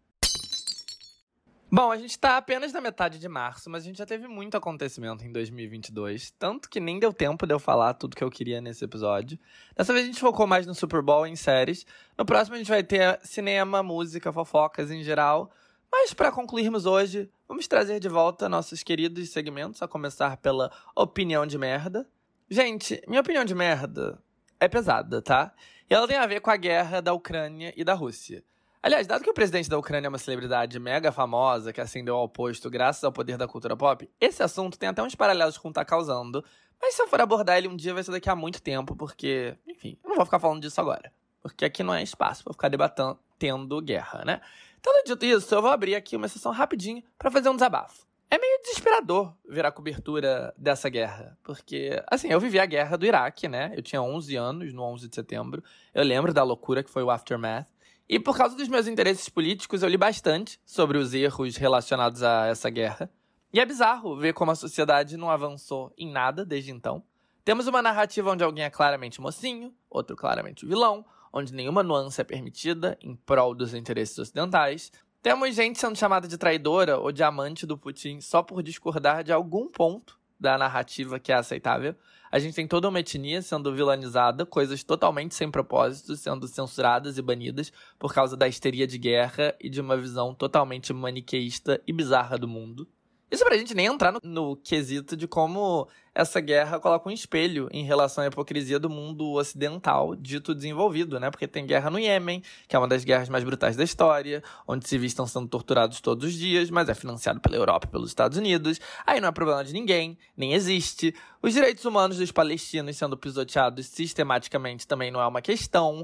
A: Bom, a gente tá apenas na metade de março, mas a gente já teve muito acontecimento em 2022, tanto que nem deu tempo de eu falar tudo que eu queria nesse episódio. Dessa vez a gente focou mais no Super Bowl e em séries. No próximo a gente vai ter cinema, música, fofocas em geral. Mas para concluirmos hoje, vamos trazer de volta nossos queridos segmentos, a começar pela opinião de merda. Gente, minha opinião de merda é pesada, tá? E ela tem a ver com a guerra da Ucrânia e da Rússia. Aliás, dado que o presidente da Ucrânia é uma celebridade mega famosa que ascendeu ao posto graças ao poder da cultura pop, esse assunto tem até uns paralelos com o que tá causando, mas se eu for abordar ele um dia vai ser daqui a muito tempo, porque, enfim, eu não vou ficar falando disso agora, porque aqui não é espaço pra ficar tendo guerra, né? Tendo dito isso, eu vou abrir aqui uma sessão rapidinho pra fazer um desabafo. É meio desesperador ver a cobertura dessa guerra, porque, assim, eu vivi a guerra do Iraque, né? Eu tinha 11 anos no 11 de setembro, eu lembro da loucura que foi o Aftermath, e por causa dos meus interesses políticos, eu li bastante sobre os erros relacionados a essa guerra, e é bizarro ver como a sociedade não avançou em nada desde então. Temos uma narrativa onde alguém é claramente mocinho, outro claramente vilão, onde nenhuma nuance é permitida em prol dos interesses ocidentais. Temos gente sendo chamada de traidora ou de amante do Putin só por discordar de algum ponto da narrativa que é aceitável. A gente tem toda uma etnia sendo vilanizada, coisas totalmente sem propósito sendo censuradas e banidas por causa da histeria de guerra e de uma visão totalmente maniqueísta e bizarra do mundo. Isso pra gente nem entrar no quesito de como essa guerra coloca um espelho em relação à hipocrisia do mundo ocidental dito desenvolvido, né? Porque tem guerra no Iêmen, que é uma das guerras mais brutais da história, onde civis estão sendo torturados todos os dias, mas é financiado pela Europa e pelos Estados Unidos. Aí não é problema de ninguém, nem existe. Os direitos humanos dos palestinos sendo pisoteados sistematicamente também não é uma questão.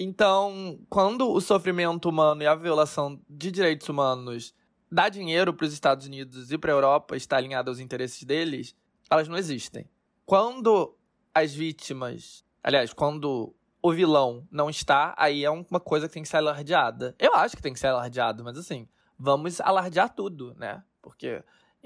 A: Então, quando o sofrimento humano e a violação de direitos humanos dá dinheiro para os Estados Unidos e para a Europa estar alinhado aos interesses deles, elas não existem. Quando as vítimas... Aliás, quando o vilão não está, aí é uma coisa que tem que ser alardeada. Eu acho que tem que ser alardeado, mas assim, vamos alardear tudo, né? Porque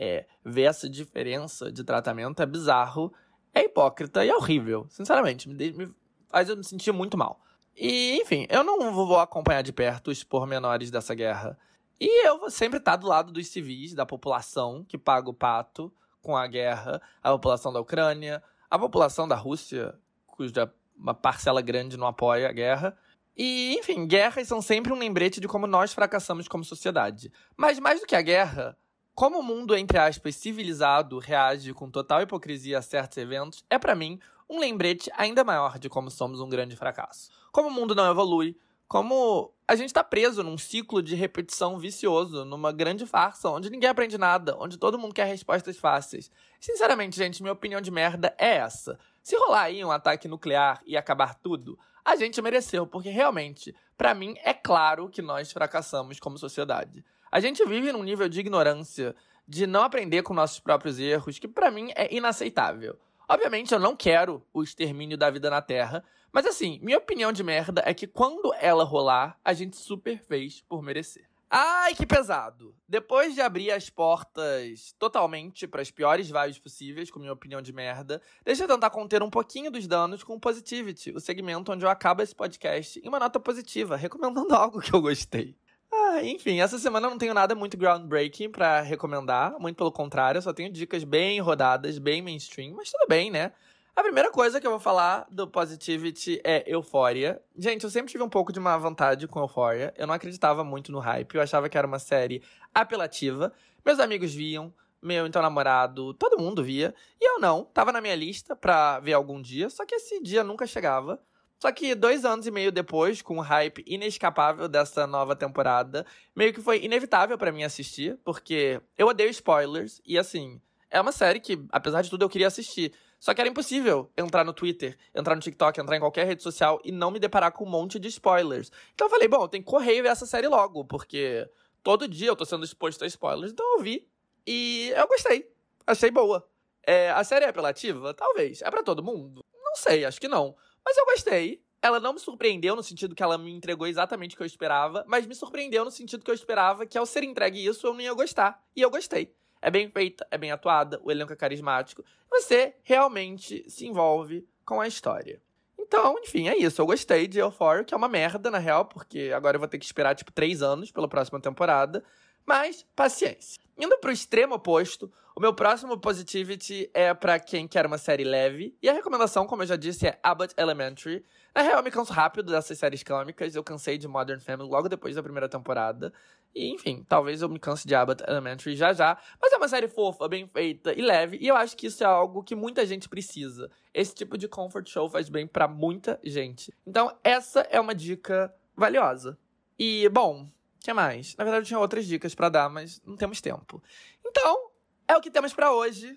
A: ver essa diferença de tratamento é bizarro, é hipócrita e é horrível. Sinceramente, me faz eu me sentir muito mal. E, enfim, eu não vou acompanhar de perto os pormenores dessa guerra. E eu vou sempre estar do lado dos civis, da população que paga o pato com a guerra, a população da Ucrânia, a população da Rússia, cuja uma parcela grande não apoia a guerra. E, enfim, guerras são sempre um lembrete de como nós fracassamos como sociedade. Mas mais do que a guerra, como o mundo, entre aspas, civilizado reage com total hipocrisia a certos eventos, é pra mim um lembrete ainda maior de como somos um grande fracasso. Como o mundo não evolui, como a gente tá preso num ciclo de repetição vicioso, numa grande farsa, onde ninguém aprende nada, onde todo mundo quer respostas fáceis. Sinceramente, gente, minha opinião de merda é essa. Se rolar aí um ataque nuclear e acabar tudo, a gente mereceu, porque realmente, pra mim, é claro que nós fracassamos como sociedade. A gente vive num nível de ignorância, de não aprender com nossos próprios erros, que pra mim é inaceitável. Obviamente, eu não quero o extermínio da vida na Terra, mas assim, minha opinião de merda é que quando ela rolar, a gente super fez por merecer. Ai, que pesado! Depois de abrir as portas totalmente para as piores vibes possíveis, com minha opinião de merda, deixa eu tentar conter um pouquinho dos danos com o Positivity, o segmento onde eu acabo esse podcast em uma nota positiva, recomendando algo que eu gostei. Enfim, essa semana eu não tenho nada muito groundbreaking pra recomendar, muito pelo contrário, eu só tenho dicas bem rodadas, bem mainstream, mas tudo bem, né? A primeira coisa que eu vou falar do Positivity é Euphoria. Gente, eu sempre tive um pouco de má vontade com Euphoria. Eu não acreditava muito no hype. Eu achava que era uma série apelativa. Meus amigos viam, meu então namorado, todo mundo via. E eu não. Tava na minha lista pra ver algum dia, só que esse dia nunca chegava. Só que 2 anos e meio depois, com o hype inescapável dessa nova temporada, meio que foi inevitável pra mim assistir, porque eu odeio spoilers. E assim, é uma série que, apesar de tudo, eu queria assistir. Só que era impossível entrar no Twitter, entrar no TikTok, entrar em qualquer rede social e não me deparar com um monte de spoilers. Então eu falei, bom, eu tenho que correr e ver essa série logo, porque todo dia eu tô sendo exposto a spoilers, então eu vi. E eu gostei. Achei boa. A série é apelativa? Talvez. É pra todo mundo? Não sei, acho que não. Mas eu gostei. Ela não me surpreendeu no sentido que ela me entregou exatamente o que eu esperava, mas me surpreendeu no sentido que eu esperava que ao ser entregue isso eu não ia gostar. E eu gostei. É bem feita, é bem atuada, o elenco é carismático. Você realmente se envolve com a história. Então, enfim, é isso. Eu gostei de Euphoria, que é uma merda, na real, porque agora eu vou ter que esperar, 3 anos pela próxima temporada. Mas, paciência. Indo pro extremo oposto, o meu próximo Positivity é pra quem quer uma série leve. E a recomendação, como eu já disse, é Abbott Elementary. Na real, eu me canso rápido dessas séries cômicas. Eu cansei de Modern Family logo depois da primeira temporada. E, enfim, talvez eu me canse de Abbott Elementary já. Mas é uma série fofa, bem feita e leve. E eu acho que isso é algo que muita gente precisa. Esse tipo de comfort show faz bem pra muita gente. Então, essa é uma dica valiosa. E, bom, o que mais? Na verdade, eu tinha outras dicas pra dar, mas não temos tempo. Então, é o que temos pra hoje.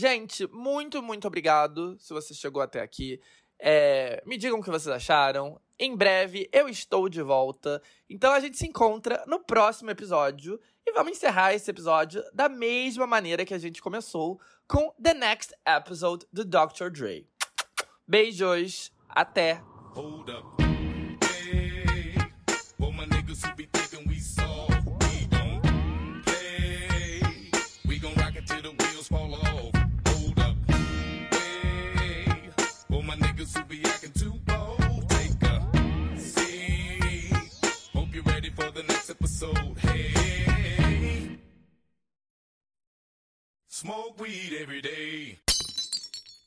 A: Gente, muito, muito obrigado se você chegou até aqui. Me digam o que vocês acharam. Em breve eu estou de volta. Então a gente se encontra no próximo episódio. E vamos encerrar esse episódio da mesma maneira que a gente começou, com The Next Episode do Dr. Dre. Beijos, até!
F: Hold up. Hey, well, my niggas who be thinking we soft, we don't play. We gon' rock it till the wheels fall off. Hold up. Hey, well, my niggas who be acting too bold, take a seat. Hope you're ready for the next episode. Hey, smoke weed every day.